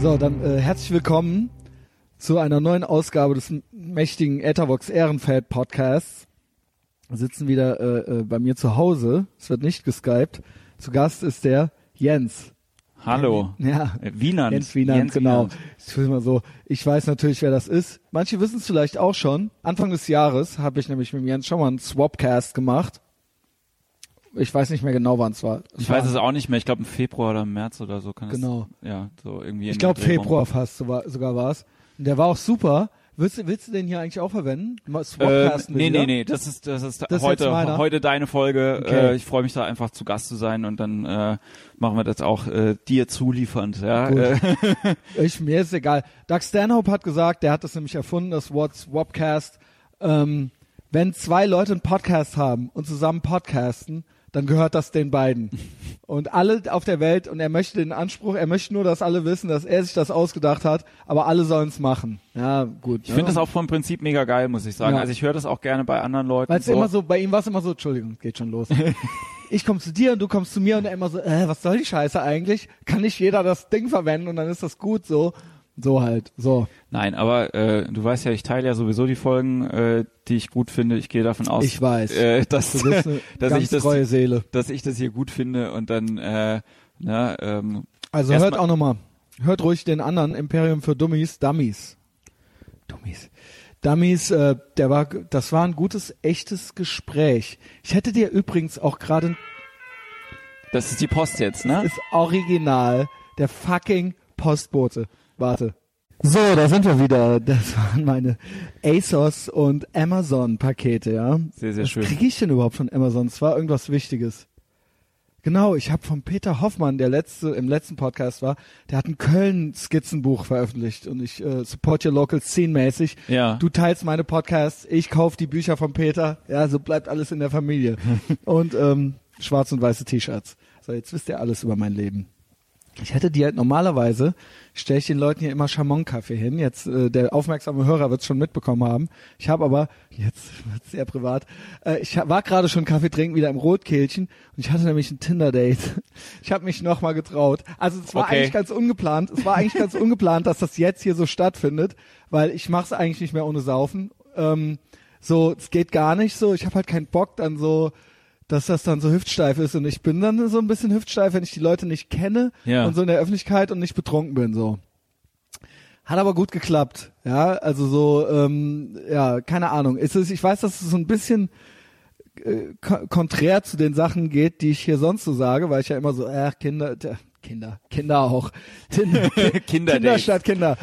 So, dann herzlich willkommen zu einer neuen Ausgabe des mächtigen Ethervox Ehrenfeld Podcasts. Wir sitzen wieder bei mir zu Hause. Es wird nicht geskypt. Zu Gast ist der Jens. Hallo. Ja. Wienand. Jens Wienand, Jens genau. Wienand. Ich will mal so, ich weiß natürlich, wer das ist. Manche wissen es vielleicht auch schon. Anfang des Jahres habe ich nämlich mit Jens schon mal einen Swapcast gemacht. Ich weiß nicht mehr genau, wann es war. Ich weiß es auch nicht mehr. Ich glaube im Februar oder im März oder so. Genau. Ja, so irgendwie. Ich glaube Februar fast sogar war es. Und der war auch super. Willst du den hier eigentlich auch verwenden? Nee. Das ist heute deine Folge. Okay. Ich freue mich da einfach zu Gast zu sein und dann machen wir das auch dir zuliefernd. Ja. Mir ist egal. Doug Stanhope hat gesagt, der hat das nämlich erfunden, das Wort Swapcast. Wenn zwei Leute einen Podcast haben und zusammen podcasten, dann gehört das den beiden. Und alle auf der Welt, und er möchte nur, dass alle wissen, dass er sich das ausgedacht hat, aber alle sollen es machen. Ja, gut. Ich finde das auch vom Prinzip mega geil, muss ich sagen. Ja. Also ich höre das auch gerne bei anderen Leuten. Weil es immer so, bei ihm war es immer so, Entschuldigung, geht schon los. Ich komme zu dir und du kommst zu mir und er immer so, was soll die Scheiße eigentlich? Kann nicht jeder das Ding verwenden und dann ist das gut so. So halt, so. Nein, aber du weißt ja, ich teile ja sowieso die Folgen, die ich gut finde. Ich gehe davon aus, ich weiß, dass treue Seele, dass ich das hier gut finde und dann also hört auch nochmal, hört ruhig den anderen Imperium für Dummies, das war ein gutes, echtes Gespräch. Ich hätte dir übrigens auch gerade, das ist die Post jetzt, ne? Das ist original, der fucking Postbote. Warte. So, da sind wir wieder. Das waren meine ASOS und Amazon-Pakete, ja. Sehr, sehr schön. Was kriege ich denn überhaupt von Amazon? Es war irgendwas Wichtiges. Genau, ich habe von Peter Hoffmann, der im letzten Podcast war, der hat ein Köln-Skizzenbuch veröffentlicht und ich support your local scene mäßig. Ja. Du teilst meine Podcasts, ich kaufe die Bücher von Peter. Ja, so bleibt alles in der Familie. Und schwarz und weiße T-Shirts. So, jetzt wisst ihr alles über mein Leben. Ich hätte die halt normalerweise, stelle ich den Leuten hier immer Chamon-Kaffee hin. Jetzt, der aufmerksame Hörer wird es schon mitbekommen haben. Ich habe aber, jetzt wird sehr privat, ich war gerade schon Kaffee trinken, wieder im Rotkehlchen und ich hatte nämlich ein Tinder-Date. Ich habe mich nochmal getraut. Also es war eigentlich ganz ungeplant. Dass das jetzt hier so stattfindet, weil ich mache es eigentlich nicht mehr ohne Saufen. Es geht gar nicht so. Ich habe halt keinen Bock dann so, dass das dann so hüftsteif ist und ich bin dann so ein bisschen hüftsteif, wenn ich die Leute nicht kenne und so in der Öffentlichkeit und nicht betrunken bin, so. Hat aber gut geklappt, ja, also so, keine Ahnung. Ich weiß, dass es so ein bisschen konträr zu den Sachen geht, die ich hier sonst so sage, weil ich ja immer so, Kinder auch. Kinder statt Kinder,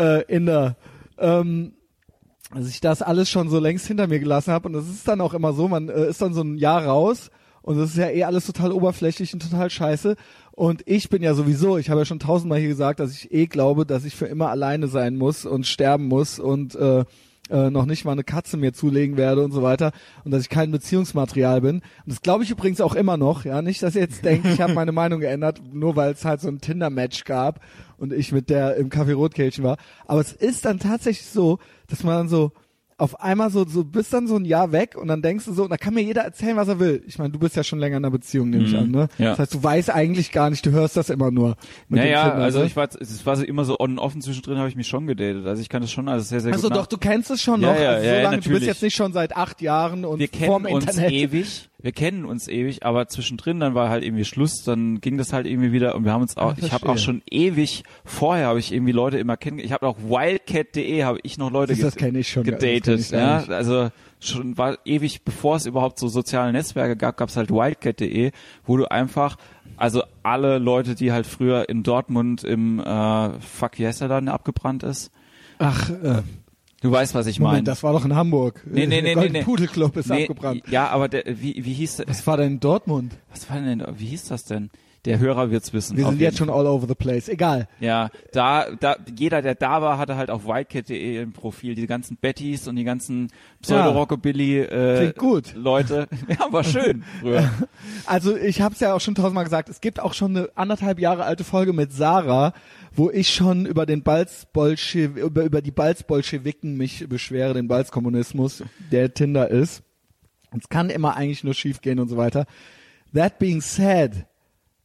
dass ich das alles schon so längst hinter mir gelassen habe und das ist dann auch immer so, man ist dann so ein Jahr raus und das ist ja alles total oberflächlich und total scheiße und ich bin ja sowieso, ich habe ja schon 1000-mal hier gesagt, dass ich glaube, dass ich für immer alleine sein muss und sterben muss und noch nicht mal eine Katze mir zulegen werde und so weiter und dass ich kein Beziehungsmaterial bin. Und das glaube ich übrigens auch immer noch, ja, nicht, dass ihr jetzt denkt, ich habe meine Meinung geändert, nur weil es halt so ein Tinder-Match gab und ich mit der im Café Rotkehlchen war. Aber es ist dann tatsächlich so, dass man dann so auf einmal so bist dann so ein Jahr weg und dann denkst du so, da kann mir jeder erzählen, was er will. Ich meine, du bist ja schon länger in einer Beziehung, nehme ich an, ne? Ja. Das heißt, du weißt eigentlich gar nicht, du hörst das immer nur. Naja, also es war so immer so on und offen, zwischendrin habe ich mich schon gedatet. Also ich kann das schon alles sehr, sehr gut. Also doch, du kennst es schon noch. Ja, also so lange, natürlich. Du bist jetzt nicht schon seit 8 Jahren und vorm Internet. Wir kennen uns ewig, aber zwischendrin dann war halt irgendwie Schluss, dann ging das halt irgendwie wieder und wir haben uns auch, ich habe auch schon ewig vorher habe ich irgendwie Leute immer kennengelernt. Ich habe auch Wildcat.de habe ich noch Leute das kenn ich schon, gedatet, ja, also schon war ewig bevor es überhaupt so soziale Netzwerke gab's halt Wildcat.de, wo du einfach also alle Leute, die halt früher in Dortmund im wie heißt der da, der abgebrannt ist? Du weißt, was ich meine. Das war doch in Hamburg. Nee. Pudelclub ist abgebrannt. Ja, aber wie hieß der? Was war denn in Dortmund? Wie hieß das denn? Der Hörer wird's wissen. Wir sind jetzt schon all over the place. Egal. Ja, jeder, der da war, hatte halt auf wildcat.de im Profil die ganzen Bettys und die ganzen Pseudo-Rockabilly klingt gut. Leute. Ja, war schön früher. Also ich habe es ja auch schon 1000-mal gesagt, es gibt auch schon eine 1,5 Jahre alte Folge mit Sarah, wo ich schon über die Balzbolschewiken mich beschwere, den Balzkommunismus, der Tinder ist. Es kann immer eigentlich nur schief gehen und so weiter. That being said,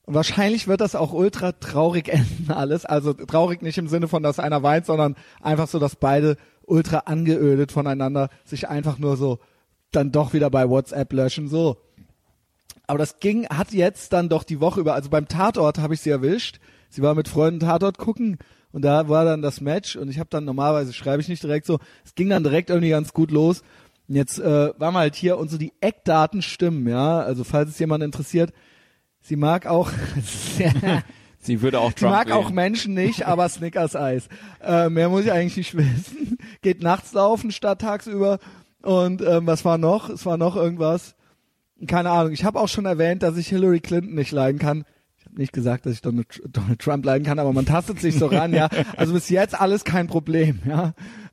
Und wahrscheinlich wird das auch ultra traurig enden alles. Also traurig nicht im Sinne von, dass einer weint, sondern einfach so, dass beide ultra angeödet voneinander sich einfach nur so dann doch wieder bei WhatsApp löschen, so. Aber das hat jetzt dann doch die Woche über, also beim Tatort habe ich sie erwischt. Sie war mit Freunden Tatort gucken und da war dann das Match und ich habe dann, normalerweise schreibe ich nicht direkt so, es ging dann direkt irgendwie ganz gut los. Und jetzt waren wir halt hier und so die Eckdaten stimmen, ja. Also falls es jemand interessiert, sie mag auch, Sie würde auch Trump sie mag wählen. auch Menschen nicht, aber Snickers-Eis. Mehr muss ich eigentlich nicht wissen. Geht nachts laufen statt tagsüber. Und was war noch? Es war noch irgendwas. Keine Ahnung. Ich habe auch schon erwähnt, dass ich Hillary Clinton nicht leiden kann. Ich habe nicht gesagt, dass ich Donald Trump leiden kann, aber man tastet sich so ran, ja. Also bis jetzt alles kein Problem, ja.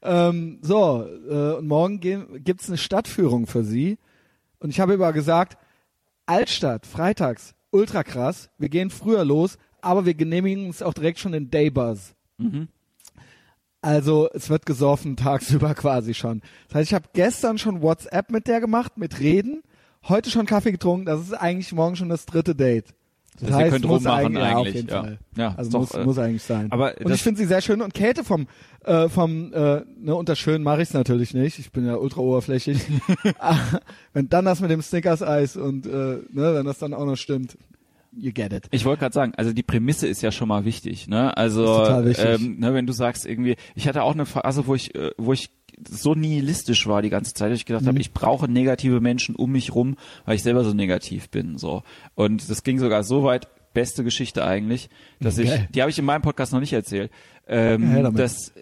Und morgen gibt's eine Stadtführung für sie. Und ich habe aber gesagt, Altstadt, freitags, ultra krass. Wir gehen früher los, aber wir genehmigen uns auch direkt schon den Daybuzz. Mhm. Also es wird gesoffen tagsüber quasi schon. Das heißt, ich habe gestern schon WhatsApp mit der gemacht, mit Reden. Heute schon Kaffee getrunken. Das ist eigentlich morgen schon das 3. Date. Das ihr heißt, könnt muss rummachen ja, auf eigentlich. jeden Fall. Ja, Also ist doch, muss eigentlich sein. aber und das- ich finde sie sehr schön. Und Käthe unter schön mache ich es natürlich nicht. Ich bin ja ultra oberflächlich. Wenn dann das mit dem Snickers-Eis und wenn das dann auch noch stimmt, you get it. Ich wollte gerade sagen, also die Prämisse ist ja schon mal wichtig, ne? Also Ist total wichtig. Wenn du sagst irgendwie, ich hatte auch eine Phase, wo ich so nihilistisch war die ganze Zeit, dass ich gedacht habe, ich brauche negative Menschen um mich rum, weil ich selber so negativ bin, so. Und das ging sogar so weit, beste Geschichte eigentlich, dass die habe ich in meinem Podcast noch nicht erzählt, dass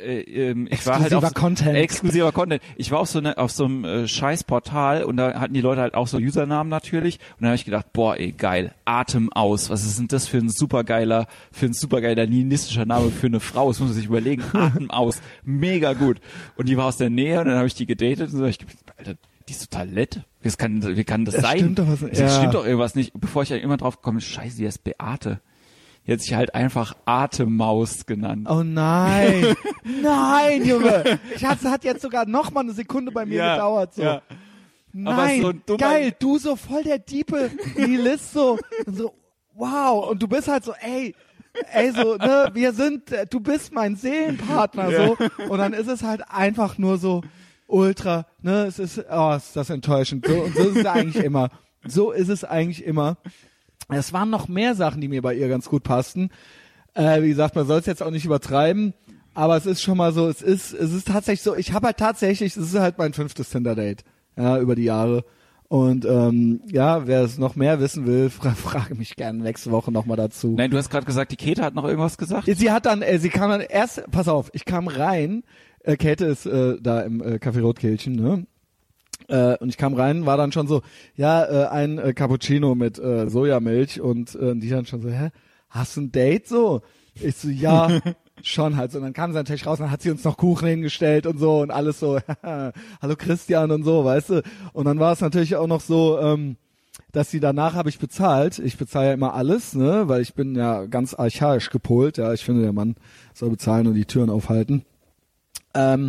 ich war halt auf exklusiver Content. Ich war auf so einem scheiß Portal und da hatten die Leute halt auch so Usernamen natürlich und dann habe ich gedacht, boah, ey, geil, Atem aus. Was ist denn das für ein supergeiler nihilistischer Name für eine Frau? Das muss man sich überlegen. Atem aus. Mega gut. Und die war aus der Nähe und dann habe ich die gedatet und so, Alter, die ist total nett. Wie kann das sein? Stimmt doch was, Das stimmt doch irgendwas nicht. Bevor ich ja immer drauf gekommen bin, scheiße, die heißt Beate. Die hat sich halt einfach Atemmaus genannt. Oh nein. Nein, Junge. Hat jetzt sogar noch mal eine Sekunde bei mir gedauert. So. Ja. Nein, so ein dummer- geil. Du so voll der diepe Nihilist so. Und so, wow. Und du bist halt so, ey, so, ne, du bist mein Seelenpartner, so. Und dann ist es halt einfach nur so ultra, ne, ist das enttäuschend. So, und so ist es eigentlich immer. So ist es eigentlich immer. Es waren noch mehr Sachen, die mir bei ihr ganz gut passten. Wie gesagt, man soll es jetzt auch nicht übertreiben, aber es ist schon mal so, es ist tatsächlich so, es ist halt mein 5. Tinder-Date, ja, über die Jahre. Und wer es noch mehr wissen will, frage mich gerne nächste Woche nochmal dazu. Nein, du hast gerade gesagt, die Käthe hat noch irgendwas gesagt? Sie kam dann erst, pass auf, ich kam rein, Käthe ist da im Café Rotkehlchen, ne? Und ich kam rein, war dann schon so, ein Cappuccino mit Sojamilch und die dann schon so, hast du ein Date so? Ich so, ja, schon halt so. Und dann kam sie natürlich raus, dann hat sie uns noch Kuchen hingestellt und so und alles so, hallo Christian und so, weißt du. Und dann war es natürlich auch noch so, dass sie danach habe ich bezahlt. Ich bezahle ja immer alles, ne, weil ich bin ja ganz archaisch gepolt. Ja, ich finde, der Mann soll bezahlen und die Türen aufhalten. Und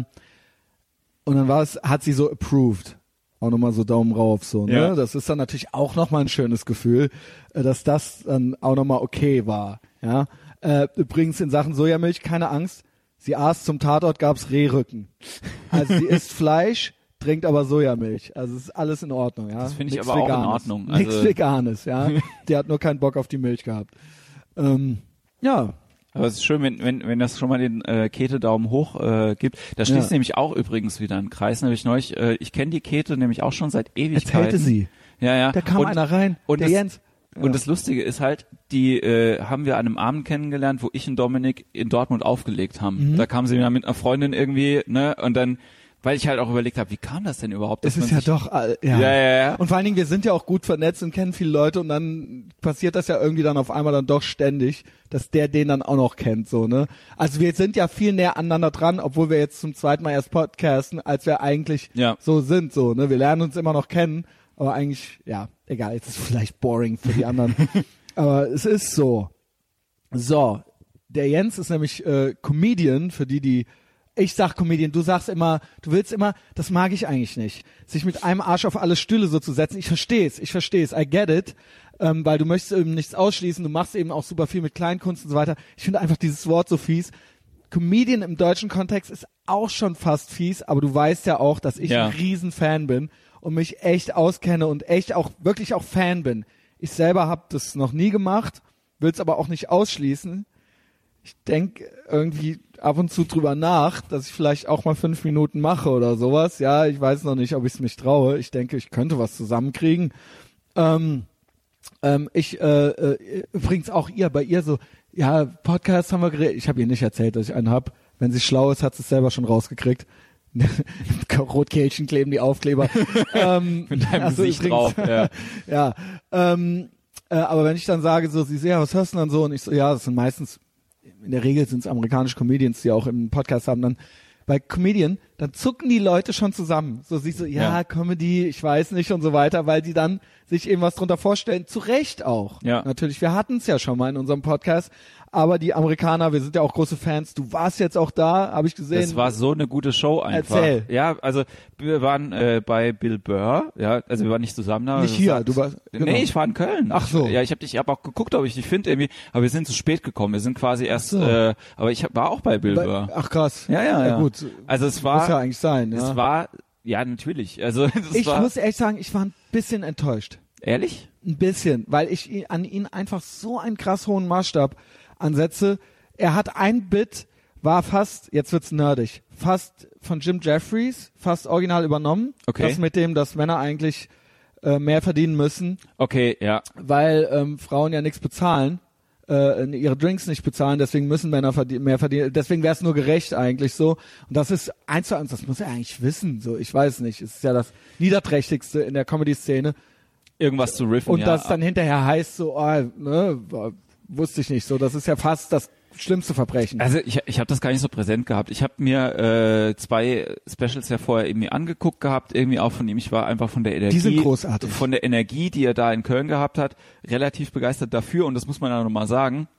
dann hat sie so approved. Auch nochmal so Daumen rauf, so, ne? Ja. Das ist dann natürlich auch nochmal ein schönes Gefühl, dass das dann auch nochmal okay war, ja. Übrigens in Sachen Sojamilch, keine Angst. Sie aß zum Tatort, gab's Rehrücken. Also sie isst Fleisch, trinkt aber Sojamilch. Also es ist alles in Ordnung, ja. Das finde ich Nix aber auch in Veganes. Ordnung. Nichts Also- Veganes, ja. Die hat nur keinen Bock auf die Milch gehabt. Ja. Aber es ist schön, wenn das schon mal den Käthe Daumen hoch gibt. Da schließt nämlich auch übrigens wieder ein Kreis. Nämlich neulich, ich kenne die Käthe nämlich auch schon seit Ewigkeiten. Erzählte sie. Ja. Da kam einer rein, und der das, Jens. Und das Lustige ist halt, die haben wir an einem Abend kennengelernt, wo ich und Dominik in Dortmund aufgelegt haben. Da kam sie wieder mit einer Freundin irgendwie, ne? Und dann, weil ich halt auch überlegt habe, wie kam das denn überhaupt? Es dass ist man ja sich- doch, Ja. Und vor allen Dingen, wir sind ja auch gut vernetzt und kennen viele Leute und dann passiert das ja irgendwie dann auf einmal dann doch ständig, dass der den dann auch noch kennt, so, ne? Also wir sind ja viel näher aneinander dran, obwohl wir jetzt zum zweiten Mal erst podcasten, als wir eigentlich so sind, so, ne? Wir lernen uns immer noch kennen, aber eigentlich, ja, egal, jetzt ist es vielleicht boring für die anderen. Aber es ist so. So, der Jens ist nämlich Comedian, für die Ich sag Comedian, du sagst immer, du willst immer, das mag ich eigentlich nicht, sich mit einem Arsch auf alle Stühle so zu setzen. Ich versteh's, I get it, weil du möchtest eben nichts ausschließen, du machst eben auch super viel mit Kleinkunst und so weiter. Ich finde einfach dieses Wort so fies. Comedian im deutschen Kontext ist auch schon fast fies, aber du weißt ja auch, dass ich ein Riesenfan bin und mich echt auskenne und echt auch, wirklich auch Fan bin. Ich selber habe das noch nie gemacht, will es aber auch nicht ausschließen. Ich denke irgendwie ab und zu drüber nach, dass ich vielleicht auch mal 5 Minuten mache oder sowas. Ja, ich weiß noch nicht, ob ich es mich traue. Ich denke, ich könnte was zusammenkriegen. Übrigens auch bei ihr so, ja, Podcast haben wir geredet. Ich habe ihr nicht erzählt, dass ich einen hab. Wenn sie schlau ist, hat sie es selber schon rausgekriegt. Rotkehlchen kleben die Aufkleber. Mit deinem Gesicht drauf. Ja. Aber wenn ich dann sage, so, sie so, ja, was hörst du dann so? Und ich so, ja, das sind meistens, in der Regel sind es amerikanische Comedians, die auch im Podcast haben, dann bei Comedian, dann zucken die Leute schon zusammen. So, sie so, ja, Comedy, ich weiß nicht und so weiter, weil die dann sich eben was drunter vorstellen. Zu Recht auch. Ja. Natürlich, wir hatten es ja schon mal in unserem Podcast, aber die Amerikaner, wir sind ja auch große Fans. Du warst jetzt auch da, habe ich gesehen. Das war so eine gute Show einfach. Erzähl. Ja, also wir waren bei Bill Burr, ja, also wir waren nicht zusammen da. Nicht hier, du warst. Genau. Nee, ich war in Köln. Ach so. Ja, ich habe auch geguckt, ob ich dich finde irgendwie, aber wir sind zu spät gekommen. Wir sind quasi erst, aber ich war auch bei Bill Burr. Ach krass. Ja. Gut. Also es war. Muss ja eigentlich sein. Ja. Es war, ja natürlich. Also muss ehrlich sagen, ich war ein bisschen enttäuscht. Ehrlich? Ein bisschen, weil ich an ihn einfach so einen krass hohen Maßstab ansetze. Er hat ein Bit, war fast, jetzt wird's nerdig, fast von Jim Jeffries, fast original übernommen. Okay. Das mit dem, dass Männer eigentlich mehr verdienen müssen. Okay, ja. Weil Frauen ja nichts bezahlen, ihre Drinks nicht bezahlen, deswegen müssen Männer mehr verdienen. Deswegen wäre es nur gerecht eigentlich so. Und das ist 1:1, das muss er eigentlich wissen. So, ich weiß nicht. Es ist ja das Niederträchtigste in der Comedy-Szene. Irgendwas zu riffen, und das dann hinterher heißt so, wusste ich nicht so. Das ist ja fast das schlimmste Verbrechen. Also ich habe das gar nicht so präsent gehabt. Ich habe mir 2 Specials ja vorher irgendwie angeguckt gehabt, irgendwie auch von ihm. Ich war einfach von der Energie, die sind großartig. Von der Energie, die er da in Köln gehabt hat, relativ begeistert dafür. Und das muss man ja nochmal sagen.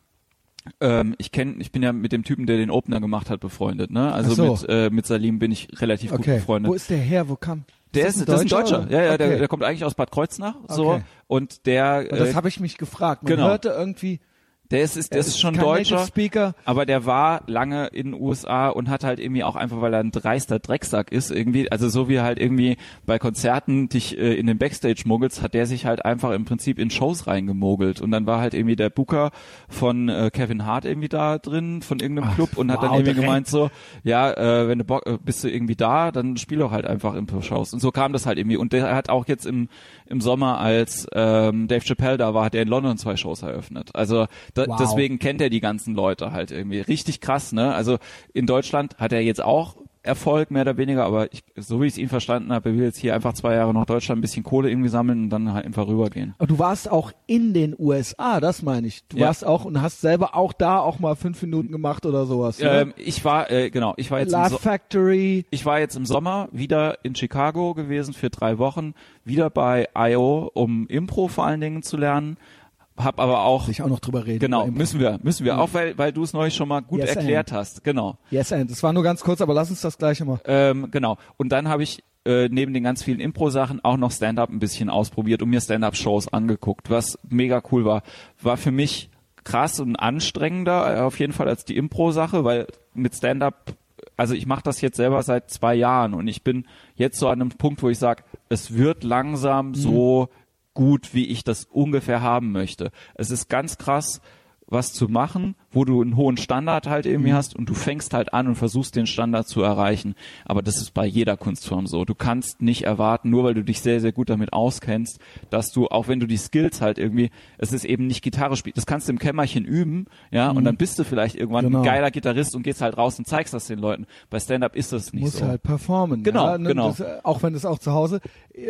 Ich bin ja mit dem Typen, der den Opener gemacht hat, befreundet. Ne? Also so. mit Salim bin ich relativ gut befreundet. Wo ist der her? Wo kam? Das ist ein Deutscher. Ja, okay. der kommt eigentlich aus Bad Kreuznach. So. Okay. Und der. Das habe ich mich gefragt. Man hörte irgendwie. Der ist schon Deutscher, aber der war lange in den USA und hat halt irgendwie auch einfach, weil er ein dreister Drecksack ist, irgendwie, also so wie er halt irgendwie bei Konzerten dich in den Backstage mogelt, hat der sich halt einfach im Prinzip in Shows reingemogelt und dann war halt irgendwie der Booker von Kevin Hart irgendwie da drin, von irgendeinem Club und hat dann irgendwie gemeint so, ja, wenn du Bock, bist du irgendwie da, dann spiel doch halt einfach in Shows und so kam das halt irgendwie und der hat auch jetzt im Sommer, als Dave Chappelle da war, hat er in London 2 Shows eröffnet, also deswegen kennt er die ganzen Leute halt irgendwie. Richtig krass, ne? Also in Deutschland hat er jetzt auch Erfolg, mehr oder weniger, aber so wie ich es ihn verstanden habe, er will jetzt hier einfach 2 Jahre nach Deutschland ein bisschen Kohle irgendwie sammeln und dann halt einfach rübergehen. Aber du warst auch in den USA, das meine ich. Du warst auch und hast selber auch da auch mal 5 Minuten gemacht oder sowas. Ich war jetzt Laugh Factory. Ich war jetzt im Sommer wieder in Chicago gewesen für 3 Wochen, wieder bei I.O., um Impro vor allen Dingen zu lernen. Hab aber auch sich auch noch drüber reden. Genau, müssen wir auch, weil du es neulich schon mal gut erklärt hast. Genau. Yes, and. Das war nur ganz kurz, aber lass uns das gleiche mal. Genau. Und dann habe ich neben den ganz vielen Impro-Sachen auch noch Stand-up ein bisschen ausprobiert und mir Stand-up-Shows angeguckt, was mega cool war. War für mich krass und anstrengender auf jeden Fall als die Impro-Sache, weil mit Stand-up, also ich mache das jetzt selber seit 2 Jahren und ich bin jetzt so an einem Punkt, wo ich sage, es wird langsam so gut, wie ich das ungefähr haben möchte. Es ist ganz krass, was zu machen, wo du einen hohen Standard halt irgendwie hast und du fängst halt an und versuchst den Standard zu erreichen. Aber das ist bei jeder Kunstform so. Du kannst nicht erwarten, nur weil du dich sehr, sehr gut damit auskennst, dass du, auch wenn du die Skills halt irgendwie, es ist eben nicht Gitarre spielen, das kannst du im Kämmerchen üben, ja, und dann bist du vielleicht irgendwann ein geiler Gitarrist und gehst halt raus und zeigst das den Leuten. Bei Stand-up ist das nicht so. Du musst halt performen. Genau, ja, ne? genau. Das, auch wenn es auch zu Hause,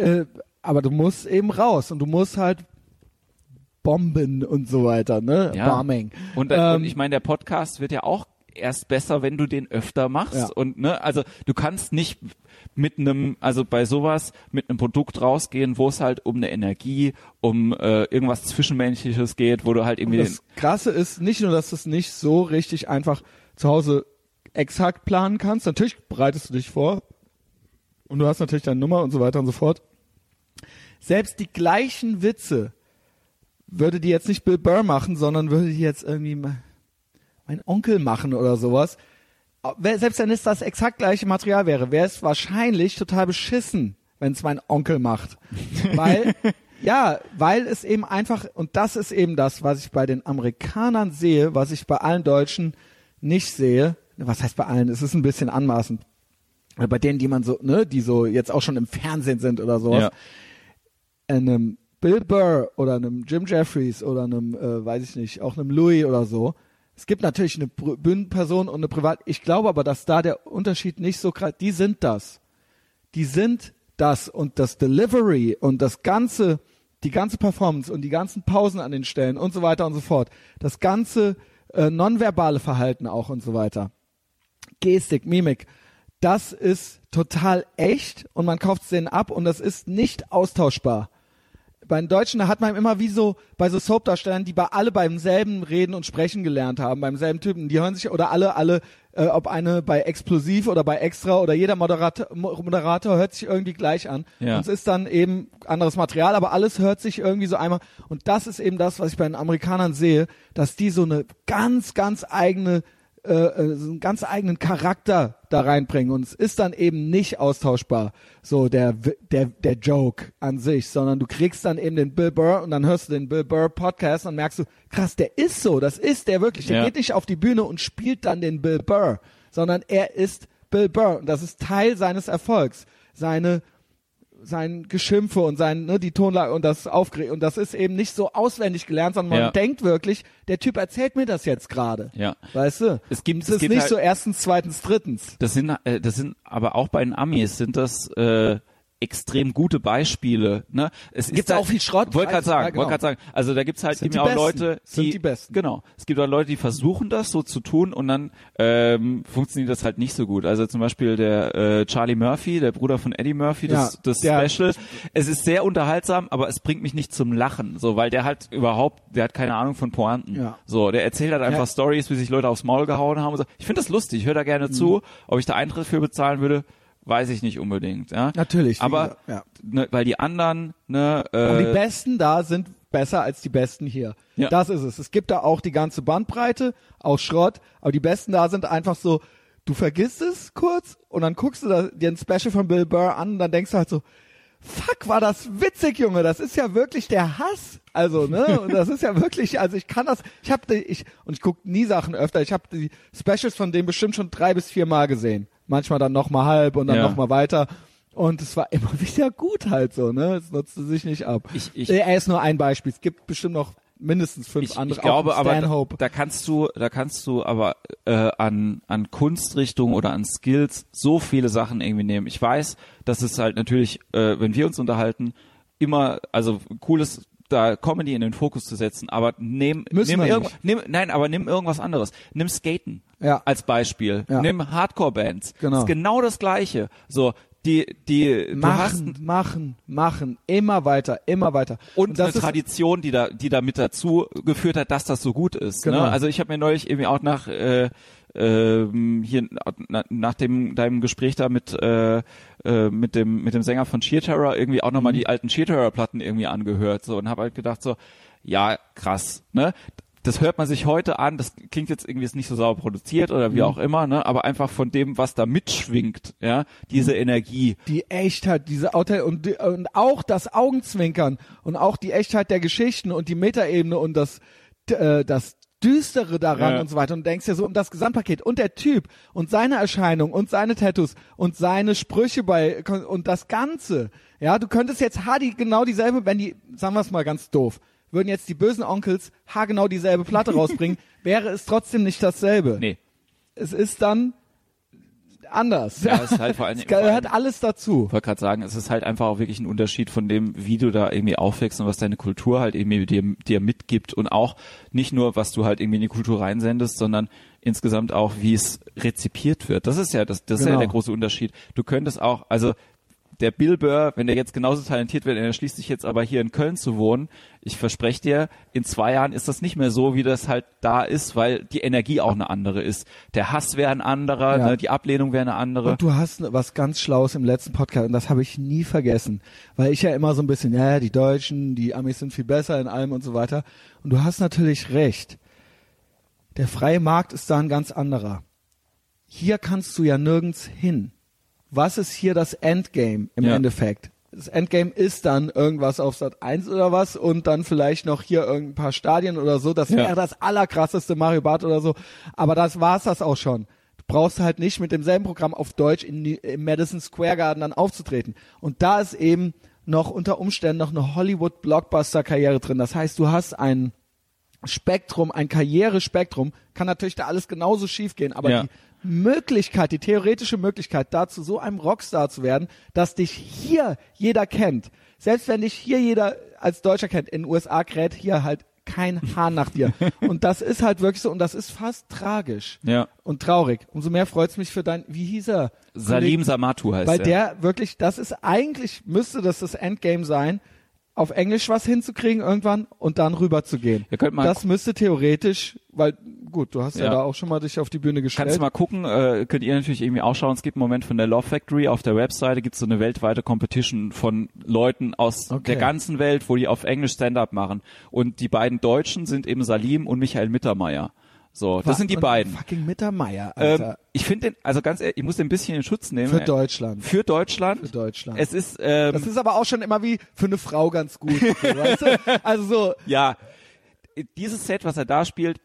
aber du musst eben raus und du musst halt bomben und so weiter, ne? Ja. Bombing. Und ich meine, der Podcast wird ja auch erst besser, wenn du den öfter machst. Ja. Und ne, also du kannst nicht mit einem, also bei sowas mit einem Produkt rausgehen, wo es halt um eine Energie, um irgendwas Zwischenmenschliches geht, wo du halt irgendwie. Und das Krasse ist nicht nur, dass es nicht so richtig einfach zu Hause exakt planen kannst. Natürlich bereitest du dich vor und du hast natürlich deine Nummer und so weiter und so fort. Selbst die gleichen Witze würde die jetzt nicht Bill Burr machen, sondern würde die jetzt irgendwie mein Onkel machen oder sowas. Selbst wenn es das exakt gleiche Material wäre, wäre es wahrscheinlich total beschissen, wenn es mein Onkel macht. Weil es eben einfach, und das ist eben das, was ich bei den Amerikanern sehe, was ich bei allen Deutschen nicht sehe. Was heißt bei allen? Es ist ein bisschen anmaßend. Bei denen, die man so, ne, die so jetzt auch schon im Fernsehen sind oder sowas. Ja. Einem Bill Burr oder einem Jim Jeffries oder einem, weiß ich nicht, auch einem Louis oder so. Es gibt natürlich eine Bühnenperson und eine Privat. Ich glaube aber, dass da der Unterschied nicht so krass, die sind das. Die sind das und das Delivery und das ganze, die ganze Performance und die ganzen Pausen an den Stellen und so weiter und so fort. Das ganze nonverbale Verhalten auch und so weiter. Gestik, Mimik. Das ist total echt und man kauft es denen ab und das ist nicht austauschbar. Bei den Deutschen, da hat man immer wie so, bei so Soap-Darstellern, die alle beim selben Reden und Sprechen gelernt haben, beim selben Typen, die hören sich, oder alle, ob eine bei Explosiv oder bei Extra oder jeder Moderator hört sich irgendwie gleich an. Ja. Und es ist dann eben anderes Material, aber alles hört sich irgendwie so einmal, und das ist eben das, was ich bei den Amerikanern sehe, dass die so eine ganz, ganz eigene, so einen ganz eigenen Charakter da reinbringen und es ist dann eben nicht austauschbar, so der Joke an sich, sondern du kriegst dann eben den Bill Burr und dann hörst du den Bill Burr Podcast und merkst du, krass, der ist so, das ist der wirklich, der geht nicht auf die Bühne und spielt dann den Bill Burr, sondern er ist Bill Burr und das ist Teil seines Erfolgs, sein Geschimpfe und die Tonlage und das Aufgeregt und das ist eben nicht so auswendig gelernt, sondern man denkt wirklich, der Typ erzählt mir das jetzt gerade. Ja. Weißt du? Es ist nicht halt so erstens, zweitens, drittens. Das sind aber auch bei den Amis sind das extrem gute Beispiele. Ne? Es gibt's auch viel Schrott. Wollte gerade sagen. Also da gibt's halt eben auch Leute, die Besten. Genau. Es gibt auch Leute, die versuchen das so zu tun und dann funktioniert das halt nicht so gut. Also zum Beispiel der Charlie Murphy, der Bruder von Eddie Murphy, das Special. Es ist sehr unterhaltsam, aber es bringt mich nicht zum Lachen, so weil der hat keine Ahnung von Pointen. Ja. So, der erzählt halt einfach Stories, wie sich Leute aufs Maul gehauen haben. Und so. Ich finde das lustig, ich höre da gerne zu. Ob ich da Eintritt für bezahlen würde, weiß ich nicht unbedingt. Ja? Natürlich. Aber weil die anderen und die Besten da sind besser als die Besten hier. Ja. Das ist es. Es gibt da auch die ganze Bandbreite, auch Schrott, aber die Besten da sind einfach so, du vergisst es kurz und dann guckst du dir ein Special von Bill Burr an und dann denkst du halt so, fuck, war das witzig, Junge, das ist ja wirklich der Hass. Also, ne, und das ist ja wirklich, also ich gucke nie Sachen öfter, ich habe die Specials von dem bestimmt schon 3 bis 4 Mal gesehen. Manchmal dann nochmal halb und dann nochmal weiter. Und es war immer wieder gut halt so, ne? Es nutzte sich nicht ab. Er ist nur ein Beispiel. Es gibt bestimmt noch mindestens 5 andere. Ich glaube, aber da kannst du aber an Kunstrichtung oder an Skills so viele Sachen irgendwie nehmen. Ich weiß, dass es halt natürlich, wenn wir uns unterhalten, immer, also cool ist, da Comedy in den Fokus zu setzen, aber nimm irgendwas anderes. Nimm Skaten als Beispiel. Ja. Nimm Hardcore-Bands. Genau. Ist genau das Gleiche. So, machen, immer weiter. Und eine Tradition, die da mit dazu geführt hat, dass das so gut ist. Genau. Ne? Also ich habe mir neulich irgendwie auch nach deinem Gespräch da mit dem Sänger von Sheer Terror irgendwie auch nochmal die alten Sheer Terror Platten irgendwie angehört so und habe halt gedacht so, ja krass, ne? Das hört man sich heute an, das klingt jetzt irgendwie nicht so sauber produziert oder wie auch immer, ne? Aber einfach von dem, was da mitschwingt, ja, diese Energie. Die Echtheit, diese Authentizität und auch das Augenzwinkern und auch die Echtheit der Geschichten und die Metaebene und das Düstere daran und so weiter und denkst dir so um das Gesamtpaket und der Typ und seine Erscheinung und seine Tattoos und seine Sprüche und das Ganze. Ja, du könntest jetzt genau dieselbe, wenn die, sagen wir es mal ganz doof, würden jetzt die bösen Onkels haargenau dieselbe Platte rausbringen, wäre es trotzdem nicht dasselbe. Nee. Es ist dann anders. Ja, es ist halt vor allem, es gehört alles dazu. Ich wollte gerade sagen, es ist halt einfach auch wirklich ein Unterschied von dem, wie du da irgendwie aufwächst und was deine Kultur halt irgendwie dir mitgibt und auch nicht nur, was du halt irgendwie in die Kultur reinsendest, sondern insgesamt auch, wie es rezipiert wird. Das ist ja das ist ja der große Unterschied. Du könntest auch, also der Bill Burr, wenn der jetzt genauso talentiert wird, er schließt sich jetzt aber hier in Köln zu wohnen, ich verspreche dir, in 2 Jahren ist das nicht mehr so, wie das halt da ist, weil die Energie auch eine andere ist. Der Hass wäre ein anderer, Ja. ne, die Ablehnung wäre eine andere. Und du hast was ganz Schlaues im letzten Podcast und das habe ich nie vergessen, weil ich ja immer so ein bisschen, ja, die Deutschen, die Amis sind viel besser in allem und so weiter. Und du hast natürlich recht. Der freie Markt ist da ein ganz anderer. Hier kannst du ja nirgends hin. Was ist hier das Endgame im Ja. Endeffekt? Das Endgame ist dann irgendwas auf Sat 1 oder was und dann vielleicht noch hier irgendein paar Stadien oder so. Das Ja. wäre das allerkrasseste Mario Bart oder so. Aber das war's das auch schon. Du brauchst halt nicht mit demselben Programm auf Deutsch im Madison Square Garden dann aufzutreten. Und da ist eben noch unter Umständen noch eine Hollywood-Blockbuster-Karriere drin. Das heißt, du hast ein Spektrum, ein Karrierespektrum, kann natürlich da alles genauso schief gehen, aber Ja. die Möglichkeit, die theoretische Möglichkeit, da zu so einem Rockstar zu werden, dass dich hier jeder kennt. Selbst wenn dich hier jeder als Deutscher kennt, in den USA kräht hier halt kein Hahn nach dir. Und das ist halt wirklich so und das ist fast tragisch Ja. und traurig. Umso mehr freut's mich für wie hieß er? Salim Samatu heißt Weil er. der wirklich, das ist eigentlich, müsste das Endgame sein, auf Englisch was hinzukriegen irgendwann und dann rüber zu gehen. Ihr könnt mal Das müsste theoretisch, weil gut, du hast ja Ja. da auch schon mal dich auf die Bühne gestellt. Kannst du mal gucken, könnt ihr natürlich irgendwie auch schauen. Es gibt im Moment von der Love Factory auf der Webseite gibt's so eine weltweite Competition von Leuten aus Okay. der ganzen Welt, wo die auf Englisch Stand-up machen. Und die beiden Deutschen sind eben Salim und Michael Mittermeier. So, das sind die Und beiden. Fucking Mittermeier, Alter. Ich finde den, also ganz ehrlich, ich muss den ein bisschen in Schutz nehmen. Für Deutschland. Für Deutschland. Für Deutschland. Es ist, Das ist aber auch schon immer wie für eine Frau ganz gut. So, weißt du? Also so, ja, dieses Set, was er da spielt,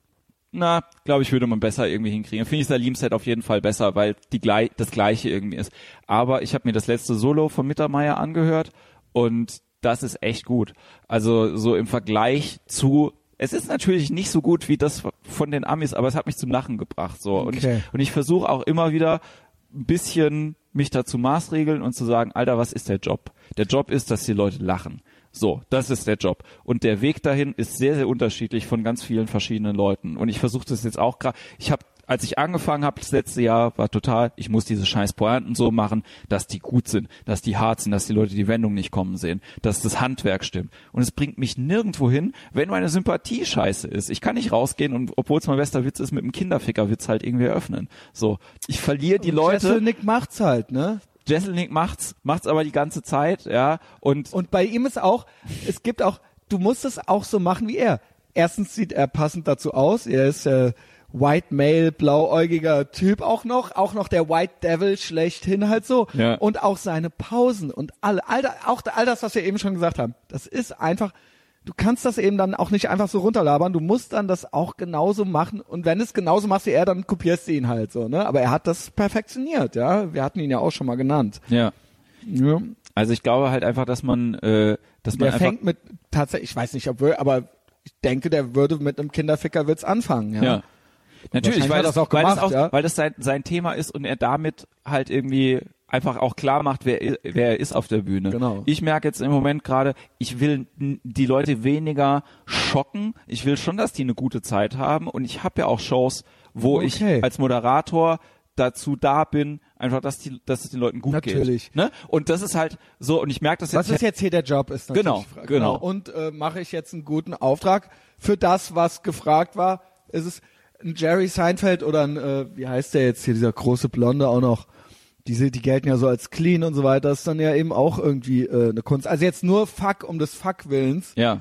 na, glaube ich, würde man besser irgendwie hinkriegen. Finde ich Salims Set auf jeden Fall besser, weil das Gleiche irgendwie ist. Aber ich habe mir das letzte Solo von Mittermeier angehört und das ist echt gut. Also so im Vergleich zu, es ist natürlich nicht so gut wie das von den Amis, aber es hat mich zum Lachen gebracht. So. Okay. Und ich versuche auch immer wieder ein bisschen mich dazu maßregeln und zu sagen, Alter, was ist der Job? Der Job ist, dass die Leute lachen. So, das ist der Job. Und der Weg dahin ist sehr, sehr unterschiedlich von ganz vielen verschiedenen Leuten. Und ich versuche das jetzt auch gerade, als ich angefangen habe, das letzte Jahr, war total, ich muss diese scheiß Pointen so machen, dass die gut sind, dass die hart sind, dass die Leute die Wendung nicht kommen sehen, dass das Handwerk stimmt. Und es bringt mich nirgendwo hin, wenn meine Sympathie scheiße ist. Ich kann nicht rausgehen und, obwohl es mein bester Witz ist, mit einem Kinderfickerwitz halt irgendwie eröffnen. So, ich verliere die Leute. Jesselnick macht's halt, ne? Jesselnick macht's aber die ganze Zeit, ja. Und bei ihm ist auch, es gibt auch, du musst es auch so machen wie er. Erstens sieht er passend dazu aus. Er ist White Male, blauäugiger Typ auch noch der White Devil schlechthin halt so. Ja. Und auch seine Pausen und all das, was wir eben schon gesagt haben. Das ist einfach, du kannst das eben dann auch nicht einfach so runterlabern. Du musst dann das auch genauso machen. Und wenn es genauso machst wie er, dann kopierst du ihn halt so, ne? Aber er hat das perfektioniert, ja. Wir hatten ihn ja auch schon mal genannt. ja. Ja. Also ich glaube halt einfach, dass man Der einfach fängt mit, tatsächlich, ich weiß nicht, aber ich denke, der würde mit einem Kinderfickerwitz anfangen, ja. ja. Natürlich, Wahrscheinlich hat er das auch gemacht, ja. weil das sein Thema ist und er damit halt irgendwie einfach auch klar macht, wer er ist auf der Bühne. Genau. Ich merke jetzt im Moment gerade, ich will die Leute weniger schocken. Ich will schon, dass die eine gute Zeit haben und ich habe ja auch Shows, wo ich Okay. als Moderator dazu da bin, einfach, dass es den Leuten gut Natürlich. geht. Ne? Und das ist halt so, und ich merke das Was ist jetzt hier der Job ist natürlich Genau, die Frage. genau. Und mache ich jetzt einen guten Auftrag für das, was gefragt war? Ist es ein Jerry Seinfeld oder ein, wie heißt der jetzt hier, dieser große Blonde auch noch? Die gelten ja so als clean und so weiter. Das ist dann ja eben auch irgendwie eine Kunst. Also jetzt nur Fuck um des Fuck-Willens. Ja.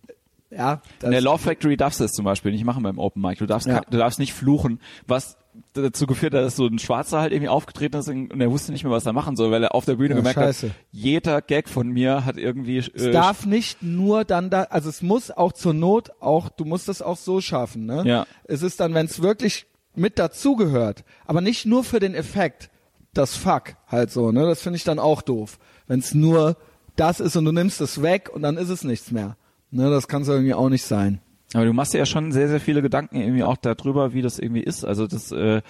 Ja, In der Law Factory darfst du es zum Beispiel nicht machen beim Open Mic. Du darfst, Ja. du darfst nicht fluchen, was dazu geführt hat, dass so ein Schwarzer halt irgendwie aufgetreten ist und er wusste nicht mehr, was er machen soll, weil er auf der Bühne Ja, gemerkt scheiße. hat, jeder Gag von mir hat irgendwie... Es darf nicht nur dann da, also es muss auch zur Not auch, du musst das auch so schaffen, ne? Ja. Es ist dann, wenn es wirklich mit dazugehört, aber nicht nur für den Effekt, das Fuck halt so, ne? Das finde ich dann auch doof. Wenn es nur das ist und du nimmst es weg und dann ist es nichts mehr. Ne? Das kann es irgendwie auch nicht sein. Aber du machst dir ja schon sehr, sehr viele Gedanken irgendwie auch darüber, wie das irgendwie ist. Also das,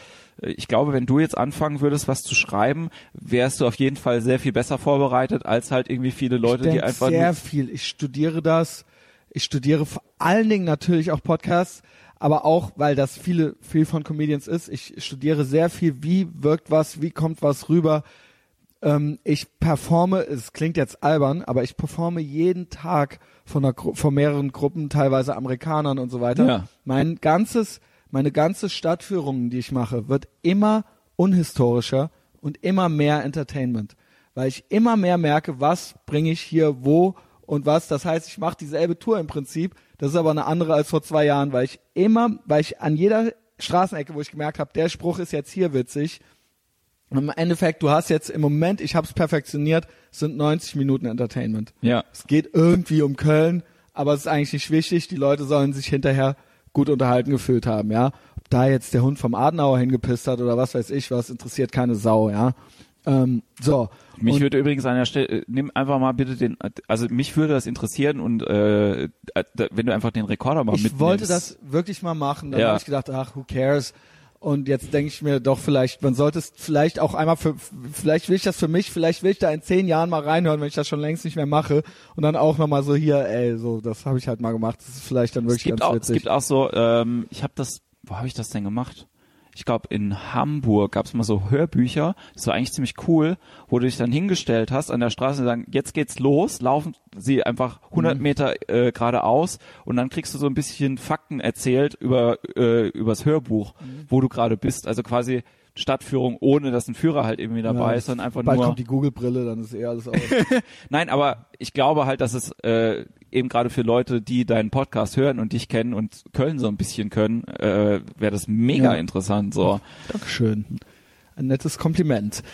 ich glaube, wenn du jetzt anfangen würdest, was zu schreiben, wärst du auf jeden Fall sehr viel besser vorbereitet als halt irgendwie viele Leute, die einfach sehr viel. Ich studiere das. Ich studiere vor allen Dingen natürlich auch Podcasts, aber auch, weil das viel von Comedians ist. Ich studiere sehr viel, wie wirkt was, wie kommt was rüber. Ich performe, es klingt jetzt albern, aber ich performe jeden Tag von mehreren Gruppen, teilweise Amerikanern und so weiter. Ja. Meine ganze Stadtführung, die ich mache, wird immer unhistorischer und immer mehr Entertainment. Weil ich immer mehr merke, was bringe ich hier wo und was. Das heißt, ich mache dieselbe Tour im Prinzip. Das ist aber eine andere als vor 2 Jahren, weil ich an jeder Straßenecke, wo ich gemerkt habe, der Spruch ist jetzt hier witzig. Und im Endeffekt, du hast jetzt im Moment, ich habe es perfektioniert, es sind 90 Minuten Entertainment. Ja. Es geht irgendwie um Köln, aber es ist eigentlich nicht wichtig. Die Leute sollen sich hinterher gut unterhalten gefühlt haben, ja. Ob da jetzt der Hund vom Adenauer hingepisst hat oder was weiß ich was, interessiert keine Sau, ja. So. Mich würde übrigens an der Stelle, nimm einfach mal bitte also mich würde das interessieren und wenn du einfach den Rekorder mal mitnimmst. Ich wollte das wirklich mal machen, dann Ja. habe ich gedacht, ach, who cares? Und jetzt denke ich mir doch man sollte es vielleicht auch einmal vielleicht will ich das für mich, vielleicht will ich da in 10 Jahren mal reinhören, wenn ich das schon längst nicht mehr mache und dann auch nochmal so hier, so, das habe ich halt mal gemacht, das ist vielleicht dann wirklich ganz witzig. Es gibt auch so, wo habe ich das denn gemacht? Ich glaube, in Hamburg gab es mal so Hörbücher, das war eigentlich ziemlich cool, wo du dich dann hingestellt hast an der Straße und sagen, jetzt geht's los, laufen sie einfach 100 Meter geradeaus und dann kriegst du so ein bisschen Fakten erzählt übers Hörbuch, wo du gerade bist. Also quasi Stadtführung, ohne dass ein Führer halt irgendwie dabei ist, sondern einfach bald nur... kommt die Google-Brille, dann ist alles aus. Nein, aber ich glaube halt, dass es eben gerade für Leute, die deinen Podcast hören und dich kennen und Köln so ein bisschen können, wäre das mega interessant. So. Dankeschön. Ein nettes Kompliment.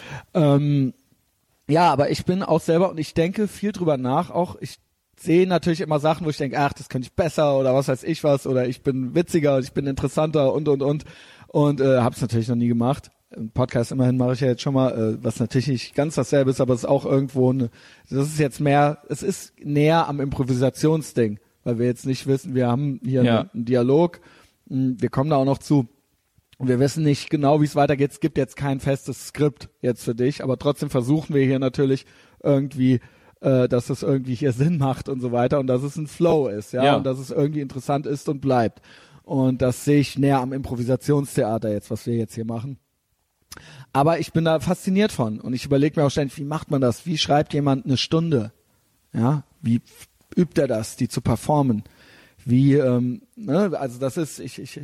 Ja, aber ich bin auch selber und ich denke viel drüber nach. Auch ich sehe natürlich immer Sachen, wo ich denke, ach, das könnte ich besser oder was weiß ich was oder ich bin witziger, ich bin interessanter und habe es natürlich noch nie gemacht. Im Podcast immerhin mache ich ja jetzt schon mal, was natürlich nicht ganz dasselbe ist, aber es ist auch irgendwo es ist näher am Improvisationsding, weil wir jetzt nicht wissen, wir haben hier einen Dialog, wir kommen da auch noch zu. Und wir wissen nicht genau, wie es weitergeht. Es gibt jetzt kein festes Skript jetzt für dich, aber trotzdem versuchen wir hier natürlich irgendwie, dass das irgendwie hier Sinn macht und so weiter und dass es ein Flow ist, ja, und dass es irgendwie interessant ist und bleibt. Und das sehe ich näher am Improvisationstheater jetzt, was wir jetzt hier machen. Aber ich bin da fasziniert von und ich überlege mir auch ständig, wie macht man das? Wie schreibt jemand eine Stunde? Ja, wie übt er das, die zu performen? Wie, also das ist,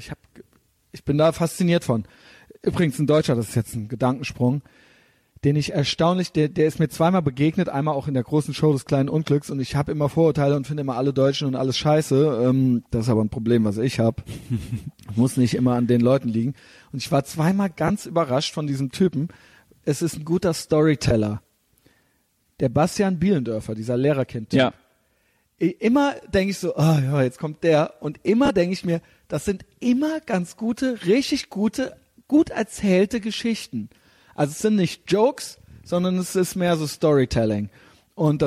ich bin da fasziniert von. Übrigens ein Deutscher, das ist jetzt ein Gedankensprung, den ich erstaunlich, der ist mir zweimal begegnet, einmal auch in der großen Show des kleinen Unglücks und ich habe immer Vorurteile und finde immer alle Deutschen und alles scheiße. Das ist aber ein Problem, was ich habe. Muss nicht immer an den Leuten liegen. Und ich war zweimal ganz überrascht von diesem Typen. Es ist ein guter Storyteller. Der Bastian Bielendörfer, dieser Lehrerkind-Typ. Ja. Immer denke ich so, jetzt kommt der. Und immer denke ich mir, das sind immer ganz gute, richtig gute, gut erzählte Geschichten. Also es sind nicht Jokes, sondern es ist mehr so Storytelling. Und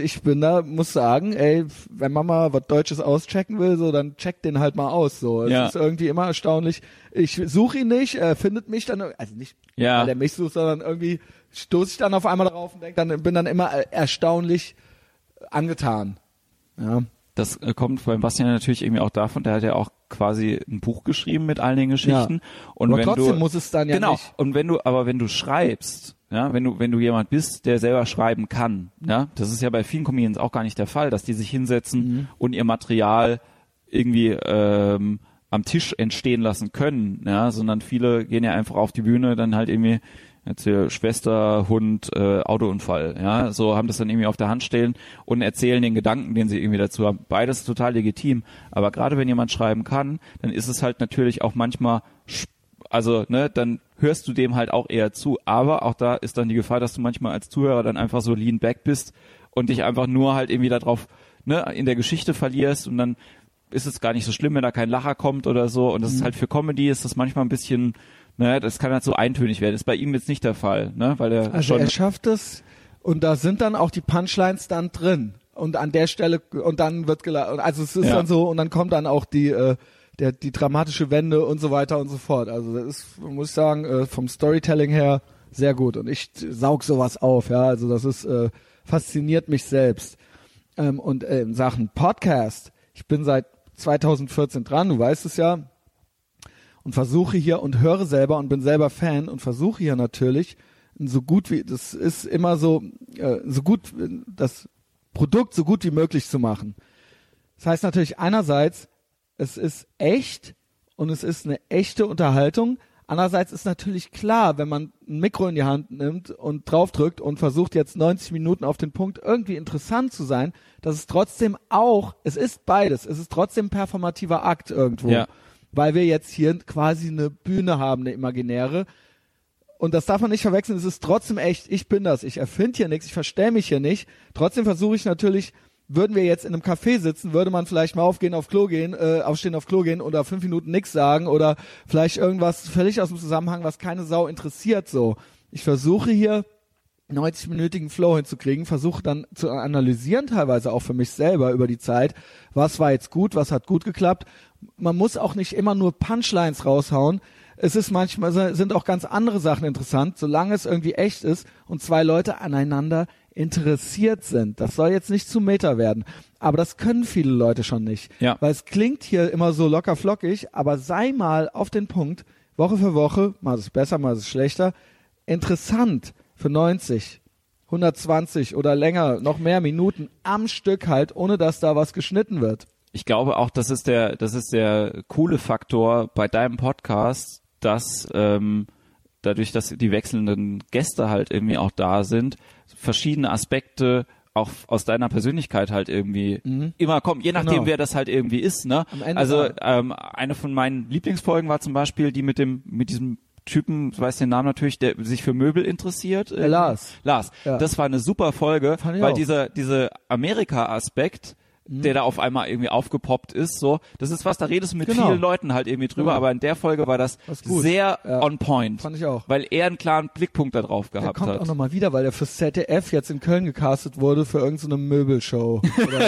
muss sagen, wenn man mal was Deutsches auschecken will, so, dann checkt den halt mal aus, so. Es ist irgendwie immer erstaunlich. Ich suche ihn nicht, er findet mich dann, also nicht, weil er mich sucht, sondern irgendwie stoße ich dann auf einmal drauf und bin dann immer erstaunlich angetan. Ja. Das kommt bei Bastian natürlich irgendwie auch davon, der hat ja auch quasi ein Buch geschrieben mit all den Geschichten. Ja. Und aber wenn trotzdem muss es dann nicht. Und wenn du schreibst, ja, wenn du jemand bist, der selber schreiben kann, ja, das ist ja bei vielen Comedians auch gar nicht der Fall, dass die sich hinsetzen und ihr Material irgendwie am Tisch entstehen lassen können, ja, sondern viele gehen ja einfach auf die Bühne, dann halt irgendwie jetzt hier Schwester, Hund, Autounfall, ja, so haben das dann irgendwie auf der Hand stehen und erzählen den Gedanken, den sie irgendwie dazu haben. Beides total legitim, aber gerade wenn jemand schreiben kann, dann ist es halt natürlich auch manchmal, dann hörst du dem halt auch eher zu, aber auch da ist dann die Gefahr, dass du manchmal als Zuhörer dann einfach so lean back bist und dich einfach nur halt irgendwie darauf, in der Geschichte verlierst und dann ist es gar nicht so schlimm, wenn da kein Lacher kommt oder so und das ist halt für Comedy ist das manchmal ein bisschen, das kann halt so eintönig werden. Das ist bei ihm jetzt nicht der Fall, weil er er schafft es und da sind dann auch die Punchlines dann drin und an der Stelle und dann wird gelacht. Also es ist dann so und dann kommt dann auch die dramatische Wende und so weiter und so fort. Also das ist, muss ich sagen, vom Storytelling her sehr gut und ich saug sowas auf. Ja, also das ist fasziniert mich selbst. Und in Sachen Podcast, ich bin seit 2014 dran, du weißt es ja. Und versuche hier und höre selber und bin selber Fan und versuche hier natürlich das ist immer so gut, das Produkt so gut wie möglich zu machen. Das heißt natürlich einerseits, es ist echt und es ist eine echte Unterhaltung. Andererseits ist natürlich klar, wenn man ein Mikro in die Hand nimmt und draufdrückt und versucht jetzt 90 Minuten auf den Punkt irgendwie interessant zu sein, dass es trotzdem es ist beides, es ist trotzdem ein performativer Akt irgendwo. Ja. Weil wir jetzt hier quasi eine Bühne haben, eine imaginäre. Und das darf man nicht verwechseln, es ist trotzdem echt, ich bin das, ich erfinde hier nichts, ich verstell mich hier nicht. Trotzdem versuche ich natürlich, würden wir jetzt in einem Café sitzen, würde man vielleicht mal aufstehen, auf Klo gehen oder 5 Minuten nichts sagen oder vielleicht irgendwas völlig aus dem Zusammenhang, was keine Sau interessiert, so. Ich versuche hier 90-minütigen Flow hinzukriegen, versuche dann zu analysieren, teilweise auch für mich selber über die Zeit, was war jetzt gut, was hat gut geklappt. Man muss auch nicht immer nur Punchlines raushauen. Es ist manchmal, sind auch ganz andere Sachen interessant, solange es irgendwie echt ist und 2 Leute aneinander interessiert sind. Das soll jetzt nicht zu Meta werden, aber das können viele Leute schon nicht. Ja. Weil es klingt hier immer so locker flockig, aber sei mal auf den Punkt, Woche für Woche, mal ist es besser, mal ist es schlechter, interessant für 90, 120 oder länger, noch mehr Minuten am Stück halt, ohne dass da was geschnitten wird. Ich glaube auch, das ist der coole Faktor bei deinem Podcast, dass dadurch, dass die wechselnden Gäste halt irgendwie auch da sind, verschiedene Aspekte auch aus deiner Persönlichkeit halt irgendwie immer kommen, je nachdem, wer das halt irgendwie ist, ne? Also eine von meinen Lieblingsfolgen war zum Beispiel die mit diesem Typen, ich weiß den Namen natürlich, der sich für Möbel interessiert. Lars. Ja. Das war eine super Folge, weil dieser Amerika-Aspekt, der da auf einmal irgendwie aufgepoppt ist, so, das ist was, da redest du mit vielen Leuten halt irgendwie drüber, aber in der Folge war das sehr on point. Fand ich auch. Weil er einen klaren Blickpunkt da drauf gehabt hat. Der kommt auch nochmal wieder, weil er fürs ZDF jetzt in Köln gecastet wurde für irgendeine Möbelshow.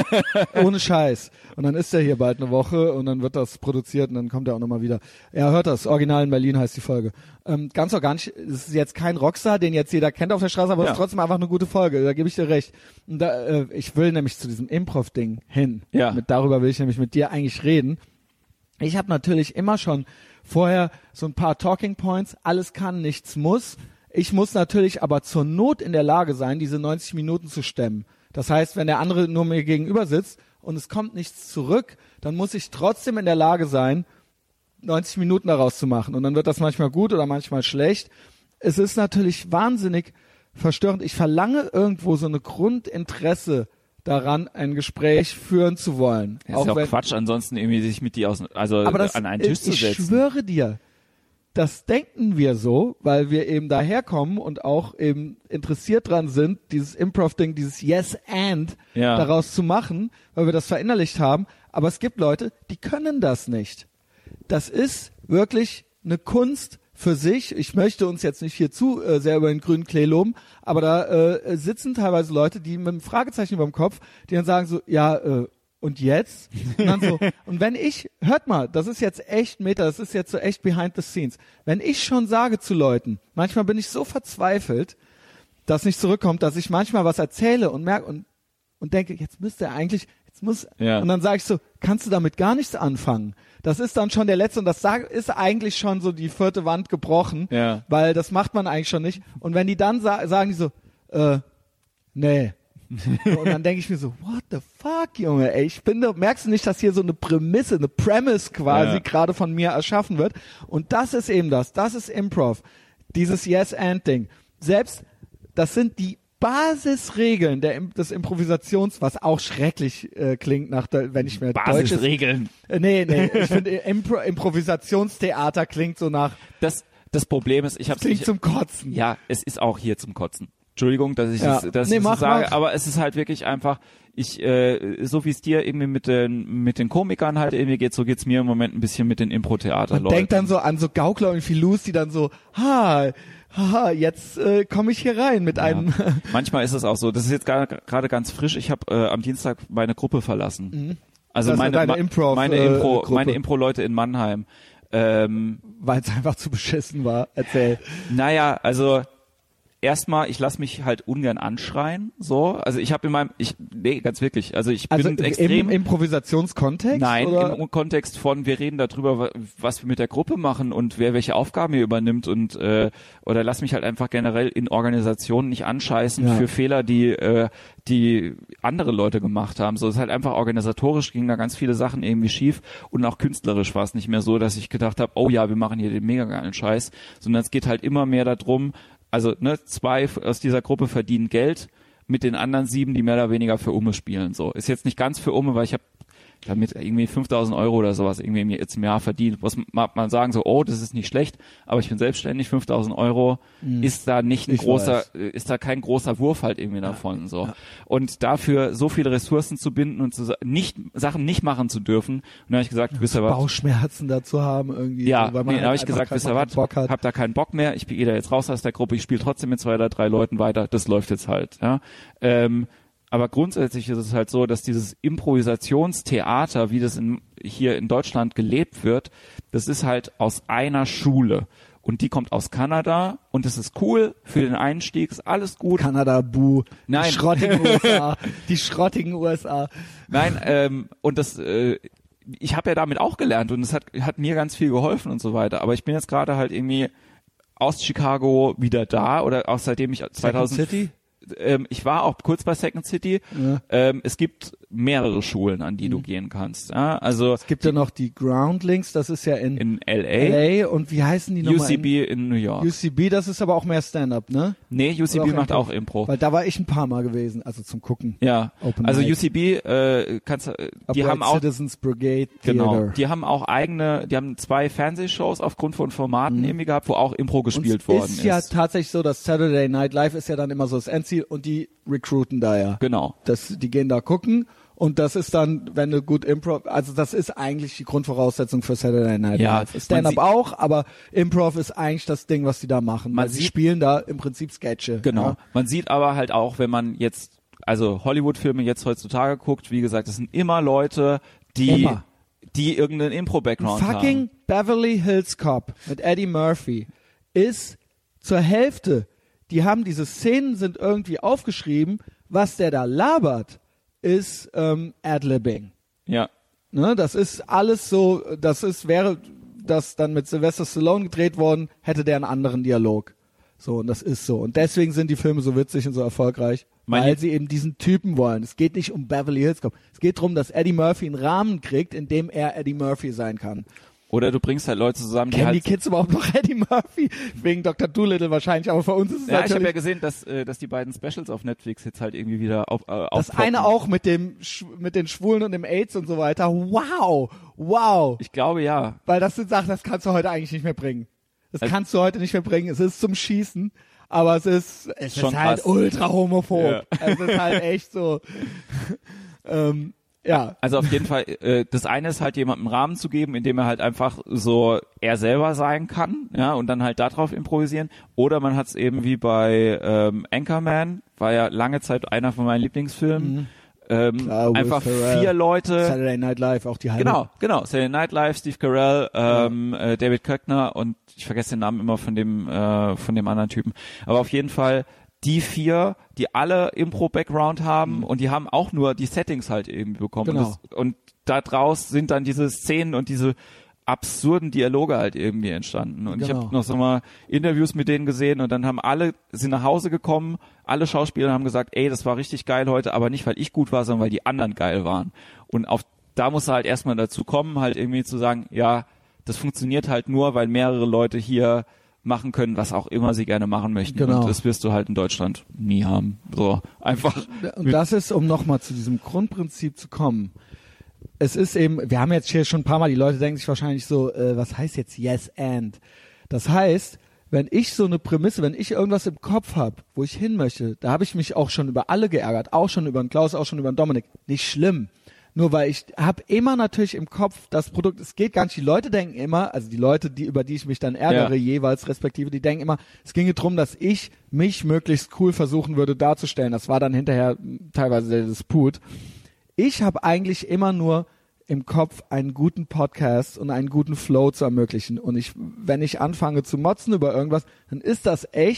Ohne Scheiß. Und dann ist er hier bald eine Woche und dann wird das produziert und dann kommt er auch nochmal wieder. Er hört das, Original in Berlin heißt die Folge. Ganz organisch, es ist jetzt kein Rockstar, den jetzt jeder kennt auf der Straße, aber es ist trotzdem einfach eine gute Folge, da gebe ich dir recht. Und da, ich will nämlich zu diesem Improv-Ding hin. Ja. Darüber will ich nämlich mit dir eigentlich reden. Ich habe natürlich immer schon vorher so ein paar Talking Points, alles kann, nichts muss. Ich muss natürlich aber zur Not in der Lage sein, diese 90 Minuten zu stemmen. Das heißt, wenn der andere nur mir gegenüber sitzt und es kommt nichts zurück, dann muss ich trotzdem in der Lage sein, 90 Minuten daraus zu machen. Und dann wird das manchmal gut oder manchmal schlecht. Es ist natürlich wahnsinnig verstörend. Ich verlange irgendwo so eine Grundinteresse daran, ein Gespräch führen zu wollen. Das ist ja auch Quatsch, ansonsten irgendwie sich mit dir an einen Tisch zu setzen. Ich schwöre dir, das denken wir so, weil wir eben daherkommen und auch eben interessiert dran sind, dieses Improv-Ding, dieses Yes and daraus zu machen, weil wir das verinnerlicht haben. Aber es gibt Leute, die können das nicht. Das ist wirklich eine Kunst für sich. Ich möchte uns jetzt nicht hier zu sehr über den grünen Klee loben, aber da sitzen teilweise Leute, die mit einem Fragezeichen über dem Kopf, die dann sagen so, und jetzt? Und dann so, und wenn hört mal, das ist jetzt echt Meta, das ist jetzt so echt behind the scenes. Wenn ich schon sage zu Leuten, manchmal bin ich so verzweifelt, dass nicht zurückkommt, dass ich manchmal was erzähle und merke und denke, jetzt müsste er eigentlich, und dann sage ich so, kannst du damit gar nichts anfangen? Das ist dann schon der letzte und das ist eigentlich schon so die 4. Wand gebrochen, weil das macht man eigentlich schon nicht. Und wenn die dann sagen die so, nee. Und dann denke ich mir so, what the fuck, Junge, ey, merkst du nicht, dass hier so eine Prämisse, eine Premise quasi gerade von mir erschaffen wird? Und das ist eben das ist Improv. Dieses Yes-and-Ding. Selbst, das sind die Basisregeln des Improvisations, was auch schrecklich klingt, wenn ich mir Basisregeln. Nee, ich finde Improvisationstheater klingt so nach. Das Problem ist, klingt zum Kotzen. Ja, es ist auch hier zum Kotzen. Entschuldigung, dass ich das sage, mach. Aber es ist halt wirklich einfach, so wie es dir irgendwie mit den Komikern halt irgendwie geht, so geht's mir im Moment ein bisschen mit den Impro-Theater-Leuten. Man denkt dann so an so Gaukler und Filous, die dann so, jetzt komme ich hier rein mit einem. Manchmal ist es auch so. Das ist jetzt gerade ganz frisch. Ich habe am Dienstag meine Gruppe verlassen. Mhm. Also meine Impro-Leute in Mannheim. Weil es einfach zu beschissen war. Erzähl. Naja, also erstmal, ich lasse mich halt ungern anschreien, so. Also ich habe ganz wirklich, also ich bin extrem... Im Improvisationskontext? Nein, oder? im Kontext von, wir reden darüber, was wir mit der Gruppe machen und wer welche Aufgaben hier übernimmt und oder lass mich halt einfach generell in Organisationen nicht anscheißen für Fehler, die andere Leute gemacht haben. So, es ist halt einfach organisatorisch gingen da ganz viele Sachen irgendwie schief und auch künstlerisch war es nicht mehr so, dass ich gedacht habe, oh ja, wir machen hier den mega geilen Scheiß, sondern es geht halt immer mehr darum, also 2 aus dieser Gruppe verdienen Geld mit den anderen 7, die mehr oder weniger für Umme spielen. So, ist jetzt nicht ganz für Umme, weil ich habe damit irgendwie 5.000 € oder sowas irgendwie jetzt im Jahr verdient. Was mag man sagen, so, oh, das ist nicht schlecht, aber ich bin selbstständig, 5.000 € ist da nicht ein ist da kein großer Wurf halt irgendwie davon, so. Ja. Und dafür so viele Ressourcen zu binden und Sachen nicht machen zu dürfen. Und dann habe ich gesagt, wisst ihr was? Bauchschmerzen dazu haben irgendwie. Ja, so, weil man dann habe ich gesagt, wisst ihr was? Hab da keinen Bock mehr. Ich gehe da jetzt raus aus der Gruppe. Ich spiele trotzdem mit 2 oder 3 Leuten weiter. Das läuft jetzt halt, ja. Aber grundsätzlich ist es halt so, dass dieses Improvisationstheater, wie das hier in Deutschland gelebt wird, das ist halt aus einer Schule. Und die kommt aus Kanada und das ist cool für den Einstieg, ist alles gut. Kanada, buh. Nein. Die schrottigen USA. Die schrottigen USA. Nein, und das, ich habe ja damit auch gelernt und es hat mir ganz viel geholfen und so weiter. Aber ich bin jetzt gerade halt irgendwie aus Chicago wieder da oder auch seitdem ich 2000... Second City? Ich war auch kurz bei Second City. Ja. Es gibt mehrere Schulen, an die du gehen kannst. Ja, also es gibt ja noch die Groundlings, das ist ja in LA. Und wie heißen die nochmal? UCB in New York. UCB, das ist aber auch mehr Stand-up, ne? Nee, UCB macht auch Impro. Weil da war ich ein paar Mal gewesen, also zum Gucken. Ja, Open also Mic. UCB die haben auch Citizens Brigade Theater. Genau, die haben auch die haben 2 Fernsehshows aufgrund von Formaten irgendwie gehabt, wo auch Impro gespielt worden ist. Es ist ja tatsächlich so, dass Saturday Night Live ist ja dann immer so das Endziel und die recruiten da ja. Genau. Die gehen da gucken und das ist dann, wenn du gut Improv, also das ist eigentlich die Grundvoraussetzung für Saturday Night Live. Stand-up auch, aber Improv ist eigentlich das Ding, was die da machen. Sie spielen da im Prinzip Sketche. Genau. Ja? Man sieht aber halt auch, wenn man jetzt, also Hollywood-Filme jetzt heutzutage guckt, wie gesagt, das sind immer Leute, die irgendeinen Impro-Background haben. Fucking Beverly Hills Cop mit Eddie Murphy ist zur Hälfte, diese Szenen sind irgendwie aufgeschrieben, was der da labert, ist Ad-Libbing. Ja. Ne, das ist alles so, wäre das dann mit Sylvester Stallone gedreht worden, hätte der einen anderen Dialog. So, und das ist so. Und deswegen sind die Filme so witzig und so erfolgreich, weil sie eben diesen Typen wollen. Es geht nicht um Beverly Hills Cop. Es geht darum, dass Eddie Murphy einen Rahmen kriegt, in dem er Eddie Murphy sein kann. Oder du bringst halt Leute zusammen, Kennen halt die Kids überhaupt noch Eddie Murphy? Wegen Dr. Dolittle wahrscheinlich, aber für uns ist es ja, natürlich... ich habe ja gesehen, dass die beiden Specials auf Netflix jetzt halt irgendwie wieder das eine auch mit den Schwulen und dem AIDS und so weiter. Wow. Ich glaube, ja. Weil das sind Sachen, das kannst du heute eigentlich nicht mehr bringen. Kannst du heute nicht mehr bringen. Es ist zum Schießen, aber es ist schon halt krass. ultra homophob. Ja. Es ist halt echt so... ja. Also auf jeden Fall, das eine ist halt jemandem Rahmen zu geben, indem er halt einfach so er selber sein kann, ja, und dann halt darauf improvisieren. Oder man hat es eben wie bei Anchorman, war ja lange Zeit einer von meinen Lieblingsfilmen. Klar, einfach 4 Leute. Saturday Night Live, auch die halbe. Genau. Saturday Night Live, Steve Carell, David Koechner und ich vergesse den Namen immer von dem anderen Typen. Aber auf jeden Fall die 4, die alle Impro-Background haben und die haben auch nur die Settings halt eben bekommen. Genau. Und da draus sind dann diese Szenen und diese absurden Dialoge halt irgendwie entstanden. Und ich habe noch so mal Interviews mit denen gesehen und dann sind nach Hause gekommen, alle Schauspieler haben gesagt, ey, das war richtig geil heute, aber nicht, weil ich gut war, sondern weil die anderen geil waren. Und da muss er halt erstmal dazu kommen, halt irgendwie zu sagen, ja, das funktioniert halt nur, weil mehrere Leute hier machen können, was auch immer sie gerne machen möchten. Genau. Und das wirst du halt in Deutschland nie haben. So, einfach. Und das ist, um nochmal zu diesem Grundprinzip zu kommen. Es ist eben, wir haben jetzt hier schon ein paar Mal, die Leute denken sich wahrscheinlich so, was heißt jetzt yes and? Das heißt, wenn ich so eine Prämisse, wenn ich irgendwas im Kopf habe, wo ich hin möchte, da habe ich mich auch schon über alle geärgert, auch schon über den Klaus, auch schon über den Dominik. Nicht schlimm. Nur weil ich habe immer natürlich im Kopf das Produkt, es geht gar nicht, die Leute denken immer, also die Leute, über die ich mich dann ärgere, jeweils respektive, die denken immer, es ginge darum, dass ich mich möglichst cool versuchen würde darzustellen. Das war dann hinterher teilweise der Disput. Ich habe eigentlich immer nur im Kopf einen guten Podcast und einen guten Flow zu ermöglichen. Und wenn ich anfange zu motzen über irgendwas, dann ist das echt,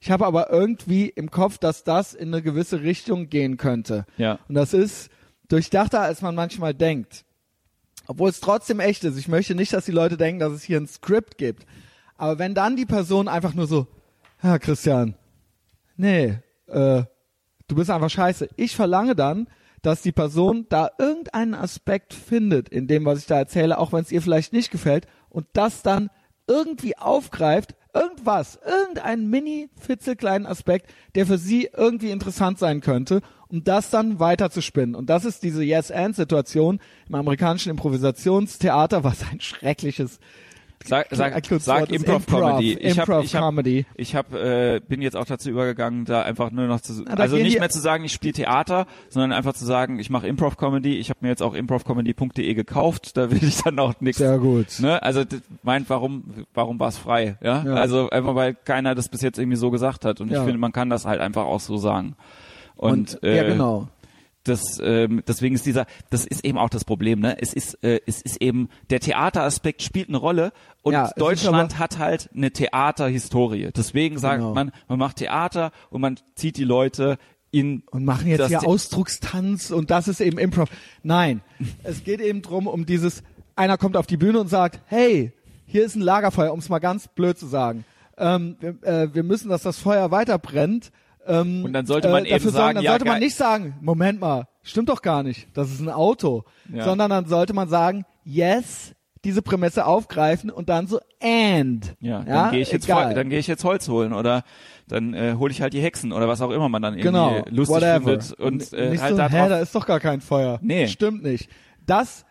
Ich habe aber irgendwie im Kopf, dass das in eine gewisse Richtung gehen könnte. Ja. Und das ist durchdachter, als man manchmal denkt. Obwohl es trotzdem echt ist. Ich möchte nicht, dass die Leute denken, dass es hier ein Skript gibt. Aber wenn dann die Person einfach nur so, ja, Christian, nee, du bist einfach scheiße. Ich verlange dann, dass die Person da irgendeinen Aspekt findet in dem, was ich da erzähle, auch wenn es ihr vielleicht nicht gefällt, und das dann irgendwie aufgreift, irgendeinen mini-fitzelkleinen Aspekt, der für sie irgendwie interessant sein könnte, um das dann weiter zu spinnen. Und das ist diese Yes-and-Situation im amerikanischen Improvisationstheater, was ein schreckliches Sag Improv-Comedy. Improv-Comedy. Ich bin jetzt auch dazu übergegangen, da einfach nur noch also nicht mehr zu sagen, ich spiele Theater, sondern einfach zu sagen, ich mache Improv-Comedy. Ich habe mir jetzt auch improvcomedy.de gekauft. Da will ich dann auch nichts. Sehr gut. Ne? Also warum war es frei? Ja? Also einfach, weil keiner das bis jetzt irgendwie so gesagt hat. Und ich finde, man kann das halt einfach auch so sagen. Und ja, genau. Deswegen ist das ist eben auch das Problem, ne? Es ist eben, der Theateraspekt spielt eine Rolle und Deutschland hat halt eine Theaterhistorie. Deswegen sagt man macht Theater und man zieht die Leute und machen jetzt hier Ausdruckstanz und das ist eben Improv. Nein, es geht eben drum, um dieses, einer kommt auf die Bühne und sagt, hey, hier ist ein Lagerfeuer, um es mal ganz blöd zu sagen. Wir müssen, dass das Feuer weiter brennt. Und dann sollte man eben sagen, dann sollte man nicht sagen, Moment mal, stimmt doch gar nicht, das ist ein Auto, sondern dann sollte man sagen, yes, diese Prämisse aufgreifen und dann so and. Dann gehe ich jetzt Holz holen oder dann hole ich halt die Hexen oder was auch immer man dann irgendwie lustig findet und nicht halt so, da ist doch gar kein Feuer. Nee. Stimmt nicht. Das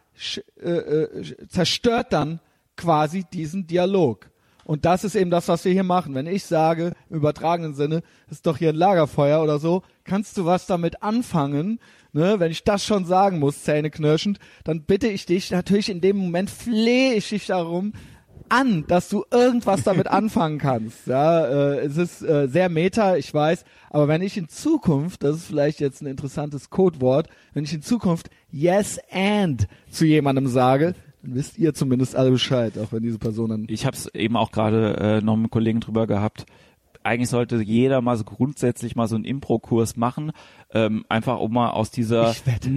zerstört dann quasi diesen Dialog. Und das ist eben das, was wir hier machen. Wenn ich sage, im übertragenen Sinne, ist doch hier ein Lagerfeuer oder so, kannst du was damit anfangen? Ne? Wenn ich das schon sagen muss, zähneknirschend, dann bitte ich dich, natürlich in dem Moment flehe ich dich darum an, dass du irgendwas damit anfangen kannst. Ja, es ist sehr meta, ich weiß, aber wenn ich in Zukunft, das ist vielleicht jetzt ein interessantes Codewort, wenn ich in Zukunft yes and zu jemandem sage, dann wisst ihr zumindest alle Bescheid, auch wenn diese Person dann... Ich habe es eben auch gerade noch mit einem Kollegen drüber gehabt. Eigentlich sollte jeder mal so grundsätzlich mal so einen Impro-Kurs machen, einfach um mal aus dieser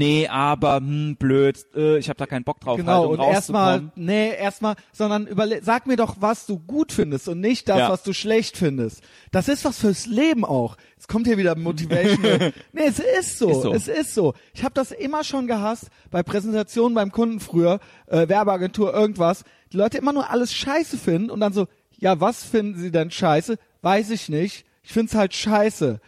blöd, ich habe da keinen Bock drauf, genau, halt, und erstmal, sondern sag mir doch, was du gut findest und nicht das, was du schlecht findest. Das ist was fürs Leben auch. Es kommt hier wieder Motivation. Nee, es ist so. Es ist so. Ich habe das immer schon gehasst bei Präsentationen beim Kunden früher, Werbeagentur, irgendwas. Die Leute immer nur alles scheiße finden und dann so, ja, was finden sie denn scheiße? Weiß ich nicht. Ich find's halt scheiße.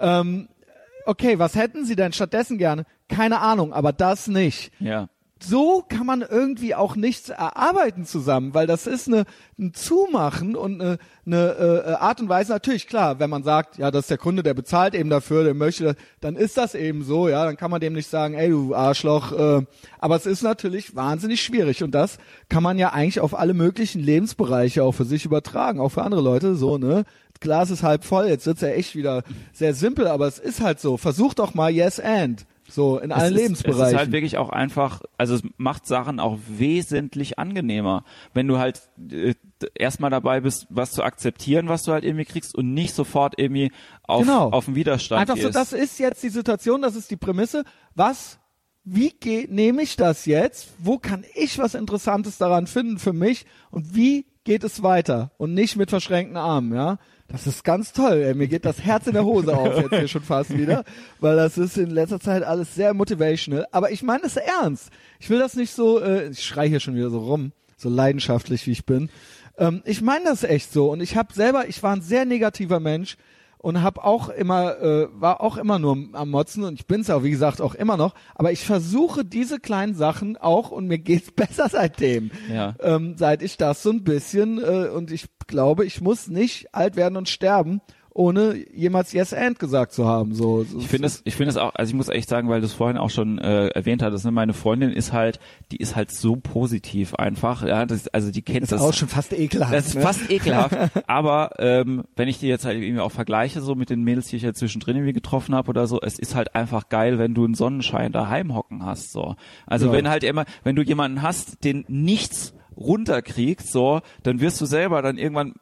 Okay, was hätten sie denn stattdessen gerne? Keine Ahnung, aber das nicht. Ja. So kann man irgendwie auch nichts erarbeiten zusammen, weil das ist ein Zumachen und eine Art und Weise. Natürlich, klar, wenn man sagt, ja, das ist der Kunde, der bezahlt eben dafür, der möchte das, dann ist das eben so, ja, dann kann man dem nicht sagen, ey, du Arschloch, aber es ist natürlich wahnsinnig schwierig und das kann man ja eigentlich auf alle möglichen Lebensbereiche auch für sich übertragen, auch für andere Leute, so, ne? Glas ist halb voll, jetzt wird's ja echt wieder sehr simpel, aber es ist halt so. Versuch doch mal yes and. So, in allen Lebensbereichen. Es ist halt wirklich auch einfach, also es macht Sachen auch wesentlich angenehmer, wenn du halt erstmal dabei bist, was zu akzeptieren, was du halt irgendwie kriegst und nicht sofort irgendwie auf den Widerstand einfach gehst. So, das ist jetzt die Situation, das ist die Prämisse. Wie nehme ich das jetzt? Wo kann ich was Interessantes daran finden für mich? Und wie geht es weiter? Und nicht mit verschränkten Armen, ja? Das ist ganz toll, ey. Mir geht das Herz in der Hose auf jetzt hier schon fast wieder, weil das ist in letzter Zeit alles sehr motivational. Aber ich meine es ernst. Ich will das nicht so, ich schreie hier schon wieder so rum, so leidenschaftlich wie ich bin. Ich meine das echt so. Und ich war ein sehr negativer Mensch und war auch immer nur am Motzen und ich bin's auch, wie gesagt, auch immer noch. Aber ich versuche diese kleinen Sachen auch und mir geht's besser seitdem. Ja. Seit ich das so ein bisschen und ich glaube, ich muss nicht alt werden und sterben, ohne jemals Yes and gesagt zu haben. So ich finde es auch, also ich muss echt sagen, weil du es vorhin auch schon erwähnt hattest, ne, meine Freundin ist halt so positiv einfach, ja, die kennt das. Das ist auch schon fast ekelhaft. Das ist fast ekelhaft, aber wenn ich die jetzt halt irgendwie auch vergleiche, so mit den Mädels, die ich ja zwischendrin irgendwie getroffen habe oder so, es ist halt einfach geil, wenn du einen Sonnenschein daheim hocken hast, so. Also wenn du jemanden hast, den nichts runterkriegst, so, dann wirst du selber dann irgendwann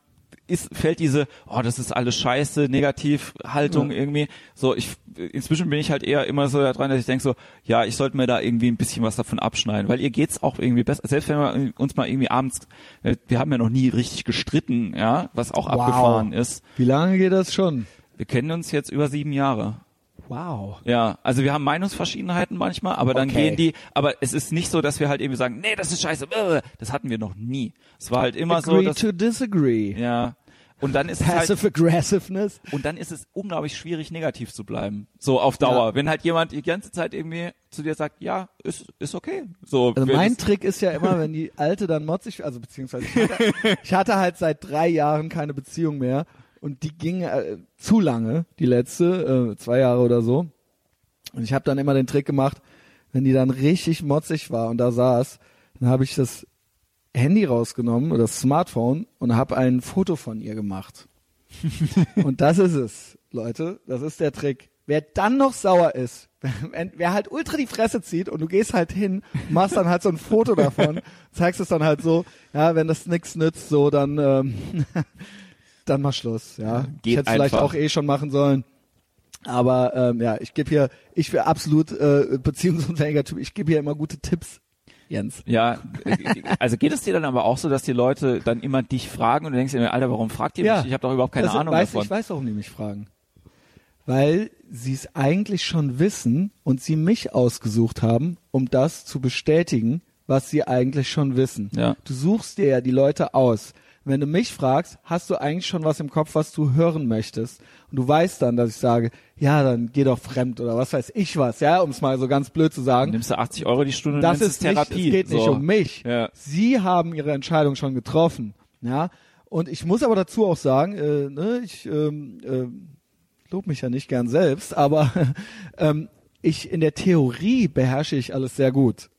fällt diese, das ist alles scheiße, Negativhaltung irgendwie. So, inzwischen bin ich halt eher immer so da dran, dass ich denke so, ja, ich sollte mir da irgendwie ein bisschen was davon abschneiden, weil ihr geht's auch irgendwie besser. Selbst wenn wir uns mal irgendwie abends, wir haben ja noch nie richtig gestritten, ja, was auch abgefahren ist. Wie lange geht das schon? Wir kennen uns jetzt über 7 Jahre. Wow. Ja, also wir haben Meinungsverschiedenheiten manchmal, aber dann gehen die, aber es ist nicht so, dass wir halt irgendwie sagen, nee, das ist scheiße, das hatten wir noch nie. Es war halt immer Agree so, dass, to disagree. ja, und dann ist es Passive halt, Aggressiveness. und dann ist es unglaublich schwierig, negativ zu bleiben. So auf Dauer. Ja. Wenn halt jemand die ganze Zeit irgendwie zu dir sagt, ja, ist okay. So. Also mein Trick ist ja immer, wenn die Alte dann motzig, also beziehungsweise ich hatte halt seit 3 Jahren keine Beziehung mehr und die ging zu lange, die letzte, 2 Jahre oder so. Und ich habe dann immer den Trick gemacht, wenn die dann richtig motzig war und da saß, dann habe ich das Handy rausgenommen oder das Smartphone und habe ein Foto von ihr gemacht. Und das ist es, Leute, das ist der Trick. Wer dann noch sauer ist, wer halt ultra die Fresse zieht und du gehst halt hin, machst dann halt so ein Foto davon, zeigst es dann halt so, ja, wenn das nichts nützt, so dann dann mach Schluss, ja. Geht ich hätte vielleicht einfach. auch schon machen sollen. Aber ja, ich wäre absolut beziehungsunfähiger Typ, ich gebe hier immer gute Tipps, Jens. Ja, also geht es dir dann aber auch so, dass die Leute dann immer dich fragen und du denkst dir, Alter, warum fragt ihr mich? Ich habe doch überhaupt keine Ahnung davon. Ich weiß, warum die mich fragen. Weil sie es eigentlich schon wissen und sie mich ausgesucht haben, um das zu bestätigen, was sie eigentlich schon wissen. Ja. Du suchst dir ja die Leute aus. Wenn du mich fragst, hast du eigentlich schon was im Kopf, was du hören möchtest. Und du weißt dann, dass ich sage, ja, dann geh doch fremd oder was weiß ich was, ja, um es mal so ganz blöd zu sagen. Dann nimmst du 80 € die Stunde und Das nennst ist es Therapie. nicht, es geht nicht so. um mich. Ja. Sie haben ihre Entscheidung schon getroffen, ja. Und ich muss aber dazu auch sagen, ich lobe mich ja nicht gern selbst, aber in der Theorie beherrsche ich alles sehr gut.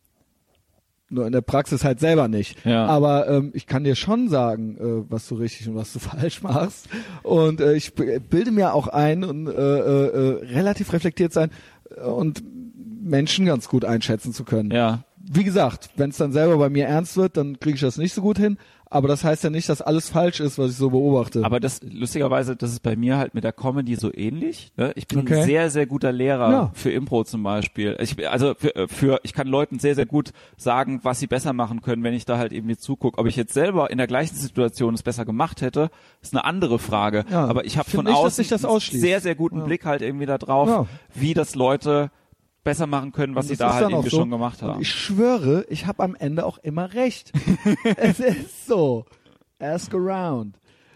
Nur in der Praxis halt selber nicht. Ja. Aber ich kann dir schon sagen, was du richtig und was du falsch machst. Und ich bilde mir auch ein und relativ reflektiert sein und Menschen ganz gut einschätzen zu können. Ja. Wie gesagt, wenn es dann selber bei mir ernst wird, dann kriege ich das nicht so gut hin. Aber das heißt ja nicht, dass alles falsch ist, was ich so beobachte. Aber lustigerweise, das ist bei mir halt mit der Comedy so ähnlich. Ne? Ich bin Okay. ein sehr, sehr guter Lehrer Ja. für Impro zum Beispiel. Ich kann Leuten sehr, sehr gut sagen, was sie besser machen können, wenn ich da halt irgendwie zugucke. Ob ich jetzt selber in der gleichen Situation es besser gemacht hätte, ist eine andere Frage. Ja. Aber ich habe Ich find von nicht, dass außen sich das einen ausschließt. sehr, sehr guten Ja. Blick halt irgendwie da drauf, Ja. wie das Leute besser machen können, was Und sie das da ist halt dann auch irgendwie so. schon gemacht Und haben. ich schwöre, ich habe am Ende auch immer recht. Es ist so. Ask around.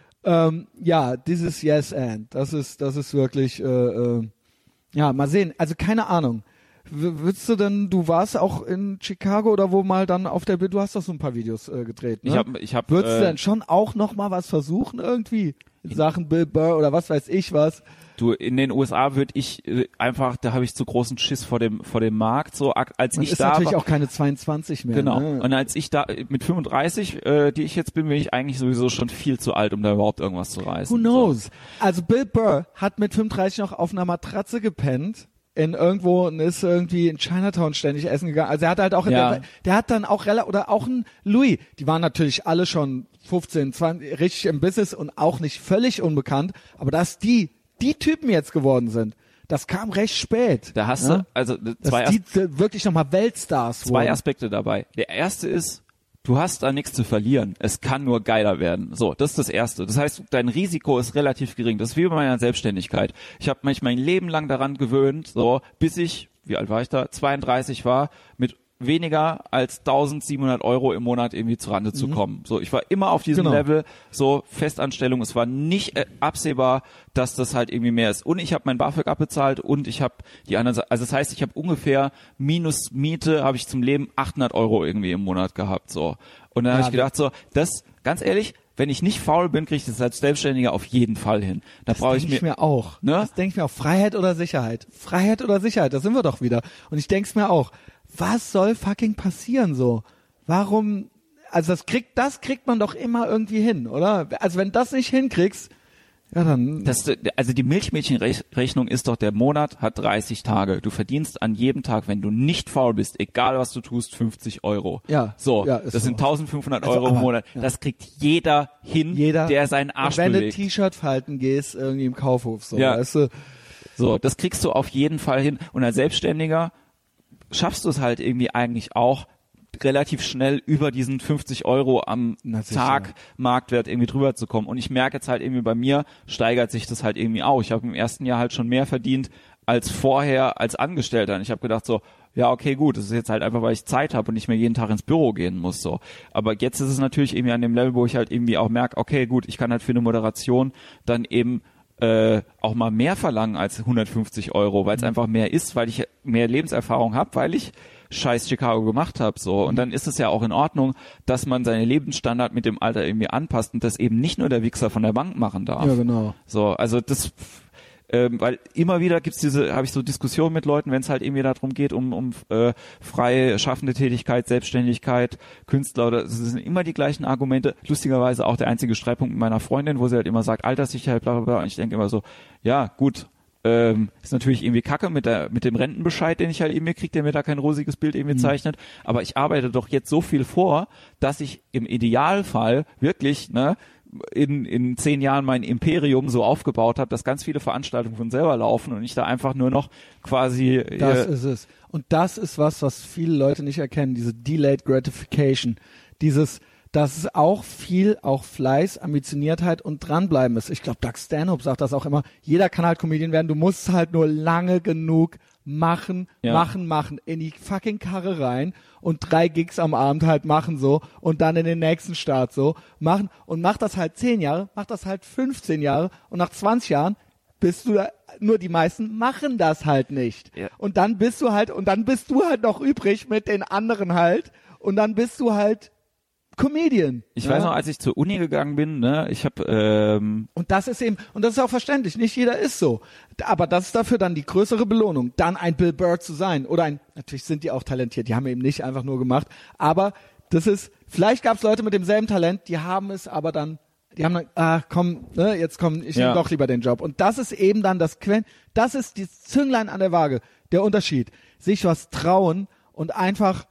Ja, dieses Yes and. Das ist wirklich, ja, mal sehen. Also keine Ahnung. Würdest du denn, du warst auch in Chicago oder wo mal dann auf der, du hast doch so ein paar Videos gedreht, ne? Ich hab, Würdest du denn schon auch noch mal was versuchen irgendwie? In Sachen Bill Burr oder was weiß ich was? Du, in den USA würde ich einfach, da habe ich zu großen Schiss vor dem Markt, so als Man ich ist da natürlich war. auch keine 22 mehr. Genau. Ne? Und als ich da mit 35, die ich jetzt bin ich eigentlich sowieso schon viel zu alt, um da überhaupt irgendwas zu reißen. Who knows? Also Bill Burr hat mit 35 noch auf einer Matratze gepennt in irgendwo und ist irgendwie in Chinatown ständig essen gegangen. Also er hat halt auch, Ja. der hat dann auch oder auch ein Louis, die waren natürlich alle schon 15, 20, richtig im Business und auch nicht völlig unbekannt, aber dass die Typen jetzt geworden sind, das kam recht spät. Da hast Ja? du, also Dass die wirklich nochmal Weltstars zwei wurden. Aspekte dabei. Der erste ist, du hast da nichts zu verlieren. Es kann nur geiler werden. So, das ist das Erste. Das heißt, dein Risiko ist relativ gering. Das ist wie bei meiner Selbstständigkeit. Ich habe mich mein Leben lang daran gewöhnt, so bis ich, wie alt war ich da, 32 war, mit weniger als 1.700 € im Monat irgendwie zurande zu kommen. So, ich war immer auf diesem Genau. Level, so Festanstellung. Es war nicht absehbar, dass das halt irgendwie mehr ist. Und ich habe mein BAföG abbezahlt und ich habe die anderen, also das heißt, ich habe ungefähr minus Miete habe ich zum Leben 800 € irgendwie im Monat gehabt. So, und dann habe ich gedacht, so, das, ganz ehrlich, wenn ich nicht faul bin, kriege ich das als Selbstständiger auf jeden Fall hin. Da brauche Denke ich mir mir auch. Ne? Das denke ich mir auch. Freiheit oder Sicherheit. Freiheit oder Sicherheit, da sind wir doch wieder. Und ich denke es mir auch. Was soll fucking passieren so? Warum, also das kriegt man doch immer irgendwie hin, oder? Also wenn das nicht hinkriegst, Ja, dann. Also die Milchmädchenrechnung ist doch, der Monat hat 30 Tage. Du verdienst an jedem Tag, wenn du nicht faul bist, egal was du tust, 50 Euro. Ja. So, ja, das sind 1500 also, Euro im Monat. Ja. Das kriegt jeder hin, der seinen Arsch bewegt. Wenn du T-Shirt falten gehst, irgendwie im Kaufhof, so, ja. weißt du. So, das kriegst du auf jeden Fall hin. Und als Selbstständiger schaffst du es halt irgendwie eigentlich auch, relativ schnell über diesen 50 Euro am Tag Marktwert irgendwie drüber zu kommen. Und ich merke jetzt halt irgendwie, bei mir steigert sich das halt irgendwie auch. Ich habe im ersten Jahr halt schon mehr verdient als vorher als Angestellter. Und ich habe gedacht so, ja, okay, gut, das ist jetzt halt einfach, weil ich Zeit habe und nicht mehr jeden Tag ins Büro gehen muss. So. Aber jetzt ist es natürlich irgendwie an dem Level, wo ich halt irgendwie auch merke, okay, gut, ich kann halt für eine Moderation dann eben auch mal mehr verlangen als 150 Euro, weil es einfach mehr ist, weil ich mehr Lebenserfahrung habe, weil ich scheiß Chicago gemacht habe, so. Und dann ist es ja auch in Ordnung, dass man seinen Lebensstandard mit dem Alter irgendwie anpasst und das eben nicht nur der Wichser von der Bank machen darf. Ja, genau. So, also das, weil immer wieder gibt's habe ich so Diskussionen mit Leuten, wenn es halt irgendwie darum geht, um freie schaffende Tätigkeit, Selbstständigkeit, Künstler, oder es sind immer die gleichen Argumente. Lustigerweise auch der einzige Streitpunkt mit meiner Freundin, wo sie halt immer sagt, Alterssicherheit, bla bla bla. Und ich denke immer so, ja, gut, ist natürlich irgendwie kacke mit dem Rentenbescheid, den ich halt irgendwie kriege, der mir da kein rosiges Bild irgendwie zeichnet. Aber ich arbeite doch jetzt so viel vor, dass ich im Idealfall wirklich, ne, in 10 Jahren mein Imperium so aufgebaut habe, dass ganz viele Veranstaltungen von selber laufen und ich da einfach nur noch quasi... Das ist es. Und das ist was viele Leute nicht erkennen, diese Delayed Gratification. Dass es auch viel, auch Fleiß, Ambitioniertheit und dranbleiben ist. Ich glaube, Doug Stanhope sagt das auch immer. Jeder kann halt Comedian werden. Du musst halt nur lange genug machen, in die fucking Karre rein und 3 Gigs am Abend halt machen so und dann in den nächsten Start so machen und mach das halt 10 Jahre, mach das halt 15 Jahre und nach 20 Jahren bist du da, nur die meisten machen das halt nicht. Ja. Und dann bist du halt noch übrig mit den anderen halt und dann bist du halt Comedian. Ich weiß noch, als ich zur Uni gegangen bin, ne, ich habe und das ist auch verständlich, nicht jeder ist so, aber das ist dafür dann die größere Belohnung, dann ein Bill Burr zu sein oder natürlich sind die auch talentiert, die haben eben nicht einfach nur gemacht, aber vielleicht gab es Leute mit demselben Talent, die haben es aber dann, ich nehme doch lieber den Job und das ist eben dann das ist die Zünglein an der Waage, der Unterschied, sich was trauen und einfach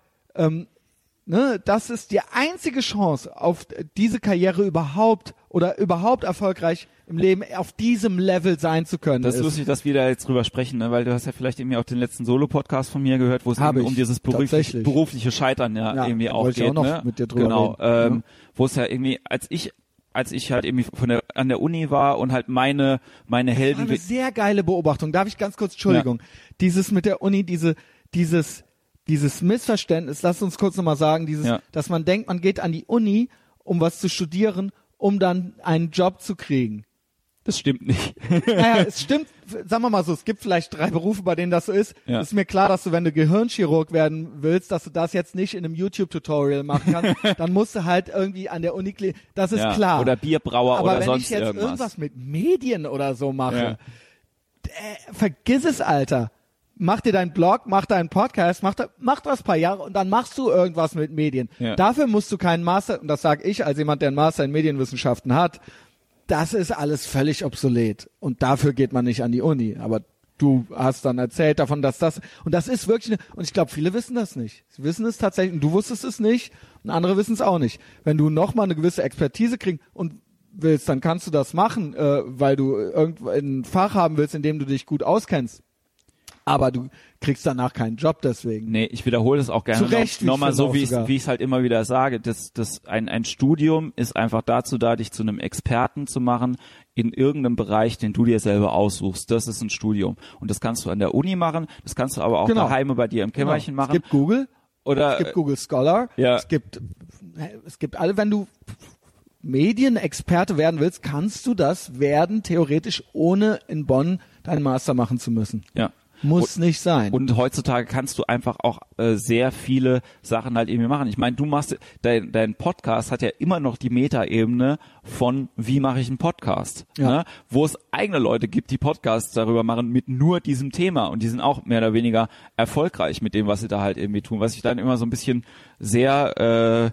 das ist die einzige Chance, auf diese Karriere überhaupt erfolgreich im Leben auf diesem Level sein zu können. Das ist lustig, dass wir da jetzt drüber sprechen, ne? Weil du hast ja vielleicht irgendwie auch den letzten Solo-Podcast von mir gehört, wo es um dieses berufliche Scheitern irgendwie auch geht. Ich auch noch mit dir drüber reden. Wo es ja irgendwie, als ich halt irgendwie an der Uni war und halt meine Helden... Das war eine sehr geile Beobachtung. Darf ich ganz kurz, Entschuldigung, dieses mit der Uni, dieses Missverständnis, lass uns kurz nochmal sagen, dass man denkt, man geht an die Uni, um was zu studieren, um dann einen Job zu kriegen. Das stimmt nicht. Naja, es stimmt, sagen wir mal so, es gibt vielleicht 3 Berufe, bei denen das so ist. Ja. Ist mir klar, dass du, wenn du Gehirnchirurg werden willst, dass du das jetzt nicht in einem YouTube-Tutorial machen kannst. Dann musst du halt irgendwie an der Uni, das ist klar. Oder Bierbrauer aber oder sonst irgendwas. Aber wenn ich jetzt irgendwas mit Medien oder so mache, vergiss es, Alter. Mach dir deinen Blog, mach deinen Podcast, mach das paar Jahre und dann machst du irgendwas mit Medien. Ja. Dafür musst du keinen Master, und das sage ich als jemand, der einen Master in Medienwissenschaften hat, das ist alles völlig obsolet. Und dafür geht man nicht an die Uni. Aber du hast dann erzählt davon, dass und das ist wirklich, und ich glaube, viele wissen das nicht. Sie wissen es tatsächlich, und du wusstest es nicht, und andere wissen es auch nicht. Wenn du nochmal eine gewisse Expertise kriegst und willst, dann kannst du das machen, weil du ein Fach haben willst, in dem du dich gut auskennst. Aber du kriegst danach keinen Job deswegen. Nee, ich wiederhole das auch gerne nochmal so, wie ich es halt immer wieder sage. Ein Studium ist einfach dazu da, dich zu einem Experten zu machen in irgendeinem Bereich, den du dir selber aussuchst. Das ist ein Studium. Und das kannst du an der Uni machen, das kannst du aber auch daheim bei dir im Kämmerchen machen. Es gibt Google, es gibt Google Scholar, es gibt alle, wenn du Medienexperte werden willst, kannst du das werden, theoretisch, ohne in Bonn deinen Master machen zu müssen. Ja. Muss nicht sein. Und heutzutage kannst du einfach auch sehr viele Sachen halt irgendwie machen. Ich meine, du machst, dein Podcast hat ja immer noch die Metaebene von, wie mache ich einen Podcast? Ne? Wo es eigene Leute gibt, die Podcasts darüber machen mit nur diesem Thema. Und die sind auch mehr oder weniger erfolgreich mit dem, was sie da halt irgendwie tun. Was ich dann immer so ein bisschen sehr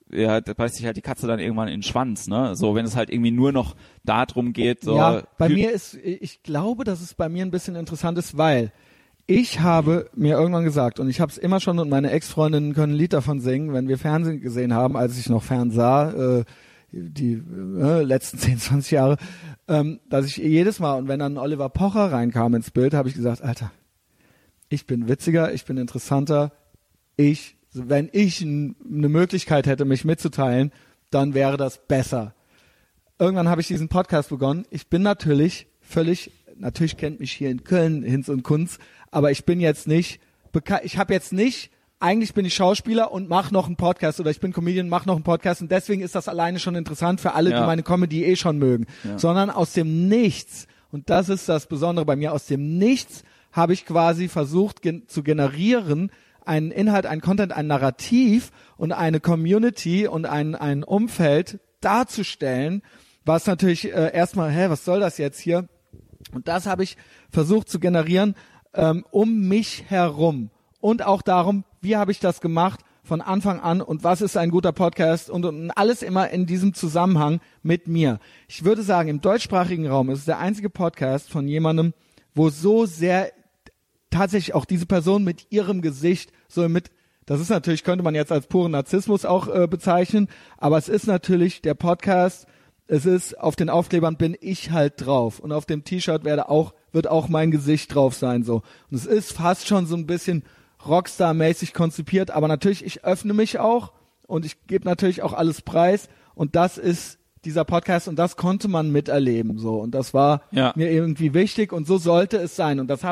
da beißt sich halt die Katze dann irgendwann in den Schwanz, ne? So, wenn es halt irgendwie nur noch darum geht, so. Ja, ich glaube, dass es bei mir ein bisschen interessant ist, weil ich habe mir irgendwann gesagt, und ich habe es immer schon, und meine Ex-Freundinnen können ein Lied davon singen, wenn wir Fernsehen gesehen haben, als ich noch fern sah, die letzten 10, 20 Jahre, dass ich jedes Mal, und wenn dann Oliver Pocher reinkam ins Bild, habe ich gesagt, Alter, ich bin witziger, ich bin interessanter, wenn ich eine Möglichkeit hätte, mich mitzuteilen, dann wäre das besser. Irgendwann habe ich diesen Podcast begonnen. Ich bin natürlich kennt mich hier in Köln Hinz und Kunz, aber ich bin jetzt nicht eigentlich bin ich Schauspieler und mache noch einen Podcast, oder ich bin Comedian, mache noch einen Podcast, und deswegen ist das alleine schon interessant für alle, die meine Comedy schon mögen. Ja. Sondern aus dem Nichts, und das ist das Besondere bei mir, aus dem Nichts habe ich quasi versucht zu generieren, einen Inhalt, einen Content, ein Narrativ und eine Community und ein Umfeld darzustellen, was natürlich erstmal, was soll das jetzt hier? Und das habe ich versucht zu generieren um mich herum. Und auch darum, wie habe ich das gemacht von Anfang an und was ist ein guter Podcast und alles immer in diesem Zusammenhang mit mir. Ich würde sagen, im deutschsprachigen Raum ist es der einzige Podcast von jemandem, wo so sehr tatsächlich auch diese Person mit ihrem Gesicht das ist natürlich, könnte man jetzt als puren Narzissmus auch bezeichnen, aber es ist natürlich der Podcast, es ist, auf den Aufklebern bin ich halt drauf und auf dem T-Shirt wird auch mein Gesicht drauf sein, so. Und es ist fast schon so ein bisschen Rockstar-mäßig konzipiert, aber natürlich, ich öffne mich auch und ich gebe natürlich auch alles preis, und das ist dieser Podcast, und das konnte man miterleben, so. Und das war mir irgendwie wichtig, und so sollte es sein. Und das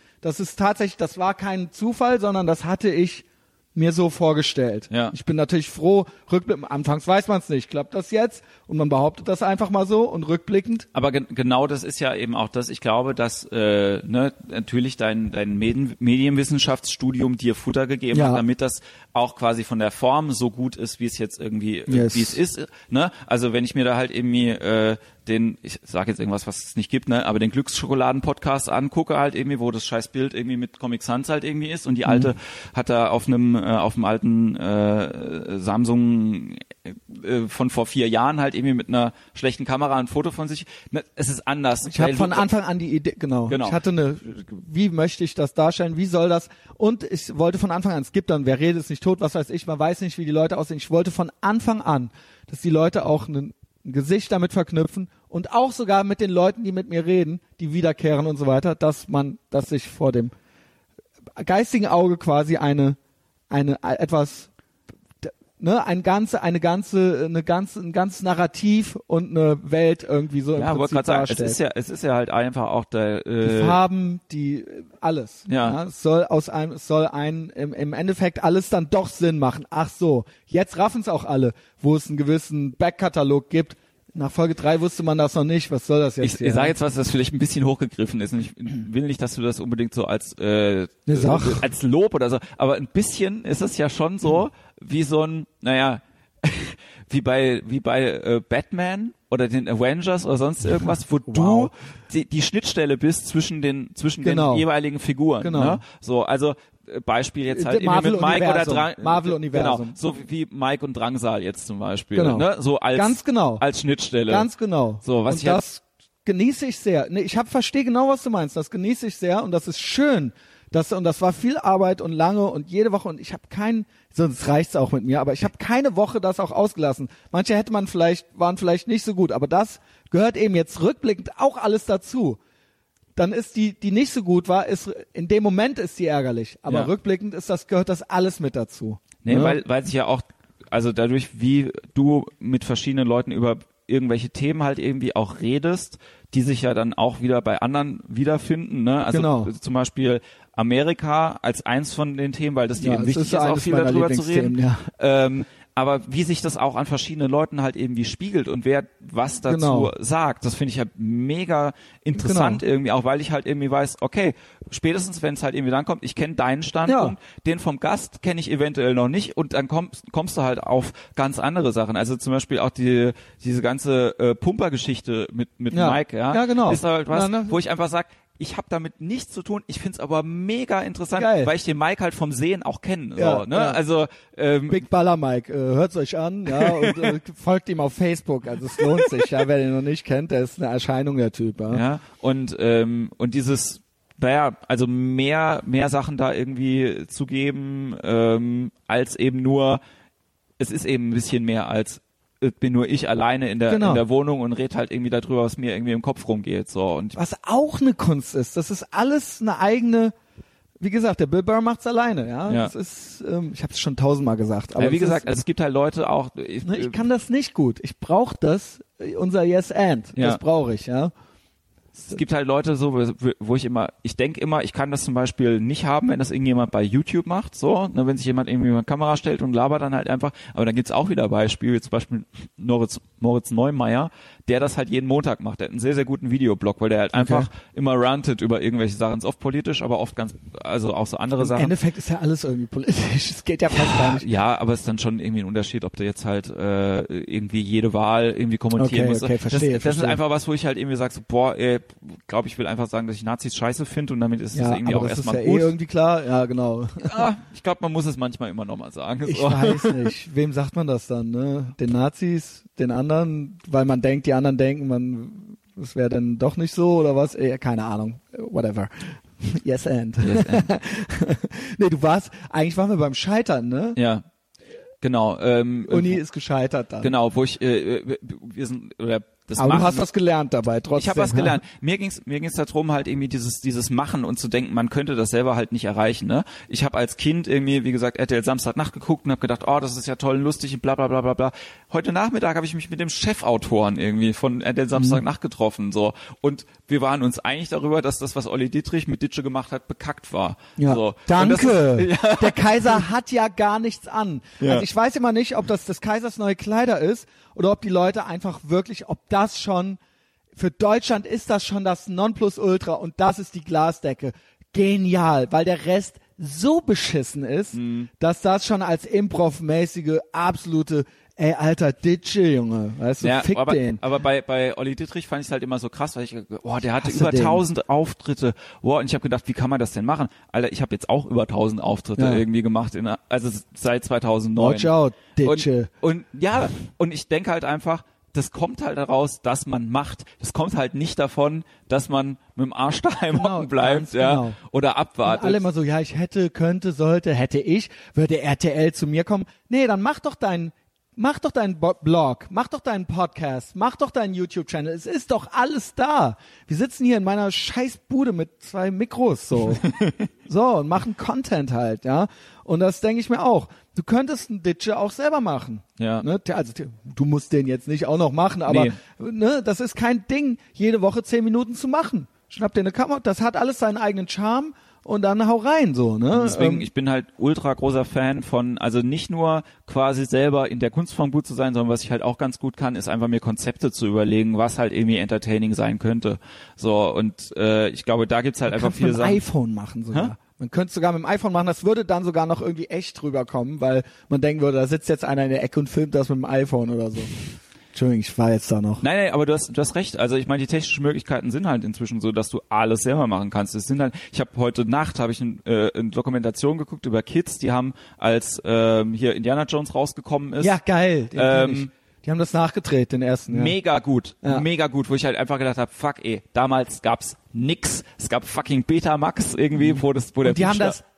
war kein Zufall, sondern das hatte ich mir so vorgestellt. Ja. Ich bin natürlich froh, anfangs weiß man es nicht, klappt das jetzt? Und man behauptet das einfach mal so und rückblickend. Aber genau das ist ja eben auch das, ich glaube, dass natürlich dein Medienwissenschaftsstudium dir Futter gegeben hat, damit das auch quasi von der Form so gut ist, wie es jetzt irgendwie, wie es ist. Ne? Also wenn ich mir da halt irgendwie ich sage jetzt irgendwas, was es nicht gibt, ne, aber den Glücksschokoladen-Podcast angucke halt irgendwie, wo das scheiß Bild irgendwie mit Comic Sans halt irgendwie ist, und die alte hat da auf dem alten Samsung von vor 4 Jahren halt irgendwie mit einer schlechten Kamera ein Foto von sich. Es ist anders. Ich habe von Anfang an die Idee, genau. Ich hatte wie möchte ich das darstellen, wie soll das, und ich wollte von Anfang an, es gibt dann, wer redet ist nicht tot, was weiß ich, man weiß nicht, wie die Leute aussehen. Ich wollte von Anfang an, dass die Leute auch ein Gesicht damit verknüpfen und auch sogar mit den Leuten, die mit mir reden, die wiederkehren und so weiter, dass sich vor dem geistigen Auge quasi ein ganzes Narrativ und eine Welt irgendwie so im Prinzip darstellt. Es ist ja halt einfach auch die Farben, alles. Ja. Es soll im Endeffekt alles dann doch Sinn machen. Ach so, jetzt raffen es auch alle, wo es einen gewissen Backkatalog gibt. Nach Folge 3 wusste man das noch nicht. Was soll das jetzt? Ich sage jetzt was, das vielleicht ein bisschen hochgegriffen ist. Und ich will nicht, dass du das unbedingt so als Lob oder so. Aber ein bisschen ist es ja schon so, wie so ein, wie bei Batman oder den Avengers oder sonst irgendwas, wo du die Schnittstelle bist zwischen den jeweiligen Figuren. Genau. Ne? So, also Beispiel jetzt halt Marvel mit Mike oder Marvel-Universum. Genau, so wie Mike und Drangsal jetzt zum Beispiel. Genau. Ne? So als Schnittstelle. Ganz genau. So, was und das genieße ich sehr. Nee, ich verstehe genau, was du meinst. Das genieße ich sehr, und das ist schön. Das war viel Arbeit und lange und jede Woche, und ich habe sonst reicht's auch mit mir, aber ich habe keine Woche das auch ausgelassen. Manche waren vielleicht nicht so gut, aber das gehört eben jetzt rückblickend auch alles dazu. Dann ist die nicht so gut war, in dem Moment ist die ärgerlich, aber rückblickend gehört das alles mit dazu. Nee, ja? weil sich ja auch, also dadurch, wie du mit verschiedenen Leuten über irgendwelche Themen halt irgendwie auch redest, die sich ja dann auch wieder bei anderen wiederfinden, ne? Also zum Beispiel Amerika als eins von den Themen, weil das dir eben wichtig ist, auch viel darüber zu reden. Ja. Aber wie sich das auch an verschiedenen Leuten halt irgendwie spiegelt und wer was dazu sagt, das finde ich ja mega interessant irgendwie, auch weil ich halt irgendwie weiß, okay, spätestens wenn es halt irgendwie dann kommt, ich kenne deinen Standpunkt, den vom Gast kenne ich eventuell noch nicht, und dann kommst du halt auf ganz andere Sachen. Also zum Beispiel auch diese ganze Pumper-Geschichte mit Mike, ja, genau. Ist halt was, wo ich einfach sage, ich habe damit nichts zu tun, ich find's aber mega interessant, Geil. weil ich den Mike halt vom Sehen auch kenne. Ja, So, ne? ja. Also Big Baller Mike, hört's euch an, ja, und folgt ihm auf Facebook, also es lohnt sich, ja, wer den noch nicht kennt, der ist eine Erscheinung, der Typ, ja. ja, und dieses, naja, also mehr Sachen da irgendwie zu geben, als eben nur, es ist eben ein bisschen mehr als bin nur ich alleine in der Wohnung und red halt irgendwie darüber, was mir irgendwie im Kopf rumgeht, so. Und was auch eine Kunst ist, das ist alles eine eigene, wie gesagt, der Bill Burr macht's alleine, ja. Das ist, ich habe es schon 1000-mal gesagt. Aber wie gesagt, also es gibt halt Leute auch. Ich kann das nicht gut. Ich brauche das, unser Yes and. Ja. Das brauche ich, ja. Es gibt halt Leute so, wo ich denke immer, ich kann das zum Beispiel nicht haben, wenn das irgendjemand bei YouTube macht, so, ne, wenn sich jemand irgendwie mit der Kamera stellt und labert dann halt einfach. Aber dann gibt's auch wieder Beispiele, zum Beispiel Moritz Neumeier, der das halt jeden Montag macht. Der hat einen sehr, sehr guten Videoblog, weil der halt einfach immer rantet über irgendwelche Sachen. Ist oft politisch, aber oft also auch so andere Sachen. Im Endeffekt ist ja alles irgendwie politisch. Es geht ja fast gar nicht. Ja, aber es ist dann schon irgendwie ein Unterschied, ob du jetzt halt irgendwie jede Wahl irgendwie kommentieren musst. Okay, verstehe. Das ist einfach was, wo ich halt irgendwie sage, so, boah, glaube ich will einfach sagen, dass ich Nazis scheiße finde und damit ist es irgendwie auch erstmal gut. Das ist ja irgendwie klar. Ja, genau. Ja, ich glaube, man muss es manchmal immer nochmal sagen. Ich weiß nicht. Wem sagt man das dann, ne? Den Nazis, den anderen, weil man denkt, die anderen denken, das wäre dann doch nicht so oder was? Keine Ahnung. Whatever. Yes and. Nee, eigentlich waren wir beim Scheitern, ne? Ja. Genau. Uni ist gescheitert dann. Genau, wo ich, wir sind, oder das aber Machen, du hast was gelernt dabei, trotzdem. Ich habe was gelernt. Mir ging's darum, halt irgendwie dieses Machen und zu denken, man könnte das selber halt nicht erreichen. Ne? Ich habe als Kind irgendwie, wie gesagt, RTL Samstagnacht geguckt und habe gedacht, oh, das ist ja toll und lustig und bla bla bla bla bla. Heute Nachmittag habe ich mich mit dem Chefautoren irgendwie von RTL Samstagnacht getroffen. So. Und wir waren uns einig darüber, dass das, was Olli Dittrich mit Ditsche gemacht hat, bekackt war. Ja. So. Danke. Der Kaiser hat ja gar nichts an. Ja. Also ich weiß immer nicht, ob das des Kaisers neue Kleider ist oder ob die Leute einfach wirklich, ob das schon, für Deutschland ist das schon das Nonplusultra und das ist die Glasdecke. Genial, weil der Rest so beschissen ist, dass das schon als Improv-mäßige, absolute, ey, alter Ditsche, Junge, weißt du, fick den. Aber bei Olli Dittrich fand ich es halt immer so krass, weil ich, der hatte über 1000 Auftritte, und ich habe gedacht, wie kann man das denn machen? Alter, ich habe jetzt auch über 1000 Auftritte irgendwie gemacht, also seit 2009. Watch out, Ditsche. Und ich denke halt einfach, das kommt halt daraus, dass man macht. Das kommt halt nicht davon, dass man mit dem Arsch daheim hocken bleibt, genau. Oder abwartet. Und alle immer so, ja, ich hätte, könnte, sollte, hätte ich, würde RTL zu mir kommen. Nee, dann mach doch deinen Blog, mach doch deinen Podcast, mach doch deinen YouTube-Channel. Es ist doch alles da. Wir sitzen hier in meiner scheiß Bude mit 2 Mikros so. Und machen Content halt, ja. Und das denke ich mir auch. Du könntest einen Ditsche auch selber machen. Ja. Ne? Also du musst den jetzt nicht auch noch machen, aber ne, das ist kein Ding, jede Woche 10 Minuten zu machen. Schnapp dir eine Kamera, das hat alles seinen eigenen Charme. Und dann hau rein, so, ne? Deswegen, ich bin halt ultra großer Fan von, also nicht nur quasi selber in der Kunstform gut zu sein, sondern was ich halt auch ganz gut kann, ist einfach mir Konzepte zu überlegen, was halt irgendwie entertaining sein könnte. So, und ich glaube, da gibt's halt einfach viele Sachen. Man könnte mit dem iPhone machen sogar. Hä? Man könnte es sogar mit dem iPhone machen, das würde dann sogar noch irgendwie echt rüberkommen, weil man denken würde, da sitzt jetzt einer in der Ecke und filmt das mit dem iPhone oder so. Entschuldigung, ich war jetzt da noch. Nein, aber du hast recht. Also ich meine, die technischen Möglichkeiten sind halt inzwischen so, dass du alles selber machen kannst. Es sind halt, ich habe heute Nacht eine Dokumentation geguckt über Kids, die haben als hier Indiana Jones rausgekommen ist. Ja, geil. Die haben das nachgedreht, den ersten. Ja. Mega gut, wo ich halt einfach gedacht habe, fuck damals gab's nix. Es gab fucking Betamax irgendwie, wo der und die haben das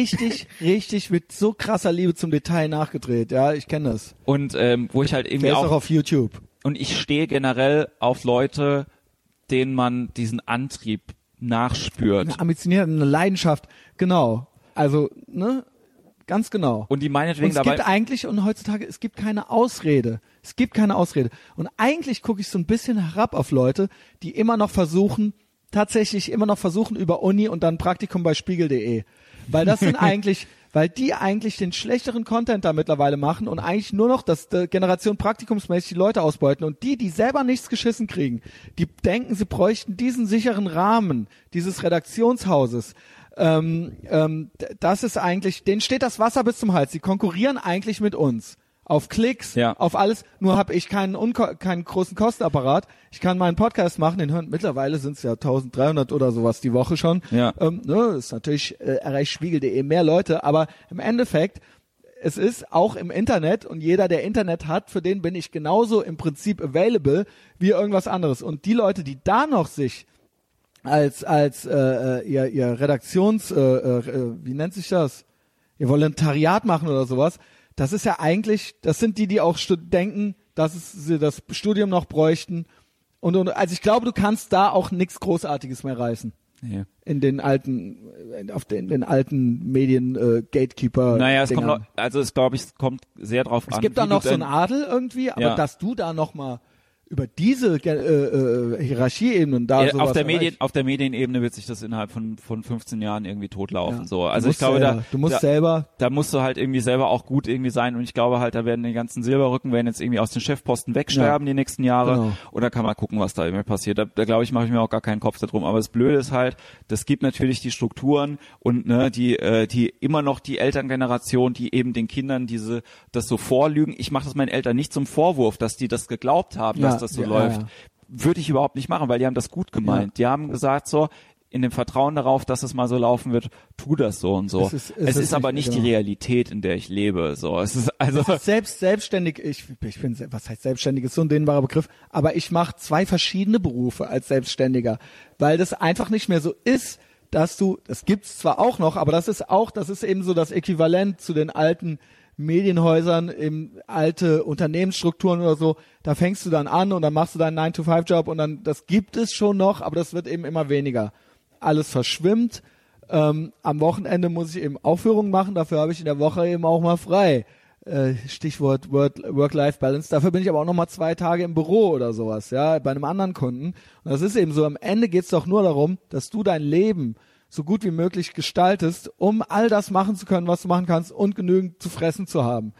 richtig mit so krasser Liebe zum Detail nachgedreht. Ja, ich kenne das. Und wo ich halt irgendwie der ist auch auf YouTube. Und ich stehe generell auf Leute, denen man diesen Antrieb nachspürt. Eine ambitionierte, eine Leidenschaft, genau. Also, ne? Ganz genau. Und die meinetwegen dabei. Und heutzutage, es gibt keine Ausrede. Es gibt keine Ausrede. Und eigentlich gucke ich so ein bisschen herab auf Leute, die tatsächlich immer noch versuchen über Uni und dann Praktikum bei Spiegel.de. Weil das sind weil die eigentlich den schlechteren Content da mittlerweile machen und eigentlich nur noch das Generation praktikumsmäßig die Leute ausbeuten. Und die selber nichts geschissen kriegen, die denken, sie bräuchten diesen sicheren Rahmen dieses Redaktionshauses. Das ist eigentlich, denen steht das Wasser bis zum Hals. Die konkurrieren eigentlich mit uns auf Klicks, Ja. auf alles. Nur habe ich keinen großen Kostenapparat. Ich kann meinen Podcast machen, den hören mittlerweile sind es ja 1300 oder sowas die Woche schon. Ja. Ist natürlich erreicht Spiegel.de mehr Leute, aber im Endeffekt es ist auch im Internet und jeder, der Internet hat, für den bin ich genauso im Prinzip available wie irgendwas anderes. Und die Leute, die da noch sich als ihr Redaktions, wie nennt sich das? Ihr Volontariat machen oder sowas, das ist ja eigentlich, das sind die auch denken, dass sie das Studium noch bräuchten. Und also ich glaube, du kannst da auch nichts Großartiges mehr reißen. Nee. In den alten Medien Gatekeeper. Naja, es Dingern. es kommt sehr drauf an. Es gibt da noch so einen Adel irgendwie, aber Ja. dass du da noch mal über diese Hierarchieebenen da sowas auf der erreichst. Medienebene wird sich das innerhalb von 15 Jahren irgendwie totlaufen. Ja. So. Du Also ich musst glaube, selber da musst du halt irgendwie selber auch gut irgendwie sein und ich glaube halt, da werden die ganzen Silberrücken werden jetzt irgendwie aus den Chefposten wegsterben die nächsten Jahre Genau. und da kann man gucken, was da irgendwie passiert. Da glaube ich, mache ich mir auch gar keinen Kopf darum. Aber das Blöde ist halt, das gibt natürlich die Strukturen und die immer noch die Elterngeneration, die eben den Kindern das so vorlügen. Ich mache das meinen Eltern nicht zum Vorwurf, dass die das geglaubt haben, dass das so läuft. Ja. Würde ich überhaupt nicht machen, weil die haben das gut gemeint. Die haben gesagt so, in dem Vertrauen darauf, dass es mal so laufen wird, tu das so und so. Es ist aber nicht die Realität, in der ich lebe. So, es ist also selbstständig. Ich bin, was heißt selbstständig? Ist so ein dehnbarer Begriff. Aber ich mache 2 verschiedene Berufe als Selbstständiger, weil das einfach nicht mehr so ist, dass das gibt's zwar auch noch, aber das ist eben so das Äquivalent zu den alten Medienhäusern, im alte Unternehmensstrukturen oder so, da fängst du dann an und dann machst du deinen 9-to-5-Job und dann, das gibt es schon noch, aber das wird eben immer weniger. Alles verschwimmt. Am Wochenende muss ich eben Aufführungen machen, dafür habe ich in der Woche eben auch mal frei. Stichwort Work-Life-Balance. Dafür bin ich aber auch noch mal 2 Tage im Büro oder sowas, ja, bei einem anderen Kunden. Und das ist eben so, am Ende geht's doch nur darum, dass du dein Leben so gut wie möglich gestaltest, um all das machen zu können, was du machen kannst und genügend zu fressen zu haben.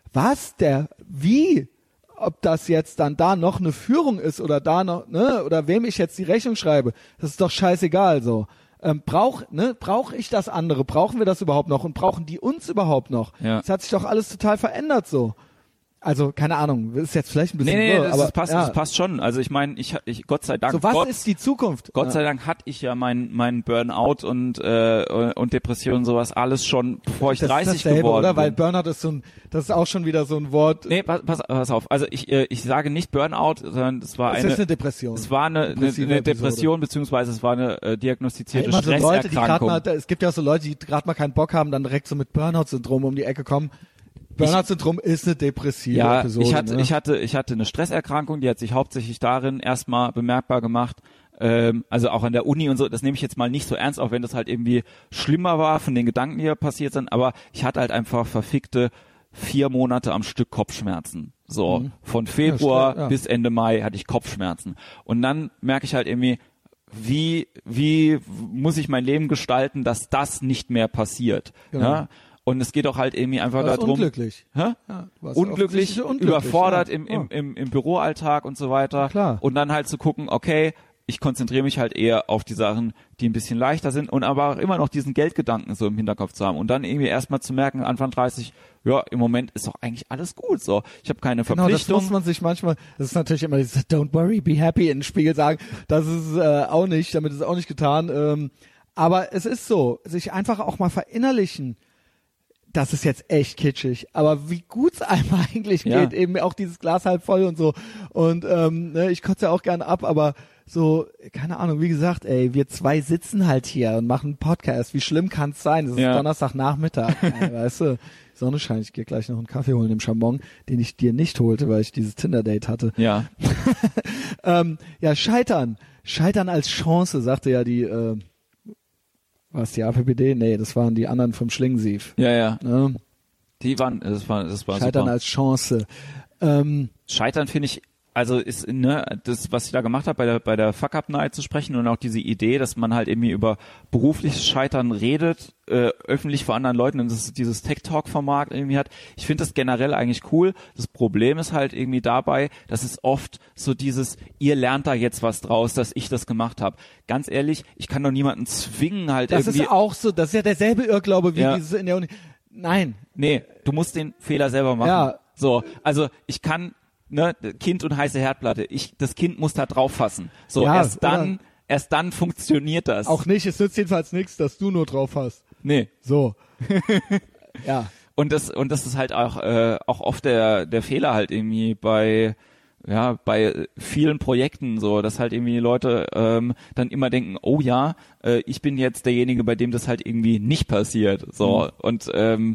Ob das jetzt dann da noch eine Führung ist oder da noch, oder wem ich jetzt die Rechnung schreibe, das ist doch scheißegal so. Brauch ich das andere? Brauchen wir das überhaupt noch? Und brauchen die uns überhaupt noch? Ja. Es hat sich doch alles total verändert so. Also, keine Ahnung, ist jetzt vielleicht ein bisschen das passt schon. Also ich meine, ich Gott sei Dank. So, was ist die Zukunft? Gott sei Dank hatte ich ja mein Burnout und Depression sowas alles schon, bevor ich 30 geworden oder? bin. Weil Burnout ist das ist auch schon wieder so ein Wort. Nee, pass auf. Also ich sage nicht Burnout, sondern es war ist eine Depression. Es war eine Depression, beziehungsweise es war eine diagnostizierte immer so Leute, Stresserkrankung. es gibt ja so Leute, die gerade mal keinen Bock haben, dann direkt so mit Burnout-Syndrom um die Ecke kommen. Burnout-Syndrom ist eine depressive Episode. Ich hatte eine Stresserkrankung, die hat sich hauptsächlich darin erstmal bemerkbar gemacht, also auch an der Uni und so, das nehme ich jetzt mal nicht so ernst, auch wenn das halt irgendwie schlimmer war von den Gedanken, die hier passiert sind, aber ich hatte halt einfach verfickte 4 Monate am Stück Kopfschmerzen. So, von Februar bis Ende Mai hatte ich Kopfschmerzen. Und dann merke ich halt irgendwie, wie muss ich mein Leben gestalten, dass das nicht mehr passiert. Genau. Ja? Und es geht auch halt irgendwie einfach darum. Unglücklich. Hä? Ja, unglücklich, überfordert im Büroalltag und so weiter. Klar. Und dann halt zu gucken, okay, ich konzentriere mich halt eher auf die Sachen, die ein bisschen leichter sind und aber auch immer noch diesen Geldgedanken so im Hinterkopf zu haben und dann irgendwie erstmal zu merken, Anfang 30, ja, im Moment ist doch eigentlich alles gut so. Ich habe keine Verpflichtung. Genau, das muss man sich manchmal, das ist natürlich immer dieses Don't worry, be happy in den Spiegel sagen. Das ist auch nicht, damit ist auch nicht getan. Aber es ist so, sich einfach auch mal verinnerlichen, das ist jetzt echt kitschig, aber wie gut es einem eigentlich geht, eben auch dieses Glas halb voll und so. Und ich kotze ja auch gerne ab, aber so, keine Ahnung, wie gesagt, wir 2 sitzen halt hier und machen einen Podcast. Wie schlimm kann es sein? Das ist Donnerstagnachmittag, weißt du. Die Sonne scheint, ich gehe gleich noch einen Kaffee holen im Chambon, den ich dir nicht holte, weil ich dieses Tinder-Date hatte. Ja. Scheitern als Chance, sagte ja die was, die APPD? Nee, das waren die anderen vom Schlingensief. Ja. Ne? Die waren, das war Scheitern super. als Chance. Scheitern finde ich, also ist, das, was ich da gemacht habe, bei der Fuck-Up-Night zu sprechen und auch diese Idee, dass man halt irgendwie über berufliches Scheitern redet, öffentlich vor anderen Leuten und das dieses Tech-Talk-Format irgendwie hat. Ich finde das generell eigentlich cool. Das Problem ist halt irgendwie dabei, dass es oft so dieses, ihr lernt da jetzt was draus, dass ich das gemacht habe. Ganz ehrlich, ich kann doch niemanden zwingen halt das irgendwie. Das ist auch so, das ist ja derselbe Irrglaube wie dieses in der Uni. Nein. Nee, du musst den Fehler selber machen. Ja, So, also ich kann, ne, Kind und heiße Herdplatte, das Kind muss da drauf fassen. So, Ja, erst dann funktioniert das. Auch nicht, es nützt jedenfalls nichts, dass du nur drauf hast. Nee. So. Ja. Und das ist halt auch oft der Fehler halt irgendwie bei vielen Projekten so, dass halt irgendwie Leute dann immer denken, oh ja, ich bin jetzt derjenige, bei dem das halt irgendwie nicht passiert. So, und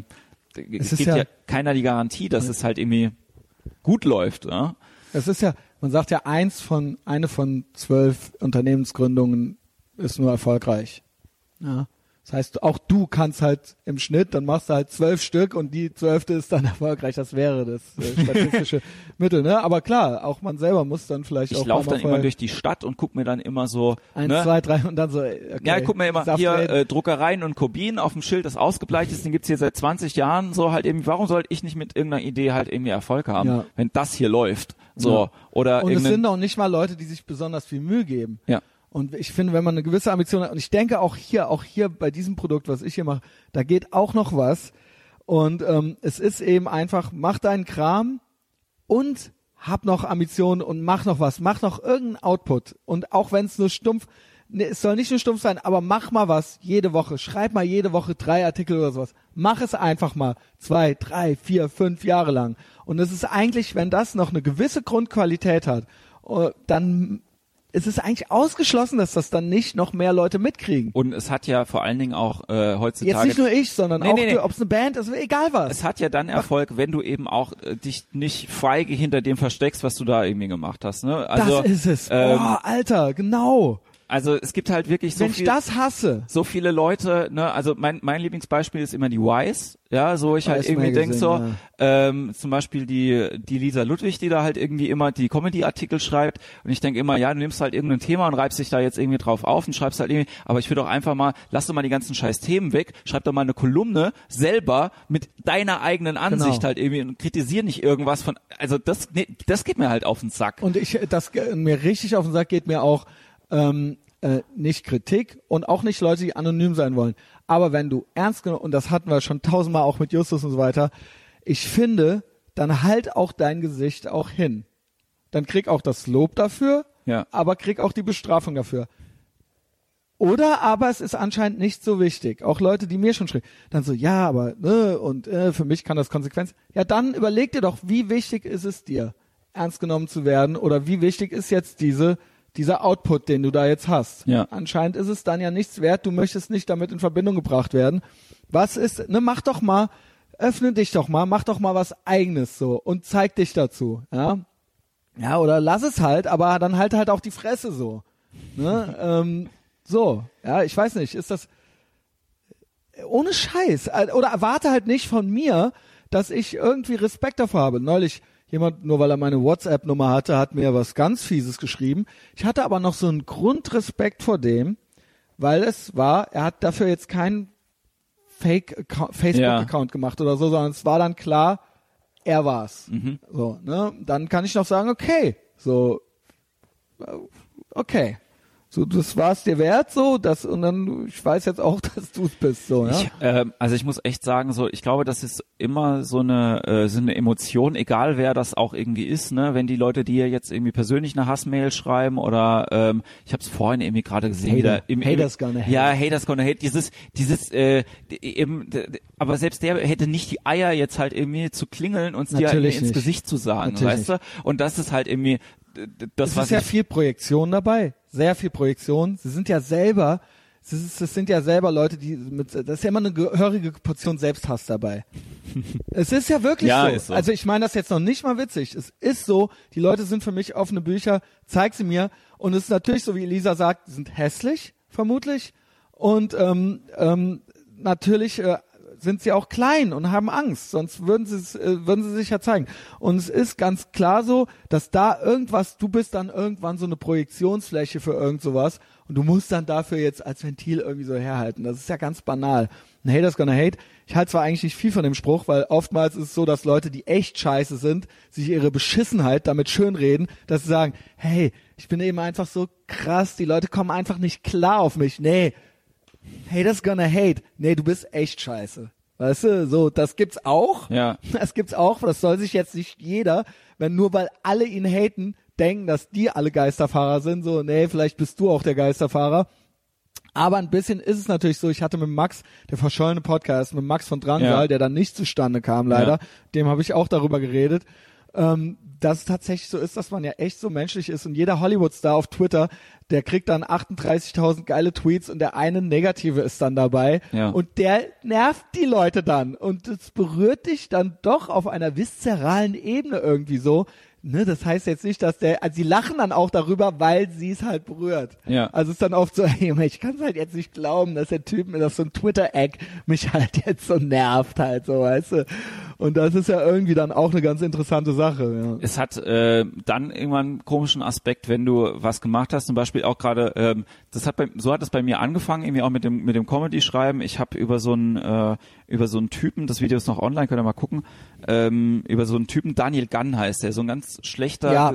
es gibt ja keiner die Garantie, dass es halt irgendwie gut läuft. Ja? Es ist ja, man sagt ja, eine von 12 Unternehmensgründungen ist nur erfolgreich. Ja. Das heißt, auch du kannst halt im Schnitt, dann machst du halt 12 Stück und die 12. ist dann erfolgreich. Das wäre das statistische Mittel, ne? Aber klar, auch man selber muss dann vielleicht auch. Ich laufe dann immer durch die Stadt und guck mir dann immer so 1, 2, 3 und dann so. Okay, ja, guck mir immer hier Druckereien und Kopien auf dem Schild, das ausgebleicht ist, den gibt's hier seit 20 Jahren. So halt irgendwie, warum sollte ich nicht mit irgendeiner Idee halt irgendwie Erfolg haben, wenn das hier läuft? So ja. Oder und es sind auch nicht mal Leute, die sich besonders viel Mühe geben. Ja. Und ich finde, wenn man eine gewisse Ambition hat, und ich denke auch hier bei diesem Produkt, was ich hier mache, da geht auch noch was. Und es ist eben einfach, mach deinen Kram und hab noch Ambitionen und mach noch was, mach noch irgendeinen Output. Und auch wenn es nur stumpf, es soll nicht nur stumpf sein, aber mach mal was jede Woche. Schreib mal jede Woche 3 Artikel oder sowas. Mach es einfach mal 2, 3, 4, 5 Jahre lang. Und es ist eigentlich, wenn das noch eine gewisse Grundqualität hat, dann es ist eigentlich ausgeschlossen, dass das dann nicht noch mehr Leute mitkriegen. Und es hat ja vor allen Dingen auch heutzutage... Jetzt nicht nur ich, sondern auch ob es eine Band ist, egal was. Es hat ja dann Erfolg, wenn du eben auch dich nicht feige hinter dem versteckst, was du da irgendwie gemacht hast. Ne? Also, das ist es. Alter, genau. Also es gibt halt wirklich so Wenn ich das hasse. So viele Leute, ne, also mein Lieblingsbeispiel ist immer die Wise, ja, so ich halt irgendwie denke so, zum Beispiel die Lisa Ludwig, die da halt irgendwie immer die Comedy-Artikel schreibt und ich denke immer, ja, du nimmst halt irgendein Thema und reibst dich da jetzt irgendwie drauf auf und schreibst halt irgendwie, aber ich will doch einfach mal, lass doch mal die ganzen scheiß Themen weg, schreib doch mal eine Kolumne selber mit deiner eigenen Ansicht halt irgendwie und kritisier nicht irgendwas von, also das geht mir halt auf den Sack. Und mir richtig auf den Sack geht mir auch, nicht Kritik und auch nicht Leute, die anonym sein wollen. Aber wenn du ernst genommen, und das hatten wir schon 1000-mal auch mit Justus und so weiter, ich finde, dann halt auch dein Gesicht auch hin. Dann krieg auch das Lob dafür, aber krieg auch die Bestrafung dafür. Oder aber es ist anscheinend nicht so wichtig. Auch Leute, die mir schon schreiben, dann so, ja, aber für mich kann das Konsequenz. Ja, dann überleg dir doch, wie wichtig ist es dir, ernst genommen zu werden oder wie wichtig ist jetzt dieser Output, den du da jetzt hast. Ja. Anscheinend ist es dann ja nichts wert, du möchtest nicht damit in Verbindung gebracht werden. Was ist, mach doch mal, öffne dich doch mal, mach doch mal was Eigenes so und zeig dich dazu, ja. Ja, oder lass es halt, aber dann halt auch die Fresse so. Ne? So, ja, ich weiß nicht, ist das ohne Scheiß, oder erwarte halt nicht von mir, dass ich irgendwie Respekt davor habe. Neulich jemand, nur weil er meine WhatsApp-Nummer hatte, hat mir was ganz Fieses geschrieben. Ich hatte aber noch so einen Grundrespekt vor dem, weil er hat dafür jetzt keinen Facebook-Account gemacht oder so, sondern es war dann klar, er war's. Mhm. So, ne? Dann kann ich noch sagen, okay, so, das war's dir wert, so, und dann, ich weiß jetzt auch, dass du es bist, so, ja. Also ich muss echt sagen, so, ich glaube, das ist immer so eine Emotion, egal wer das auch irgendwie ist, ne, wenn die Leute dir jetzt irgendwie persönlich eine Hassmail schreiben oder, ich habe es vorhin irgendwie gerade gesehen, Haters gonna hate. Ja, Haters gonna hate, aber selbst der hätte nicht die Eier jetzt halt irgendwie zu klingeln und es dir irgendwie ins Gesicht zu sagen, weißt du? Und das ist halt irgendwie, es ist ja viel Projektion dabei, sehr viel Projektion. Sie sind ja selber, es sind ja selber Leute, das ist ja immer eine gehörige Portion Selbsthass dabei. Es ist ja wirklich so. Ist so. Also ich meine das jetzt noch nicht mal witzig. Es ist so, die Leute sind für mich offene Bücher, zeig sie mir. Und es ist natürlich so, wie Elisa sagt, die sind hässlich, vermutlich. Und natürlich sind sie auch klein und haben Angst, sonst würden sie sich ja zeigen. Und es ist ganz klar so, dass da du bist dann irgendwann so eine Projektionsfläche für irgend sowas und du musst dann dafür jetzt als Ventil irgendwie so herhalten. Das ist ja ganz banal. Ein Haters gonna hate. Ich halte zwar eigentlich nicht viel von dem Spruch, weil oftmals ist es so, dass Leute, die echt scheiße sind, sich ihre Beschissenheit damit schönreden, dass sie sagen, hey, ich bin eben einfach so krass, die Leute kommen einfach nicht klar auf mich. Nee, Haters gonna hate. Nee, du bist echt scheiße. Weißt du, so, das gibt's auch. Ja. Das gibt's auch. Das soll sich jetzt nicht jeder, wenn nur weil alle ihn haten, denken, dass die alle Geisterfahrer sind. So, nee, vielleicht bist du auch der Geisterfahrer. Aber ein bisschen ist es natürlich so, ich hatte mit Max, der verschollene Podcast, mit Max von Drangsal, der dann nicht zustande kam leider, dem habe ich auch darüber geredet, dass es tatsächlich so ist, dass man ja echt so menschlich ist und jeder Hollywood-Star auf Twitter, der kriegt dann 38.000 geile Tweets und der eine negative ist dann dabei und der nervt die Leute dann und es berührt dich dann doch auf einer viszeralen Ebene irgendwie so. Ne, das heißt jetzt nicht, dass also sie lachen dann auch darüber, weil sie es halt berührt. Ja. Also es ist dann oft so, hey, ich kann es halt jetzt nicht glauben, dass der Typ mit so einem Twitter-Egg mich halt jetzt so nervt halt so, weißt du. Und das ist ja irgendwie dann auch eine ganz interessante Sache. Ja. Es hat dann irgendwann einen komischen Aspekt, wenn du was gemacht hast, zum Beispiel auch gerade, so hat es bei mir angefangen, irgendwie auch mit dem Comedy-Schreiben. Ich habe über so einen Typen, das Video ist noch online, könnt ihr mal gucken, über so einen Typen, Daniel Gunn heißt der, so ein ganz schlechter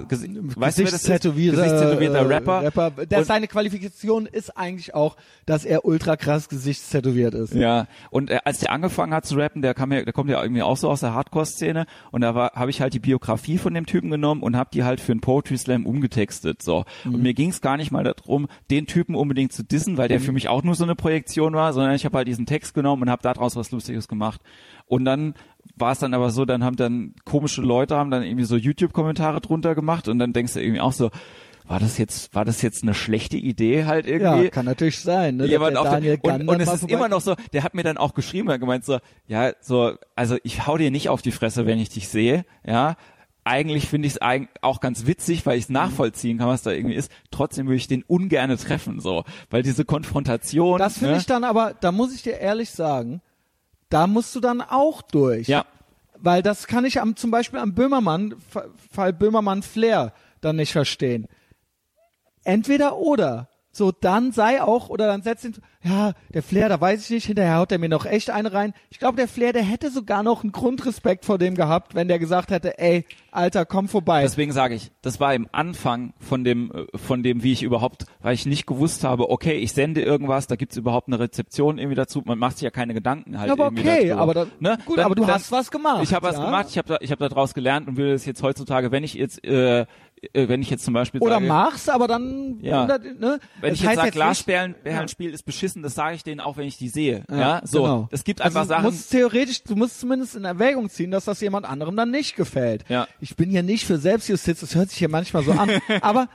Gesichtstätowierter Rapper. Seine Qualifikation ist eigentlich auch, dass er ultra krass gesichtstätowiert ist. Ja, und als der angefangen hat zu rappen, der kommt ja irgendwie auch so aus der Hardcore-Szene und da habe ich halt die Biografie von dem Typen genommen und habe die halt für einen Poetry Slam umgetextet, so. Und mir ging es gar nicht mal darum, den Typen unbedingt zu dissen, weil der für mich auch nur so eine Projektion war, sondern ich habe halt diesen Text genommen und habe daraus was Lustiges gemacht. Und dann war es dann aber so, dann komische Leute haben dann irgendwie so YouTube-Kommentare drunter gemacht und dann denkst du irgendwie auch so, war das jetzt eine schlechte Idee halt irgendwie? Ja, kann natürlich sein, ne? Jemand auch und es ist immer noch so, der hat mir dann auch geschrieben, er gemeint so, ja, so, also ich hau dir nicht auf die Fresse, wenn ich dich sehe, ja. Eigentlich finde ich es auch ganz witzig, weil ich es nachvollziehen kann, was da irgendwie ist. Trotzdem würde ich den ungerne treffen, so, weil diese Konfrontation. Das finde ich dann aber, da muss ich dir ehrlich sagen, da musst du dann auch durch. Ja. Weil das kann ich zum Beispiel am Fall Böhmermann-Flair dann nicht verstehen. Entweder oder. So, dann sei auch, oder dann setzt ihn, ja, der Flair, da weiß ich nicht, hinterher haut er mir noch echt eine rein. Ich glaube, der Flair, der hätte sogar noch einen Grundrespekt vor dem gehabt, wenn der gesagt hätte, ey, Alter, komm vorbei. Deswegen sage ich, das war im Anfang von dem, wie ich überhaupt, weil ich nicht gewusst habe, okay, ich sende irgendwas, da gibt's überhaupt eine Rezeption irgendwie dazu, man macht sich ja keine Gedanken halt aber irgendwie okay, dazu. aber dann, ne? Gut, dann, aber du hast was gemacht. Ich habe was gemacht, ich habe daraus gelernt und will es jetzt heutzutage, wenn ich jetzt zum Beispiel oder sage, machst, aber dann ne? Wenn ich jetzt sage, Glasperlenspiel ist beschissen, das sage ich denen auch, wenn ich die sehe. Ja, so. Genau. Es gibt einfach Sachen. Du musst zumindest in Erwägung ziehen, dass das jemand anderem dann nicht gefällt. Ja. Ich bin ja nicht für Selbstjustiz, das hört sich ja manchmal so an, aber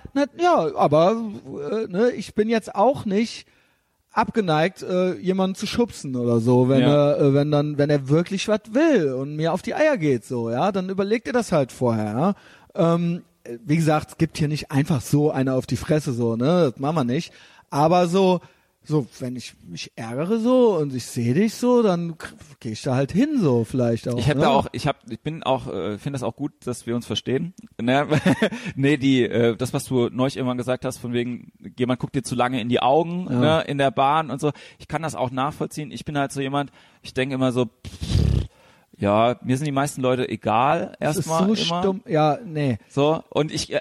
ich bin jetzt auch nicht abgeneigt, jemanden zu schubsen oder so, wenn er wirklich was will und mir auf die Eier geht, so, ja, dann überlegt er das halt vorher, ja. Wie gesagt, es gibt hier nicht einfach so eine auf die Fresse, so, ne, das machen wir nicht, aber so, wenn ich mich ärgere so und ich sehe dich so, dann gehe ich da halt hin so vielleicht auch. Ich finde das auch gut, dass wir uns verstehen. Ne? Das, was du neulich irgendwann gesagt hast, von wegen, jemand guckt dir zu lange in die Augen, ne, in der Bahn und so. Ich kann das auch nachvollziehen. Ich bin halt so jemand, ich denke immer so, ja, mir sind die meisten Leute egal, erstmal immer. Stumm, ja, nee. So, und ich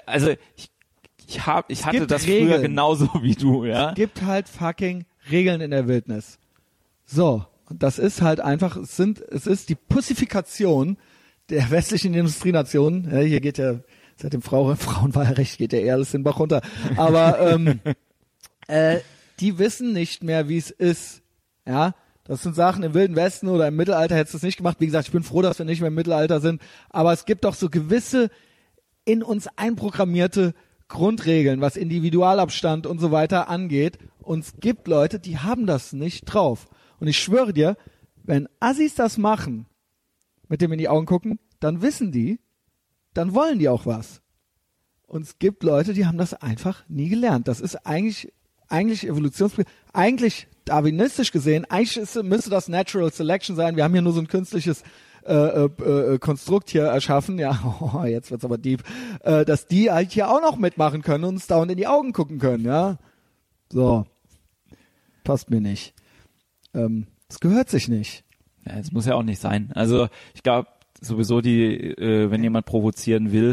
hatte das Regeln. früher genauso wie du, ja. Es gibt halt fucking Regeln in der Wildnis. So, und das ist halt einfach, es ist die Pussifikation der westlichen Industrienationen. Ja, hier geht ja seit dem Frauenwahlrecht geht ja eher alles den Bach runter. Aber die wissen nicht mehr, wie es ist. Ja, das sind Sachen im Wilden Westen oder im Mittelalter hättest du es nicht gemacht. Wie gesagt, ich bin froh, dass wir nicht mehr im Mittelalter sind. Aber es gibt doch so gewisse in uns einprogrammierte Grundregeln, was Individualabstand und so weiter angeht. Und es gibt Leute, die haben das nicht drauf. Und ich schwöre dir, wenn Assis das machen, mit dem in die Augen gucken, dann wissen die, dann wollen die auch was. Und es gibt Leute, die haben das einfach nie gelernt. Das ist eigentlich eigentlich darwinistisch gesehen, müsste das Natural Selection sein. Wir haben hier nur so ein künstliches Konstrukt hier erschaffen, ja, jetzt wird's aber deep, dass die halt hier auch noch mitmachen können und uns dauernd in die Augen gucken können, ja. So. Passt mir nicht. Das gehört sich nicht. Ja, das muss ja auch nicht sein. Also, ich glaube, sowieso wenn jemand provozieren will,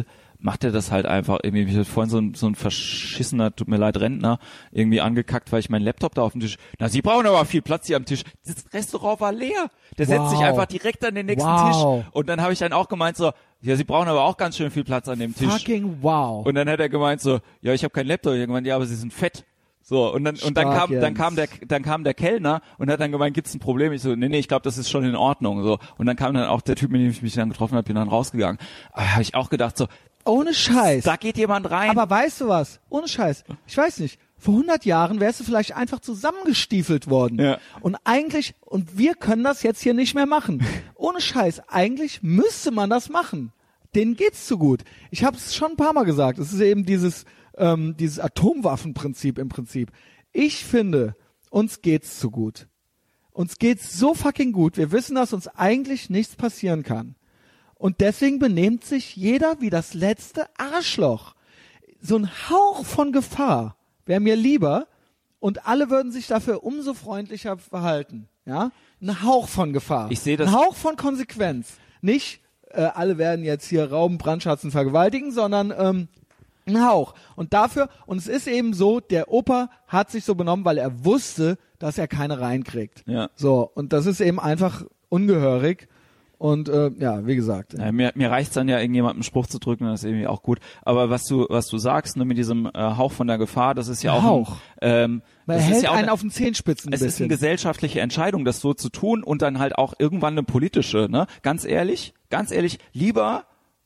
macht er das halt einfach irgendwie. Ich hatte vorhin so ein verschissener, tut mir leid, Rentner irgendwie angekackt, weil ich meinen Laptop da auf dem Tisch, na, Sie brauchen aber viel Platz hier am Tisch. Das Restaurant war leer. Der setzt sich einfach direkt an den nächsten Tisch. Und dann habe ich dann auch gemeint so, ja, Sie brauchen aber auch ganz schön viel Platz an dem Tisch. Fucking wow. Und dann hat er gemeint so, ja, ich habe keinen Laptop. Ich habe gemeint, ja, aber Sie sind fett. So, und dann kam der Kellner und hat dann gemeint, gibt's ein Problem? Ich so, nee, ich glaube, das ist schon in Ordnung. So, und dann kam dann auch der Typ, mit dem ich mich dann getroffen habe, bin dann rausgegangen. Aber habe ich auch gedacht so, ohne Scheiß. Da geht jemand rein. Aber weißt du was? Ohne Scheiß. Ich weiß nicht. Vor 100 Jahren wärst du vielleicht einfach zusammengestiefelt worden. Ja. Und wir können das jetzt hier nicht mehr machen. Ohne Scheiß. Eigentlich müsste man das machen. Denen geht's zu gut. Ich habe es schon ein paar Mal gesagt. Es ist eben dieses Atomwaffenprinzip im Prinzip. Ich finde, uns geht's zu gut. Uns geht's so fucking gut. Wir wissen, dass uns eigentlich nichts passieren kann. Und deswegen benimmt sich jeder wie das letzte Arschloch. So ein Hauch von Gefahr wäre mir lieber und alle würden sich dafür umso freundlicher verhalten. Ja? Ein Hauch von Gefahr. Ich sehe das. Ein Hauch von Konsequenz. Nicht, alle werden jetzt hier rauben, brandschatzen, vergewaltigen, sondern ein Hauch. Und es ist eben so, der Opa hat sich so benommen, weil er wusste, dass er keine reinkriegt. Ja. So, und das ist eben einfach ungehörig. Und wie gesagt. Ja, mir reicht's dann ja, irgendjemandem einen Spruch zu drücken, das ist irgendwie auch gut. Aber was du sagst, ne, mit diesem Hauch von der Gefahr, das ist ja auch Hauch. Man hält ja einen auf den Zehenspitzen. Es ist eine gesellschaftliche Entscheidung, das so zu tun und dann halt auch irgendwann eine politische. Ne? Ganz ehrlich, lieber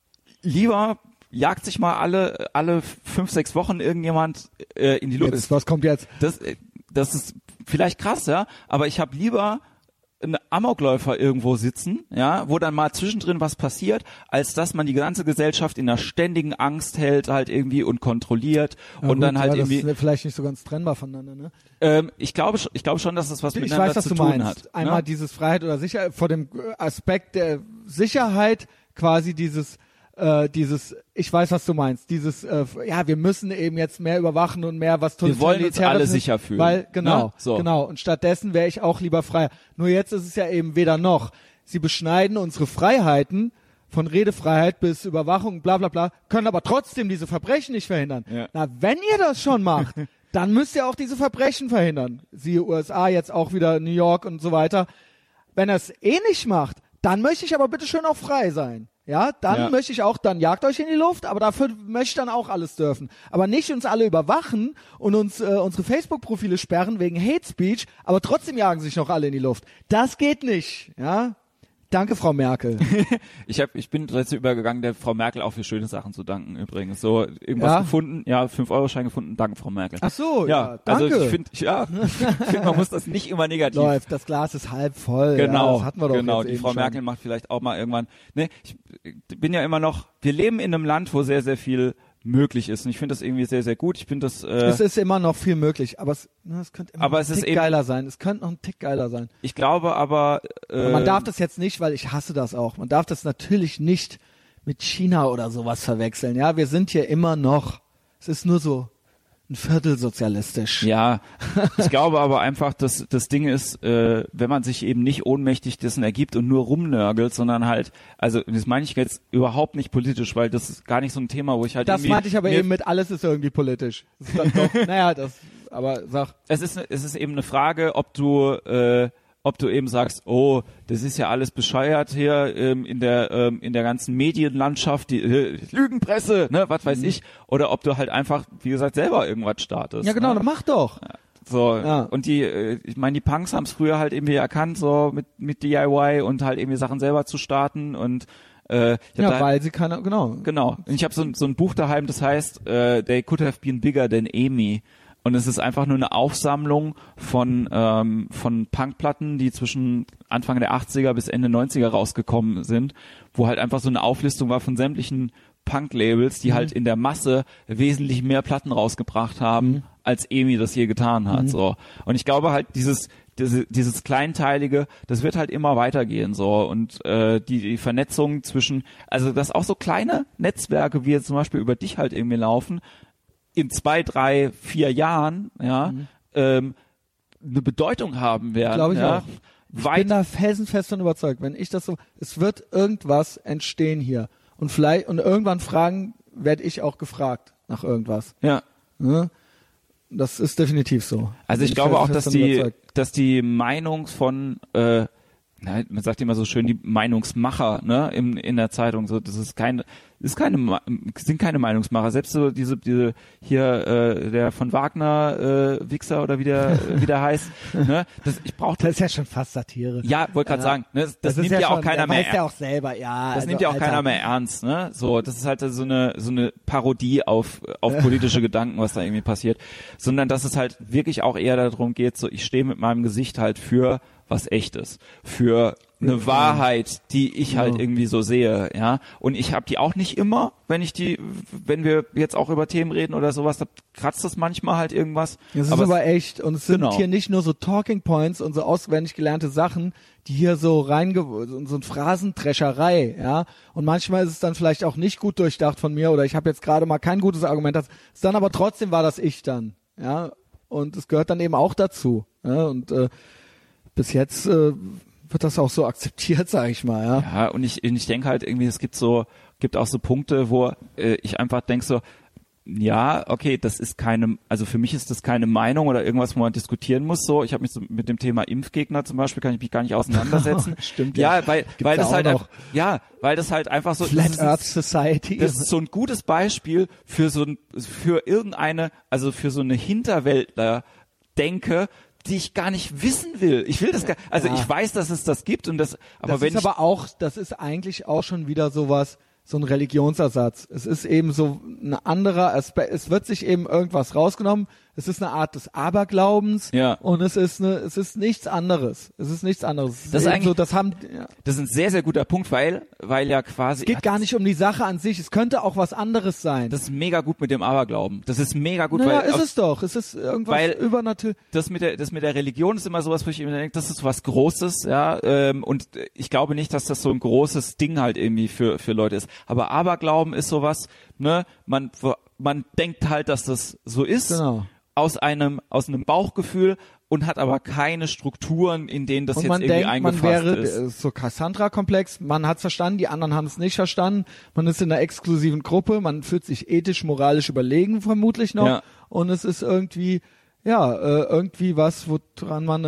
jagt sich mal alle 5-6 Wochen irgendjemand in die Luft. Was kommt jetzt? Das ist vielleicht krass, ja, aber ich habe lieber einen Amokläufer irgendwo sitzen, ja, wo dann mal zwischendrin was passiert, als dass man die ganze Gesellschaft in einer ständigen Angst hält halt irgendwie und kontrolliert und gut, dann halt irgendwie. Das ist vielleicht nicht so ganz trennbar voneinander, ne? Ich glaube schon, dass das was Ich miteinander weiß, was zu du tun meinst. hat. Einmal ne? dieses Freiheit oder Sicherheit, vor dem Aspekt der Sicherheit quasi ich weiß, was du meinst, wir müssen eben jetzt mehr überwachen und mehr was tun. Wir wollen uns alle sicher fühlen. Weil, genau, ne? So. genau. Und stattdessen wäre ich auch lieber frei. Nur jetzt ist es ja eben weder noch. Sie beschneiden unsere Freiheiten, von Redefreiheit bis Überwachung, bla bla bla, können aber trotzdem diese Verbrechen nicht verhindern. Ja. Na, wenn ihr das schon macht, dann müsst ihr auch diese Verbrechen verhindern. Siehe USA, jetzt auch wieder New York und so weiter. Wenn er es nicht macht, dann möchte ich aber bitte schön auch frei sein. Ja, dann möchte ich auch, dann jagt euch in die Luft, aber dafür möchte ich dann auch alles dürfen. Aber nicht uns alle überwachen und uns unsere Facebook-Profile sperren wegen Hate Speech, aber trotzdem jagen sich noch alle in die Luft. Das geht nicht, ja. Danke, Frau Merkel. Ich bin dazu übergegangen, der Frau Merkel auch für schöne Sachen zu danken übrigens. So, irgendwas gefunden, 5-Euro-Schein gefunden, danke, Frau Merkel. Ach so, danke. Also ich finde, man muss das nicht immer negativ. Läuft, das Glas ist halb voll. Genau, das hatten wir doch genau. jetzt Die eben Frau schon. Merkel macht vielleicht auch mal irgendwann. Ne, ich bin ja immer noch, wir leben in einem Land, wo sehr, sehr viel möglich ist. Und ich finde das irgendwie sehr, sehr gut. Ich finde das. Es ist immer noch viel möglich, aber es könnte immer aber noch ein Tick geiler sein. Es könnte noch ein Tick geiler sein. Ich glaube aber. Man darf das jetzt nicht, weil ich hasse das auch. Man darf das natürlich nicht mit China oder sowas verwechseln. Ja, wir sind hier immer noch. Es ist nur so ein Viertel sozialistisch. Ja, ich glaube aber einfach, dass das Ding ist, wenn man sich eben nicht ohnmächtig dessen ergibt und nur rumnörgelt, sondern halt, also das meine ich jetzt überhaupt nicht politisch, weil das ist gar nicht so ein Thema, wo ich halt das meinte ich aber eben mit alles ist irgendwie politisch. Das ist dann doch, aber sag. Es ist eben eine Frage, ob du eben sagst, oh, das ist ja alles bescheuert hier in der ganzen Medienlandschaft, die Lügenpresse, ne, was weiß ich, oder ob du halt einfach, wie gesagt, selber irgendwas startest. Ja, genau, ne? dann mach doch. Ja, so, und ich meine, die Punks haben es früher halt irgendwie erkannt, so mit DIY und halt irgendwie Sachen selber zu starten und weil sie keine, genau. Genau. Und ich habe so ein Buch daheim, das heißt They Could Have Been Bigger Than Amy. Und es ist einfach nur eine Aufsammlung von Punkplatten, die zwischen Anfang der 80er bis Ende 90er rausgekommen sind, wo halt einfach so eine Auflistung war von sämtlichen Punk-Labels, die halt in der Masse wesentlich mehr Platten rausgebracht haben, als Amy das je getan hat. So. Und ich glaube halt, dieses Kleinteilige, das wird halt immer weitergehen. So. Und die Vernetzung zwischen, also dass auch so kleine Netzwerke, wie jetzt zum Beispiel über dich halt irgendwie laufen, in 2, 3, 4 Jahren eine Bedeutung haben werden. Glaube ich auch. Ich bin da felsenfest von überzeugt. Wenn ich das so, es wird irgendwas entstehen hier. Und irgendwann fragen werde ich auch gefragt nach irgendwas. Ja. Ne? Das ist definitiv so. Also ich Bin glaube auch, fest dass davon überzeugt. die Meinung von, man sagt immer so schön, die Meinungsmacher, ne, in der Zeitung, so, sind keine Meinungsmacher. Selbst so diese hier, der von Wagner, Wichser oder wie der heißt, ne, das ist ja schon fast Satire. Ja, wollte gerade sagen, ne, das nimmt ja auch keiner mehr. Weiß ja auch selber, ja. Das nimmt ja auch keiner mehr ernst, ne? So, das ist halt so eine Parodie auf politische Gedanken, was da irgendwie passiert, sondern dass es halt wirklich auch eher darum geht, so, ich stehe mit meinem Gesicht halt für was Echtes, für eine Wahrheit, die ich halt irgendwie so sehe, ja. Und ich habe die auch nicht immer, wenn wir jetzt auch über Themen reden oder sowas, da kratzt das manchmal halt irgendwas. Das ist aber echt. Und es sind hier nicht nur so Talking Points und so auswendig gelernte Sachen, die hier so so ein Phrasendrescherei, ja. Und manchmal ist es dann vielleicht auch nicht gut durchdacht von mir oder ich habe jetzt gerade mal kein gutes Argument. Das ist dann aber trotzdem war das ich dann, ja. Und es gehört dann eben auch dazu, ja. Und bis jetzt wird das auch so akzeptiert, sag ich mal, ja. Ja, und ich denke halt irgendwie, es gibt auch so Punkte, wo ich einfach denke so, ja, okay, also für mich ist das keine Meinung oder irgendwas, wo man diskutieren muss. So, ich habe mich so mit dem Thema Impfgegner zum Beispiel, kann ich mich gar nicht auseinandersetzen. Stimmt, ja. Weil das halt weil das halt einfach so Flat Earth Society. Das ist so ein gutes Beispiel für so eine Hinterwäldler-Denke, die ich gar nicht wissen will. Ich will das gar, also ich weiß, dass es das gibt und das, aber das ist eigentlich auch schon wieder sowas, so ein Religionsersatz. Es ist eben so ein anderer Aspekt. Es wird sich eben irgendwas rausgenommen. Es ist eine Art des Aberglaubens. Ja. Und es ist nichts anderes. Es ist nichts anderes. Das ist eigentlich, das ist ein sehr, sehr guter Punkt, weil ja quasi. Es geht gar nicht um die Sache an sich. Es könnte auch was anderes sein. Das ist mega gut mit dem Aberglauben. Das ist mega gut, naja, weil. Ist es doch. Es ist irgendwas übernatürlich. Das mit der Religion ist immer sowas, wo ich immer denke, das ist was Großes, ja. Und ich glaube nicht, dass das so ein großes Ding halt irgendwie für Leute ist. Aber Aberglauben ist sowas, ne? Man denkt halt, dass das so ist. Genau. Aus einem Bauchgefühl und hat aber keine Strukturen, in denen das und jetzt irgendwie eingefasst man ist. wäre so Cassandra-Komplex, man hat's verstanden, die anderen haben es nicht verstanden, man ist in einer exklusiven Gruppe, man fühlt sich ethisch, moralisch überlegen vermutlich noch, ja. Und es ist irgendwie, irgendwie was, woran man,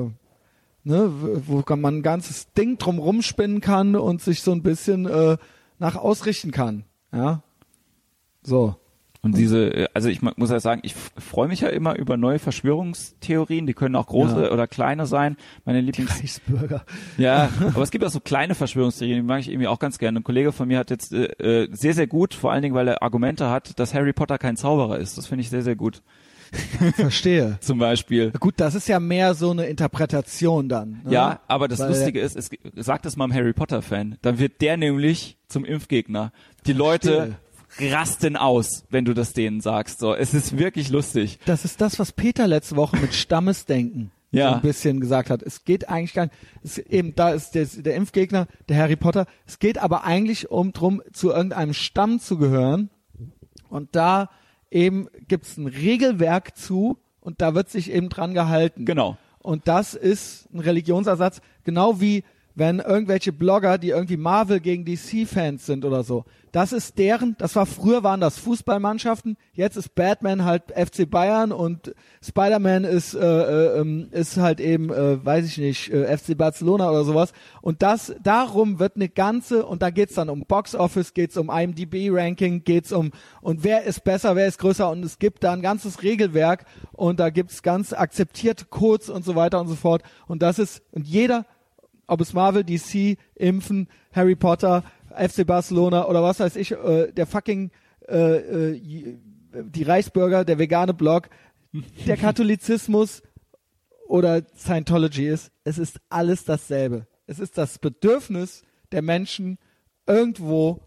wo man ein ganzes Ding drum rumspinnen kann und sich so ein bisschen nach ausrichten kann, ja, so. Und also ich muss ja sagen, ich freue mich ja immer über neue Verschwörungstheorien, die können auch große oder kleine sein. Meine Reichsbürger. Ja, aber es gibt auch so kleine Verschwörungstheorien, die mag ich irgendwie auch ganz gerne. Ein Kollege von mir hat jetzt sehr, sehr gut, vor allen Dingen, weil er Argumente hat, dass Harry Potter kein Zauberer ist. Das finde ich sehr, sehr gut. Verstehe. Zum Beispiel. Gut, das ist ja mehr so eine Interpretation dann. Ne? Ja, aber das Lustige ist, sagt es mal einem Harry Potter-Fan, dann wird der nämlich zum Impfgegner. Die Leute rasten aus, wenn du das denen sagst. So, es ist wirklich lustig. Das ist das, was Peter letzte Woche mit Stammesdenken so ein bisschen gesagt hat. Es geht eigentlich gar nicht, da ist der Impfgegner, der Harry Potter. Es geht aber eigentlich drum, zu irgendeinem Stamm zu gehören. Und da eben gibt's ein Regelwerk zu und da wird sich eben dran gehalten. Genau. Und das ist ein Religionsersatz, genau wie wenn irgendwelche Blogger, die irgendwie Marvel gegen DC-Fans sind oder so. Früher waren das Fußballmannschaften, jetzt ist Batman halt FC Bayern und Spider-Man ist halt eben, FC Barcelona oder sowas. Und darum wird eine ganze, und da geht's dann um Box-Office, geht's um IMDb-Ranking, geht's um, und wer ist besser, wer ist größer, und es gibt da ein ganzes Regelwerk und da gibt's ganz akzeptierte Codes und so weiter und so fort. Und jeder, ob es Marvel, DC, Impfen, Harry Potter, FC Barcelona oder was weiß ich, der fucking die Reichsbürger, der vegane Blog, der Katholizismus oder Scientology ist, es ist alles dasselbe. Es ist das Bedürfnis der Menschen, irgendwo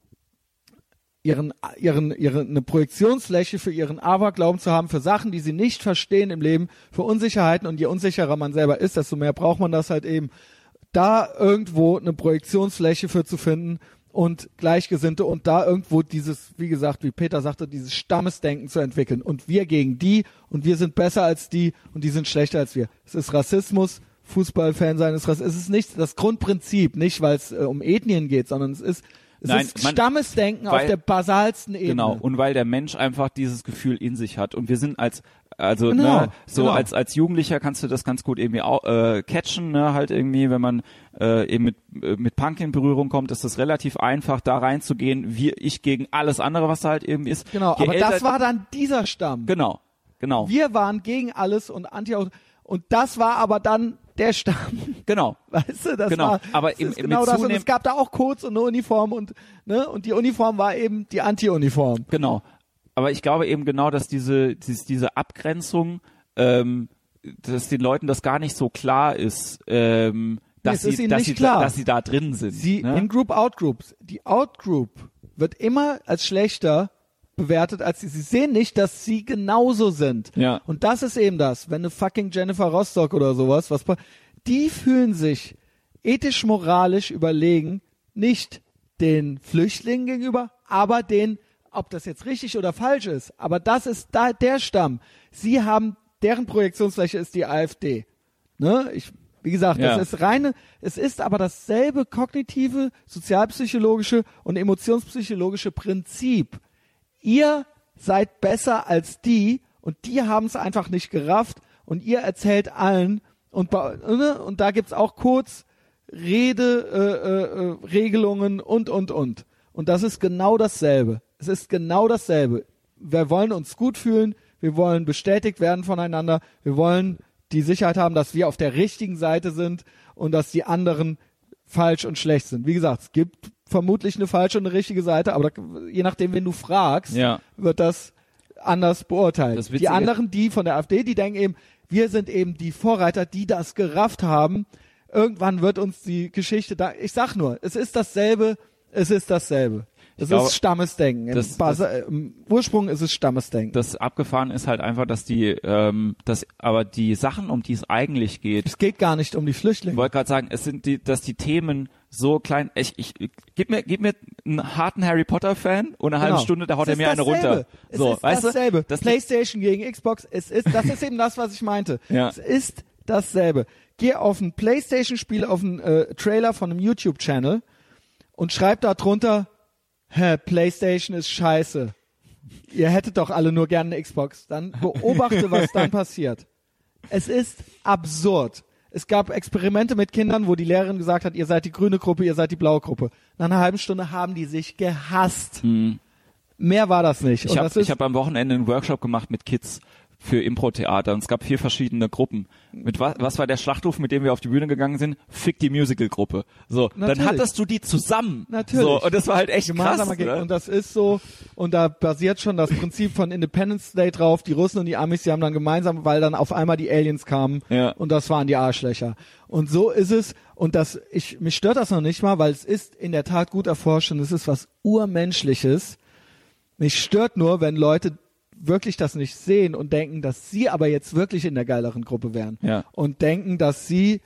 eine Projektionsfläche für ihren Aberglauben zu haben, für Sachen, die sie nicht verstehen im Leben, für Unsicherheiten, und je unsicherer man selber ist, desto mehr braucht man das halt eben, da irgendwo eine Projektionsfläche für zu finden und Gleichgesinnte und da irgendwo dieses, wie gesagt, wie Peter sagte, dieses Stammesdenken zu entwickeln. Und wir gegen die und wir sind besser als die und die sind schlechter als wir. Es ist Rassismus, Fußballfan sein ist Rassismus. Es ist nicht das Grundprinzip, nicht weil es um Ethnien geht, sondern es Es ist Stammesdenken auf der basalsten Ebene. Genau, und weil der Mensch einfach dieses Gefühl in sich hat. Und wir sind als Jugendlicher kannst du das ganz gut irgendwie catchen, ne, halt irgendwie, wenn man eben mit Punk in Berührung kommt, ist das relativ einfach, da reinzugehen, wie ich gegen alles andere, was da halt eben ist. Genau, aber das war dann dieser Stamm. Genau. Wir waren gegen alles und und das war aber dann der Stamm. Genau. Weißt du, das genau. war aber genau das. Und es gab da auch Codes und eine Uniform und die Uniform war eben die Anti-Uniform. Genau. Aber ich glaube eben genau, dass diese Abgrenzung, dass den Leuten das gar nicht so klar ist, dass sie da drin sind. In Group, Out-Groups. Die Out-Group wird immer als schlechter bewertet, als sie sehen nicht, dass sie genauso sind. Ja. Und das ist eben das, wenn eine fucking Jennifer Rostock oder sowas, die fühlen sich ethisch, moralisch überlegen, nicht den Flüchtlingen gegenüber, aber ob das jetzt richtig oder falsch ist, aber das ist der Stamm. Deren Projektionsfläche ist die AfD. Ne? Wie gesagt, das ist es ist aber dasselbe kognitive, sozialpsychologische und emotionspsychologische Prinzip. Ihr seid besser als die und die haben es einfach nicht gerafft und ihr erzählt allen und da gibt's auch Regelungen und. Und das ist genau dasselbe. Es ist genau dasselbe. Wir wollen uns gut fühlen, wir wollen bestätigt werden voneinander, wir wollen die Sicherheit haben, dass wir auf der richtigen Seite sind und dass die anderen falsch und schlecht sind. Wie gesagt, es gibt vermutlich eine falsche und eine richtige Seite, aber je nachdem, wen du fragst, wird das anders beurteilt. Die anderen, die von der AfD, die denken eben, wir sind eben die Vorreiter, die das gerafft haben. Irgendwann wird uns die Geschichte ich sag nur, es ist dasselbe. Es ist Stammesdenken. Im Ursprung ist es Stammesdenken. Das Abgefahren ist halt einfach, dass aber die Sachen, um die es eigentlich geht. Es geht gar nicht um die Flüchtlinge. Ich wollte gerade sagen, dass die Themen so klein. Gib mir einen harten Harry Potter Fan und eine halbe Stunde, da haut er mir eine runter. Es ist dasselbe. PlayStation gegen Xbox. Das ist eben das, was ich meinte. Ja. Es ist dasselbe. Geh auf ein PlayStation-Spiel, auf einen Trailer von einem YouTube-Channel und schreib da drunter, PlayStation ist scheiße. Ihr hättet doch alle nur gerne eine Xbox. Dann beobachte, was dann passiert. Es ist absurd. Es gab Experimente mit Kindern, wo die Lehrerin gesagt hat, ihr seid die grüne Gruppe, ihr seid die blaue Gruppe. Nach einer halben Stunde haben die sich gehasst. Mehr war das nicht. Ich hab am Wochenende einen Workshop gemacht mit Kids für Impro-Theater und es gab 4 verschiedene Gruppen. Mit was war der Schlachtruf, mit dem wir auf die Bühne gegangen sind? Fick die Musical-Gruppe. So, natürlich. Dann hattest du die zusammen. Natürlich. So, und das war halt echt krass. Ne? Und das ist so, und da basiert schon das Prinzip von Independence Day drauf. Die Russen und die Amis, die haben dann gemeinsam, weil dann auf einmal die Aliens kamen und das waren die Arschlöcher. Und so ist es. Und mich stört das noch nicht mal, weil es ist in der Tat gut erforscht und es ist was Urmenschliches. Mich stört nur, wenn Leute wirklich das nicht sehen und denken, dass sie aber jetzt wirklich in der geileren Gruppe wären. Ja. Und denken, dass sie,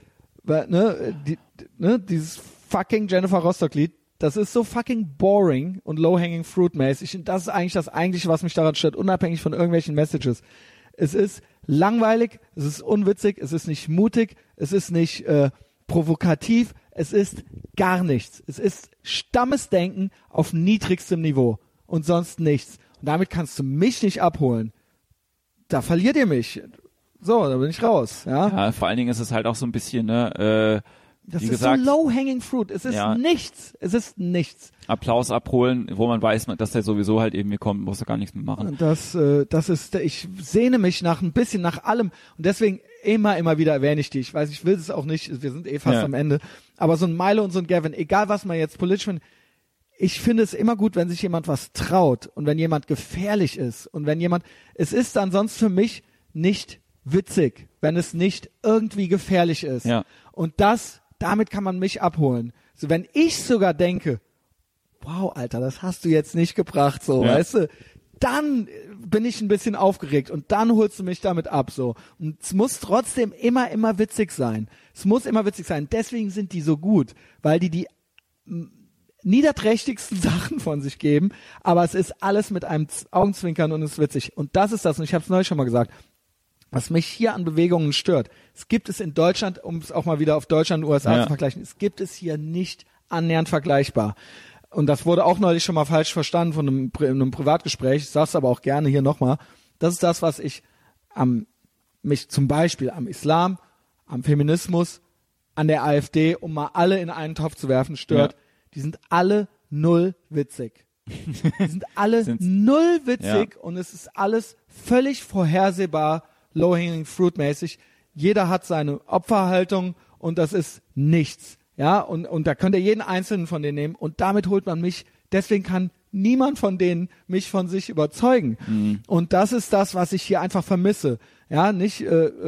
dieses fucking Jennifer Rostock-Lied, das ist so fucking boring und low-hanging fruit-mäßig. Und das ist eigentlich das Eigentliche, was mich daran stört, unabhängig von irgendwelchen Messages. Es ist langweilig, es ist unwitzig, es ist nicht mutig, es ist nicht provokativ, es ist gar nichts. Es ist Stammesdenken auf niedrigstem Niveau und sonst nichts. Und damit kannst du mich nicht abholen. Da verliert ihr mich. So, da bin ich raus. Ja, vor allen Dingen ist es halt auch so ein bisschen, das wie ist gesagt, so low-hanging fruit. Es ist nichts. Es ist nichts. Applaus abholen, wo man weiß, dass der sowieso halt eben kommt, musst du gar nichts mehr machen. Ich sehne mich nach ein bisschen nach allem. Und deswegen immer wieder erwähne ich die. Ich weiß, ich will es auch nicht. Wir sind fast am Ende. Aber so ein Milo und so ein Gavin, egal was man jetzt politisch findet, ich finde es immer gut, wenn sich jemand was traut und wenn jemand gefährlich ist und es ist dann sonst für mich nicht witzig, wenn es nicht irgendwie gefährlich ist. Ja. Und damit kann man mich abholen. So, wenn ich sogar denke, wow, Alter, das hast du jetzt nicht gebracht, so, weißt du, dann bin ich ein bisschen aufgeregt und dann holst du mich damit ab, so. Und es muss trotzdem immer witzig sein. Es muss immer witzig sein. Deswegen sind die so gut, weil die niederträchtigsten Sachen von sich geben, aber es ist alles mit einem Augenzwinkern und es ist witzig. Und das ist das, und ich habe es neulich schon mal gesagt, was mich hier an Bewegungen stört. Es gibt es in Deutschland, um es auch mal wieder auf Deutschland und USA zu vergleichen, es gibt es hier nicht annähernd vergleichbar. und das wurde auch neulich schon mal falsch verstanden von in einem Privatgespräch, ich sag's aber auch gerne hier nochmal, das ist das, was ich mich zum Beispiel am Islam, am Feminismus, an der AfD, um mal alle in einen Topf zu werfen, stört. Ja. Die sind alle null witzig. Die sind alle null witzig und es ist alles völlig vorhersehbar, low-hanging fruit mäßig. Jeder hat seine Opferhaltung und das ist nichts. Ja, und da könnt ihr jeden einzelnen von denen nehmen und damit holt man mich, deswegen kann niemand von denen mich von sich überzeugen. Mhm. Und das ist das, was ich hier einfach vermisse. Ja, nicht,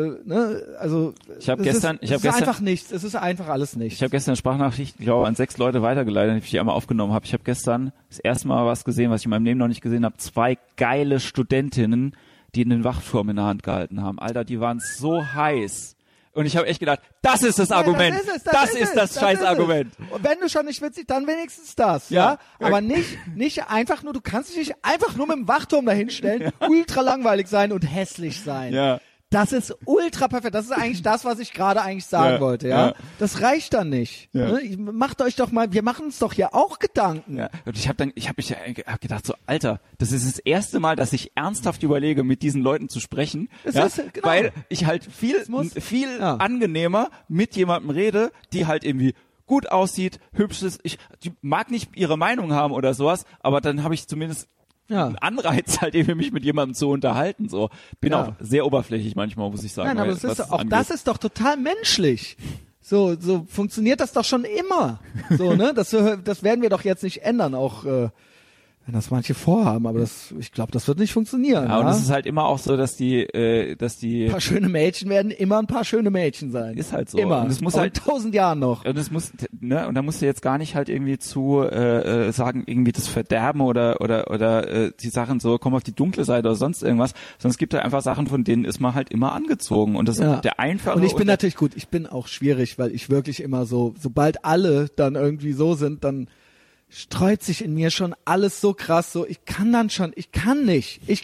also es ist einfach nichts, es ist einfach alles nichts. Ich habe gestern eine Sprachnachricht, ich glaube, an 6 Leute weitergeleitet, die ich einmal aufgenommen habe. Ich habe gestern das erste Mal was gesehen, was ich in meinem Leben noch nicht gesehen habe. 2 geile Studentinnen, die einen Wachturm in der Hand gehalten haben. Alter, die waren so heiß. Und ich habe echt gedacht, das ist das Argument. Das ist das Scheißargument. Und wenn du schon nicht witzig, dann wenigstens das, ja? Aber nicht einfach nur, du kannst dich nicht einfach nur mit dem Wachturm dahinstellen, ultra langweilig sein und hässlich sein. Ja. Das ist ultra perfekt. Das ist eigentlich das, was ich gerade eigentlich sagen wollte, ja? Das reicht dann nicht. Ja. Ne? Macht euch doch mal, wir machen uns doch hier auch Gedanken. Ja. Und ich habe hab gedacht so, Alter, das ist das erste Mal, dass ich ernsthaft überlege, mit diesen Leuten zu sprechen, weil ich halt viel angenehmer mit jemandem rede, die halt irgendwie gut aussieht, hübsch ist. Die mag nicht ihre Meinung haben oder sowas, aber dann habe ich zumindest ein Anreiz, halt eben mich mit jemandem zu unterhalten. So bin auch sehr oberflächlich manchmal, muss ich sagen. Nein, aber das ist doch total menschlich. So funktioniert das doch schon immer. So, ne? Das werden wir doch jetzt nicht ändern, auch wenn das manche vorhaben, aber ich glaube, das wird nicht funktionieren. Ja, und es ist halt immer auch so, dass die ein paar schöne Mädchen werden immer ein paar schöne Mädchen sein. Ist halt so. Immer. Und es muss auch halt in 1000 Jahren noch. Und es muss, ne, und da musst du jetzt gar nicht halt irgendwie zu sagen, irgendwie das Verderben oder die Sachen so, komm auf die dunkle Seite oder sonst irgendwas, sondern es gibt halt einfach Sachen, von denen ist man halt immer angezogen. Und das ist der einfache. Und ich bin natürlich gut, ich bin auch schwierig, weil ich wirklich immer so, sobald alle dann irgendwie so sind, dann streut sich in mir schon alles so krass, so ich kann nicht. Ich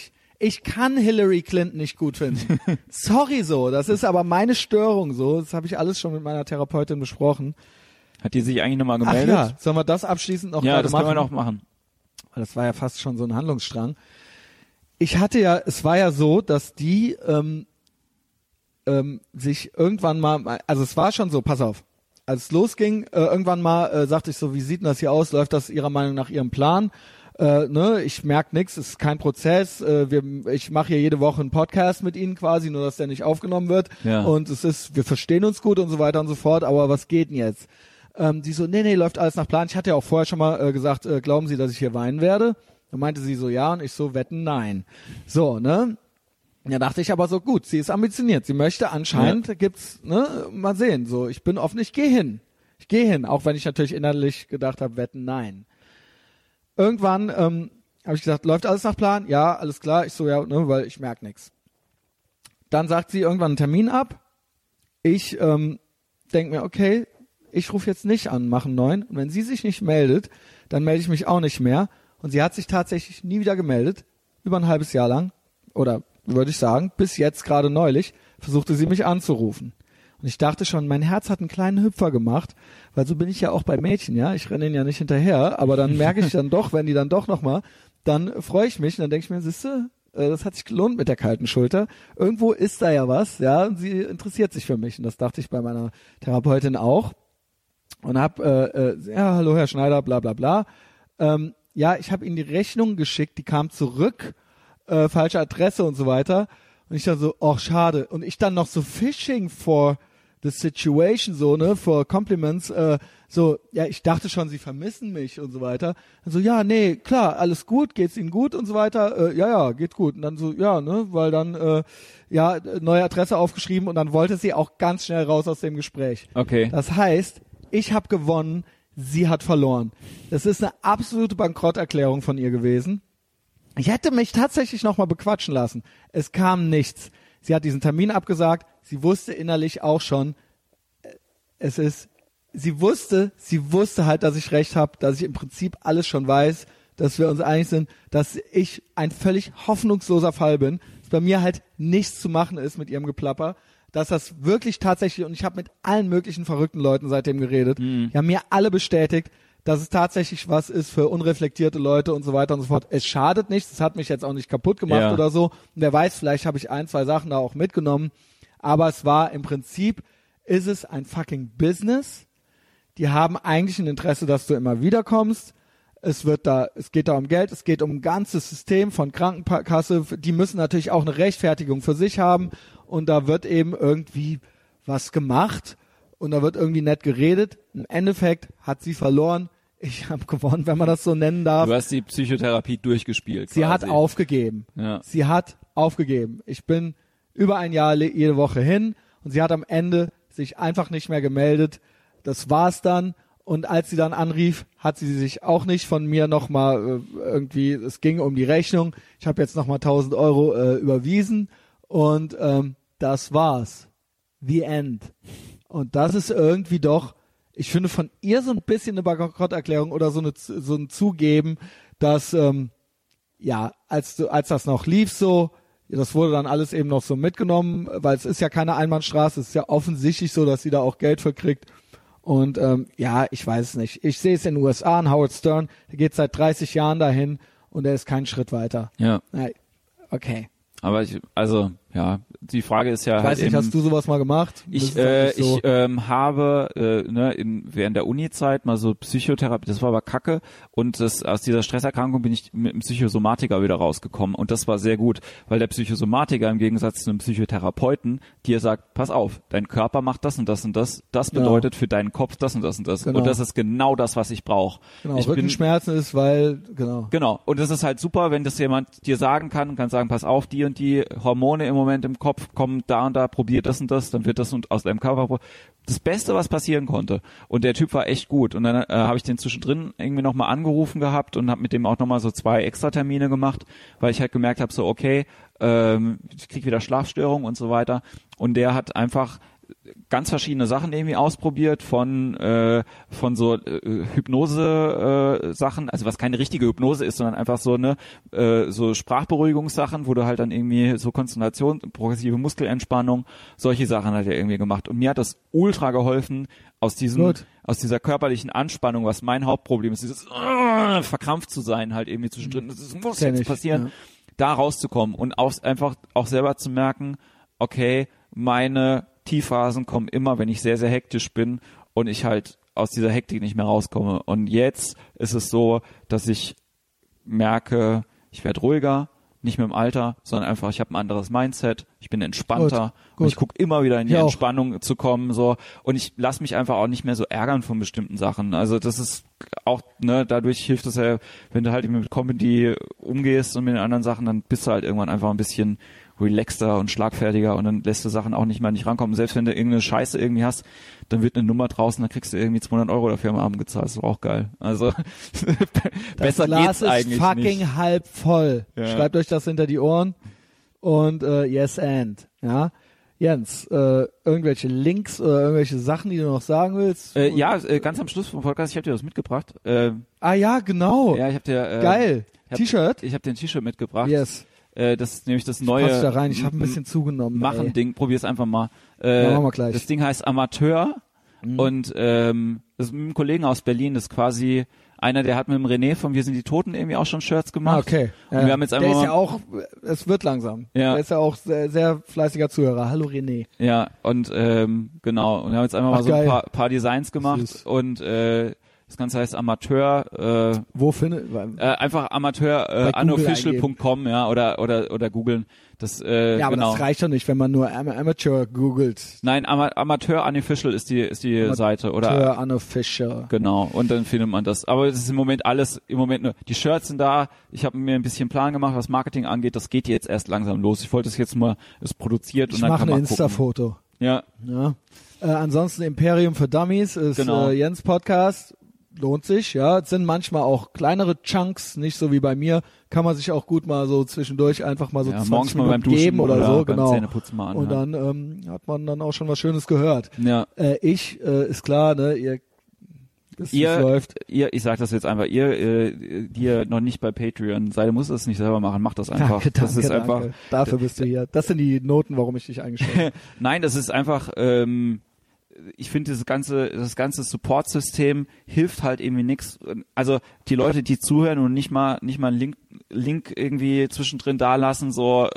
kann Hillary Clinton nicht gut finden. Sorry so, das ist aber meine Störung so, das habe ich alles schon mit meiner Therapeutin besprochen. Hat die sich eigentlich nochmal gemeldet? Ach ja, sollen wir das abschließend noch gerade machen? Ja, das können wir noch machen. Weil das war ja fast schon so ein Handlungsstrang. Es war ja so, dass die sich irgendwann mal, also es war schon so, pass auf, als es losging, irgendwann mal sagte ich so, wie sieht denn das hier aus? Läuft das Ihrer Meinung nach Ihrem Plan? Ich merke nichts, es ist kein Prozess. Ich mache hier jede Woche einen Podcast mit Ihnen quasi, nur dass der nicht aufgenommen wird. Ja. Und wir verstehen uns gut und so weiter und so fort, aber was geht denn jetzt? Die so, nee, läuft alles nach Plan. Ich hatte ja auch vorher schon mal gesagt, glauben Sie, dass ich hier weinen werde? Dann meinte sie so, ja, und ich so, wetten, nein. So, ne? Ja, dachte ich aber so, gut, sie ist ambitioniert, sie möchte anscheinend, gibt's, ne, mal sehen, so, ich bin offen, ich gehe hin, auch wenn ich natürlich innerlich gedacht habe, wetten, nein. Irgendwann habe ich gesagt, läuft alles nach Plan? Ja, alles klar, ich so, ja, ne, weil ich merke nichts. Dann sagt sie irgendwann einen Termin ab, ich denke mir, okay, ich rufe jetzt nicht an, mache einen neuen, und wenn sie sich nicht meldet, dann melde ich mich auch nicht mehr, und sie hat sich tatsächlich nie wieder gemeldet, über ein halbes Jahr lang, oder würde ich sagen, bis jetzt gerade neulich, versuchte sie mich anzurufen. Und ich dachte schon, mein Herz hat einen kleinen Hüpfer gemacht, weil so bin ich ja auch bei Mädchen, ja. Ich renne ihnen ja nicht hinterher, aber dann merke ich dann doch, wenn die dann doch nochmal, dann freue ich mich und dann denke ich mir, siehste, das hat sich gelohnt mit der kalten Schulter. Irgendwo ist da ja was, ja, und sie interessiert sich für mich. Und das dachte ich bei meiner Therapeutin auch. Und hallo Herr Schneider, bla bla bla. Ich habe Ihnen die Rechnung geschickt, die kam zurück, falsche Adresse und so weiter. Und ich dann so, schade. Und ich dann noch so Fishing for the situation, so, ne, for compliments, ich dachte schon, sie vermissen mich und so weiter. Dann so, ja, nee, klar, alles gut, geht's Ihnen gut und so weiter. Ja, geht gut. Und dann so, ja, ne, weil dann, neue Adresse aufgeschrieben und dann wollte sie auch ganz schnell raus aus dem Gespräch. Okay. Das heißt, ich habe gewonnen, sie hat verloren. Das ist eine absolute Bankrotterklärung von ihr gewesen. Ich hätte mich tatsächlich nochmal bequatschen lassen. Es kam nichts. Sie hat diesen Termin abgesagt. Sie wusste innerlich auch schon, sie wusste halt, dass ich recht habe, dass ich im Prinzip alles schon weiß, dass wir uns einig sind, dass ich ein völlig hoffnungsloser Fall bin, dass bei mir halt nichts zu machen ist mit ihrem Geplapper, dass das wirklich tatsächlich, und ich habe mit allen möglichen verrückten Leuten seitdem geredet, die haben mir alle bestätigt, dass es tatsächlich was ist für unreflektierte Leute und so weiter und so fort. Es schadet nichts, es hat mich jetzt auch nicht kaputt gemacht oder so. Und wer weiß, vielleicht habe ich 1, 2 Sachen da auch mitgenommen. Aber es war im Prinzip, ist es ein fucking Business. Die haben eigentlich ein Interesse, dass du immer wiederkommst. Es geht da um Geld, es geht um ein ganzes System von Krankenkasse. Die müssen natürlich auch eine Rechtfertigung für sich haben. Und da wird eben irgendwie was gemacht und da wird irgendwie nett geredet. Im Endeffekt hat sie verloren. Ich habe gewonnen, wenn man das so nennen darf. Du hast die Psychotherapie durchgespielt. Sie hat aufgegeben. Ja. Sie hat aufgegeben. Ich bin über ein Jahr jede Woche hin und sie hat am Ende sich einfach nicht mehr gemeldet. Das war's dann. Und als sie dann anrief, hat sie sich auch nicht von mir nochmal irgendwie, es ging um die Rechnung. Ich habe jetzt nochmal 1.000 Euro überwiesen und das war's. The end. Und das ist irgendwie doch, ich finde von ihr so ein bisschen eine Bankrotterklärung oder so ein Zugeben, dass als das noch lief so, das wurde dann alles eben noch so mitgenommen, weil es ist ja keine Einbahnstraße, es ist ja offensichtlich so, dass sie da auch Geld für kriegt. Und ich weiß es nicht. Ich sehe es in den USA, an Howard Stern, der geht seit 30 Jahren dahin und er ist keinen Schritt weiter. Ja. Okay. Aber die Frage ist ja ich weiß nicht, hast du sowas mal gemacht? Ich habe während der Uni-Zeit mal so Psychotherapie, das war aber Kacke und aus dieser Stresserkrankung bin ich mit einem Psychosomatiker wieder rausgekommen und das war sehr gut, weil der Psychosomatiker im Gegensatz zu einem Psychotherapeuten dir sagt, pass auf, dein Körper macht das und das und das, das bedeutet für deinen Kopf das und das und das und das ist genau das, was ich brauche. Genau, Rückenschmerzen ist, weil, Genau, und das ist halt super, wenn das jemand dir sagen kann und kann sagen, pass auf, die und die Hormone im Moment im Kopf kommen da und da, probier das und das, dann wird das und aus deinem Körper das Beste, was passieren konnte. Und der Typ war echt gut. Und dann habe ich den zwischendrin irgendwie nochmal angerufen gehabt und habe mit dem auch nochmal so 2 Extratermine gemacht, weil ich halt gemerkt habe, so okay, ich krieg wieder Schlafstörungen und so weiter. Und der hat einfach ganz verschiedene Sachen irgendwie ausprobiert von so Hypnose Sachen, also was keine richtige Hypnose ist, sondern einfach so so Sprachberuhigungssachen, wo du halt dann irgendwie so Konzentration, progressive Muskelentspannung, solche Sachen hat er irgendwie gemacht. Und mir hat das ultra geholfen aus dieser körperlichen Anspannung, was mein Hauptproblem ist, dieses verkrampft zu sein halt irgendwie zwischendrin, das muss jetzt passieren, da rauszukommen und einfach auch selber zu merken, okay, meine Tiefphasen kommen immer, wenn ich sehr, sehr hektisch bin und ich halt aus dieser Hektik nicht mehr rauskomme. Und jetzt ist es so, dass ich merke, ich werde ruhiger, nicht mehr im Alter, sondern einfach, ich habe ein anderes Mindset, ich bin entspannter gut. Und ich gucke immer wieder in die Entspannung zu kommen so und ich lasse mich einfach auch nicht mehr so ärgern von bestimmten Sachen. Also das ist auch, dadurch hilft es ja, wenn du halt mit Comedy umgehst und mit den anderen Sachen, dann bist du halt irgendwann einfach ein bisschen relaxter und schlagfertiger und dann lässt du Sachen auch nicht rankommen. Selbst wenn du irgendeine Scheiße irgendwie hast, dann wird eine Nummer draußen, dann kriegst du irgendwie 200 Euro dafür am Abend gezahlt. Das ist auch geil. Also besser geht's eigentlich nicht. Das Glas ist fucking halb voll. Ja. Schreibt euch das hinter die Ohren und yes and. Ja. Jens, irgendwelche Links oder irgendwelche Sachen, die du noch sagen willst? Ganz am Schluss vom Podcast, ich habe dir das mitgebracht. Ja, genau. Ja, ich habe dir geil. T-Shirt? Ich habe dir ein T-Shirt mitgebracht. Yes. Das ist nämlich das neue da rein. Ich habe ein bisschen zugenommen. Machen-Ding, probier's einfach mal. Machen wir gleich. Das Ding heißt Amateur und das ist mit einem Kollegen aus Berlin, das ist quasi einer, der hat mit dem René von Wir sind die Toten irgendwie auch schon Shirts gemacht. Okay. Und wir haben jetzt einfach der ist ja auch, es wird langsam. Ja. Der ist ja auch sehr, sehr fleißiger Zuhörer. Hallo René. Ja, und genau. Und wir haben jetzt einfach mal so ein paar Designs gemacht und das Ganze heißt Amateur. Wo findet? Einfach amateur.unofficial.com, oder googeln. Das aber das reicht doch nicht, wenn man nur Amateur googelt. Nein, Amateur Unofficial ist die Seite oder Amateur Unofficial. Genau, und dann findet man das. Aber es ist im Moment nur. Die Shirts sind da. Ich habe mir ein bisschen Plan gemacht, was Marketing angeht. Das geht jetzt erst langsam los. Ich wollte es jetzt mal, es produziert und dann kann man gucken. Ich mache ein Insta-Foto. Ja. Ansonsten Imperium für Dummies ist Jens Podcast. Lohnt sich, ja. Es sind manchmal auch kleinere Chunks, nicht so wie bei mir. Kann man sich auch gut mal so zwischendurch einfach mal so 20 Minuten beim Duschen geben oder so, beim genau. Zähneputzen mal und dann hat man dann auch schon was Schönes gehört. Ja. Ist klar, ne, ich sag das jetzt einfach, die ihr noch nicht bei Patreon seid, muss es nicht selber machen, macht das einfach. Danke, das ist einfach. Dafür bist du hier. Das sind die Noten, warum ich dich eingestellt habe. Nein, das ist einfach, ich finde das ganze Support-System hilft halt irgendwie nix. Also die Leute, die zuhören und nicht mal einen Link irgendwie zwischendrin da lassen, so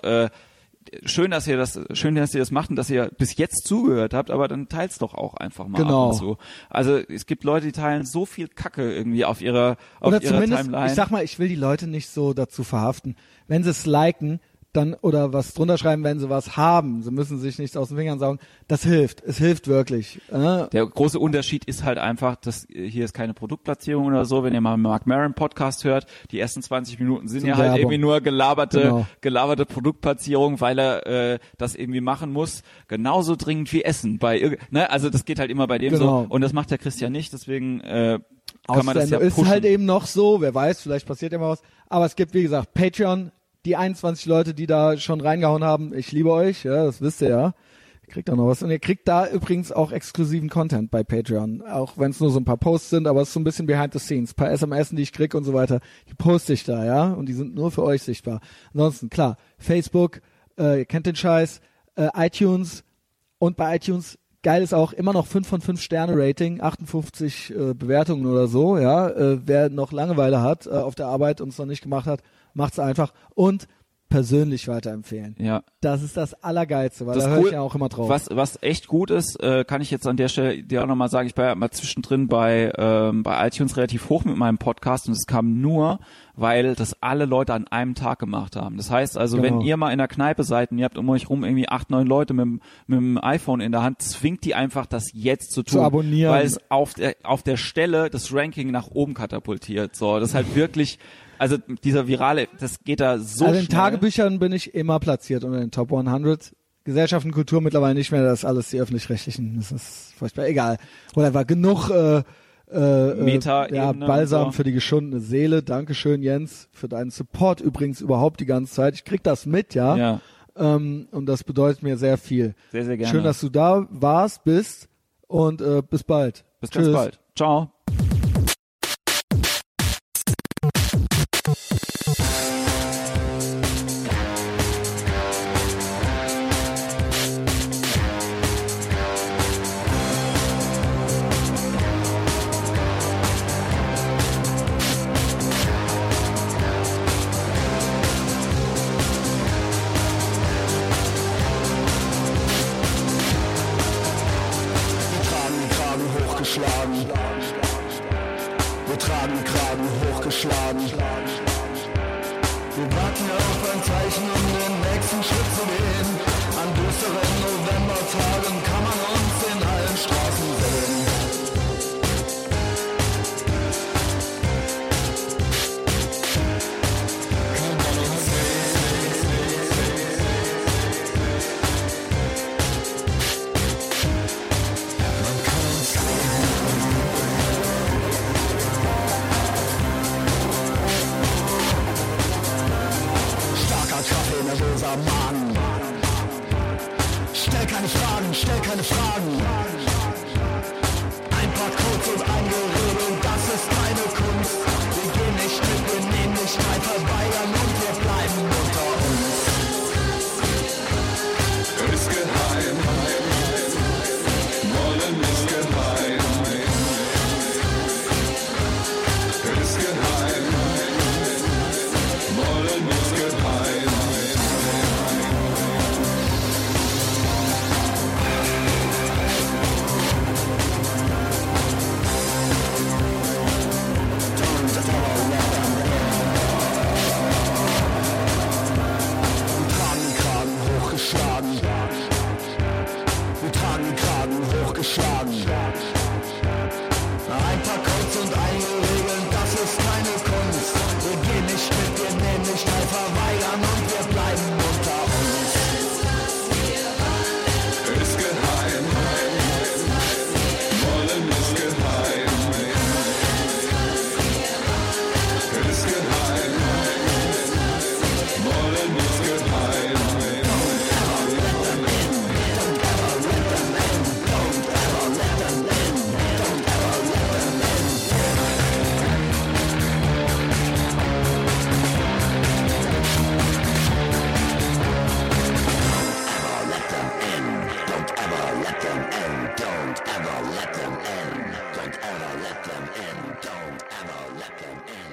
schön, dass ihr das macht und dass ihr bis jetzt zugehört habt, aber dann teilt's doch auch einfach mal ab und zu. Also es gibt Leute, die teilen so viel Kacke irgendwie auf ihrer Timeline. Ich sag mal, ich will die Leute nicht so dazu verhaften. Wenn sie es liken, dann oder was drunter schreiben, wenn sie was haben. Sie müssen sich nichts aus den Fingern saugen. Das hilft. Es hilft wirklich. Der große Unterschied ist halt einfach, dass hier ist keine Produktplatzierung oder so. Wenn ihr mal einen Mark Maron Podcast hört, die ersten 20 Minuten sind ja halt irgendwie nur gelaberte Produktplatzierung, weil er das irgendwie machen muss. Genauso dringend wie Essen. Also das geht halt immer bei dem so. Und das macht der Christian nicht. Deswegen kann man das ja pushen. Ist halt eben noch so. Wer weiß, vielleicht passiert ja mal was. Aber es gibt, wie gesagt, Patreon. Die 21 Leute, die da schon reingehauen haben, ich liebe euch, ja, das wisst ihr ja. Ihr kriegt auch noch was. Und ihr kriegt da übrigens auch exklusiven Content bei Patreon. Auch wenn es nur so ein paar Posts sind, aber es ist so ein bisschen behind the scenes. Ein paar SMS, die ich krieg und so weiter, die poste ich da, ja. Und die sind nur für euch sichtbar. Ansonsten, klar, Facebook, ihr kennt den Scheiß, iTunes und bei iTunes geil ist auch immer noch 5 von 5 Sterne Rating, 58 Bewertungen oder so, ja. Wer noch Langeweile hat auf der Arbeit und es noch nicht gemacht hat, macht's einfach und persönlich weiterempfehlen. Ja. Das ist das Allergeilste, weil da höre ich ja auch immer drauf. Was echt gut ist, kann ich jetzt an der Stelle dir auch nochmal sagen, ich war ja mal zwischendrin bei iTunes relativ hoch mit meinem Podcast und es kam nur, weil das alle Leute an einem Tag gemacht haben. Das heißt also, wenn ihr mal in der Kneipe seid und ihr habt um euch rum irgendwie 8, 9 Leute mit dem iPhone in der Hand, zwingt die einfach, das jetzt zu tun. Zu abonnieren. Weil es auf der Stelle das Ranking nach oben katapultiert. So, das ist halt wirklich... Also dieser virale, das geht da so schnell. Also in Tagebüchern bin ich immer platziert unter den Top 100. Gesellschaft und Kultur mittlerweile nicht mehr, das ist alles die Öffentlich-Rechtlichen. Das ist furchtbar egal. Oder war genug Balsam für die geschundene Seele. Dankeschön, Jens, für deinen Support übrigens überhaupt die ganze Zeit. Ich krieg das mit, ja. Und das bedeutet mir sehr viel. Sehr, sehr gerne. Schön, dass du da bist und bis bald. Bis ganz bald. Ciao. Wir tragen Kragen hochgeschlagen. Wir warten auf ein Zeichen, um den nächsten Schritt zu gehen. An düsteren Novembertagen kann man uns in allen Straßen sehen. Kann man uns Kaffee, nervöser Magen. Stell keine Fragen. Ein paar Codes und ein Gerede, und das ist keine Kunst. Wir gehen nicht mit, wir nehmen nicht teil, verweigern und wir bleiben unter uns. Ist geheim, wollen ist geheim. Ist geheim, wollen ist geheim. let them in.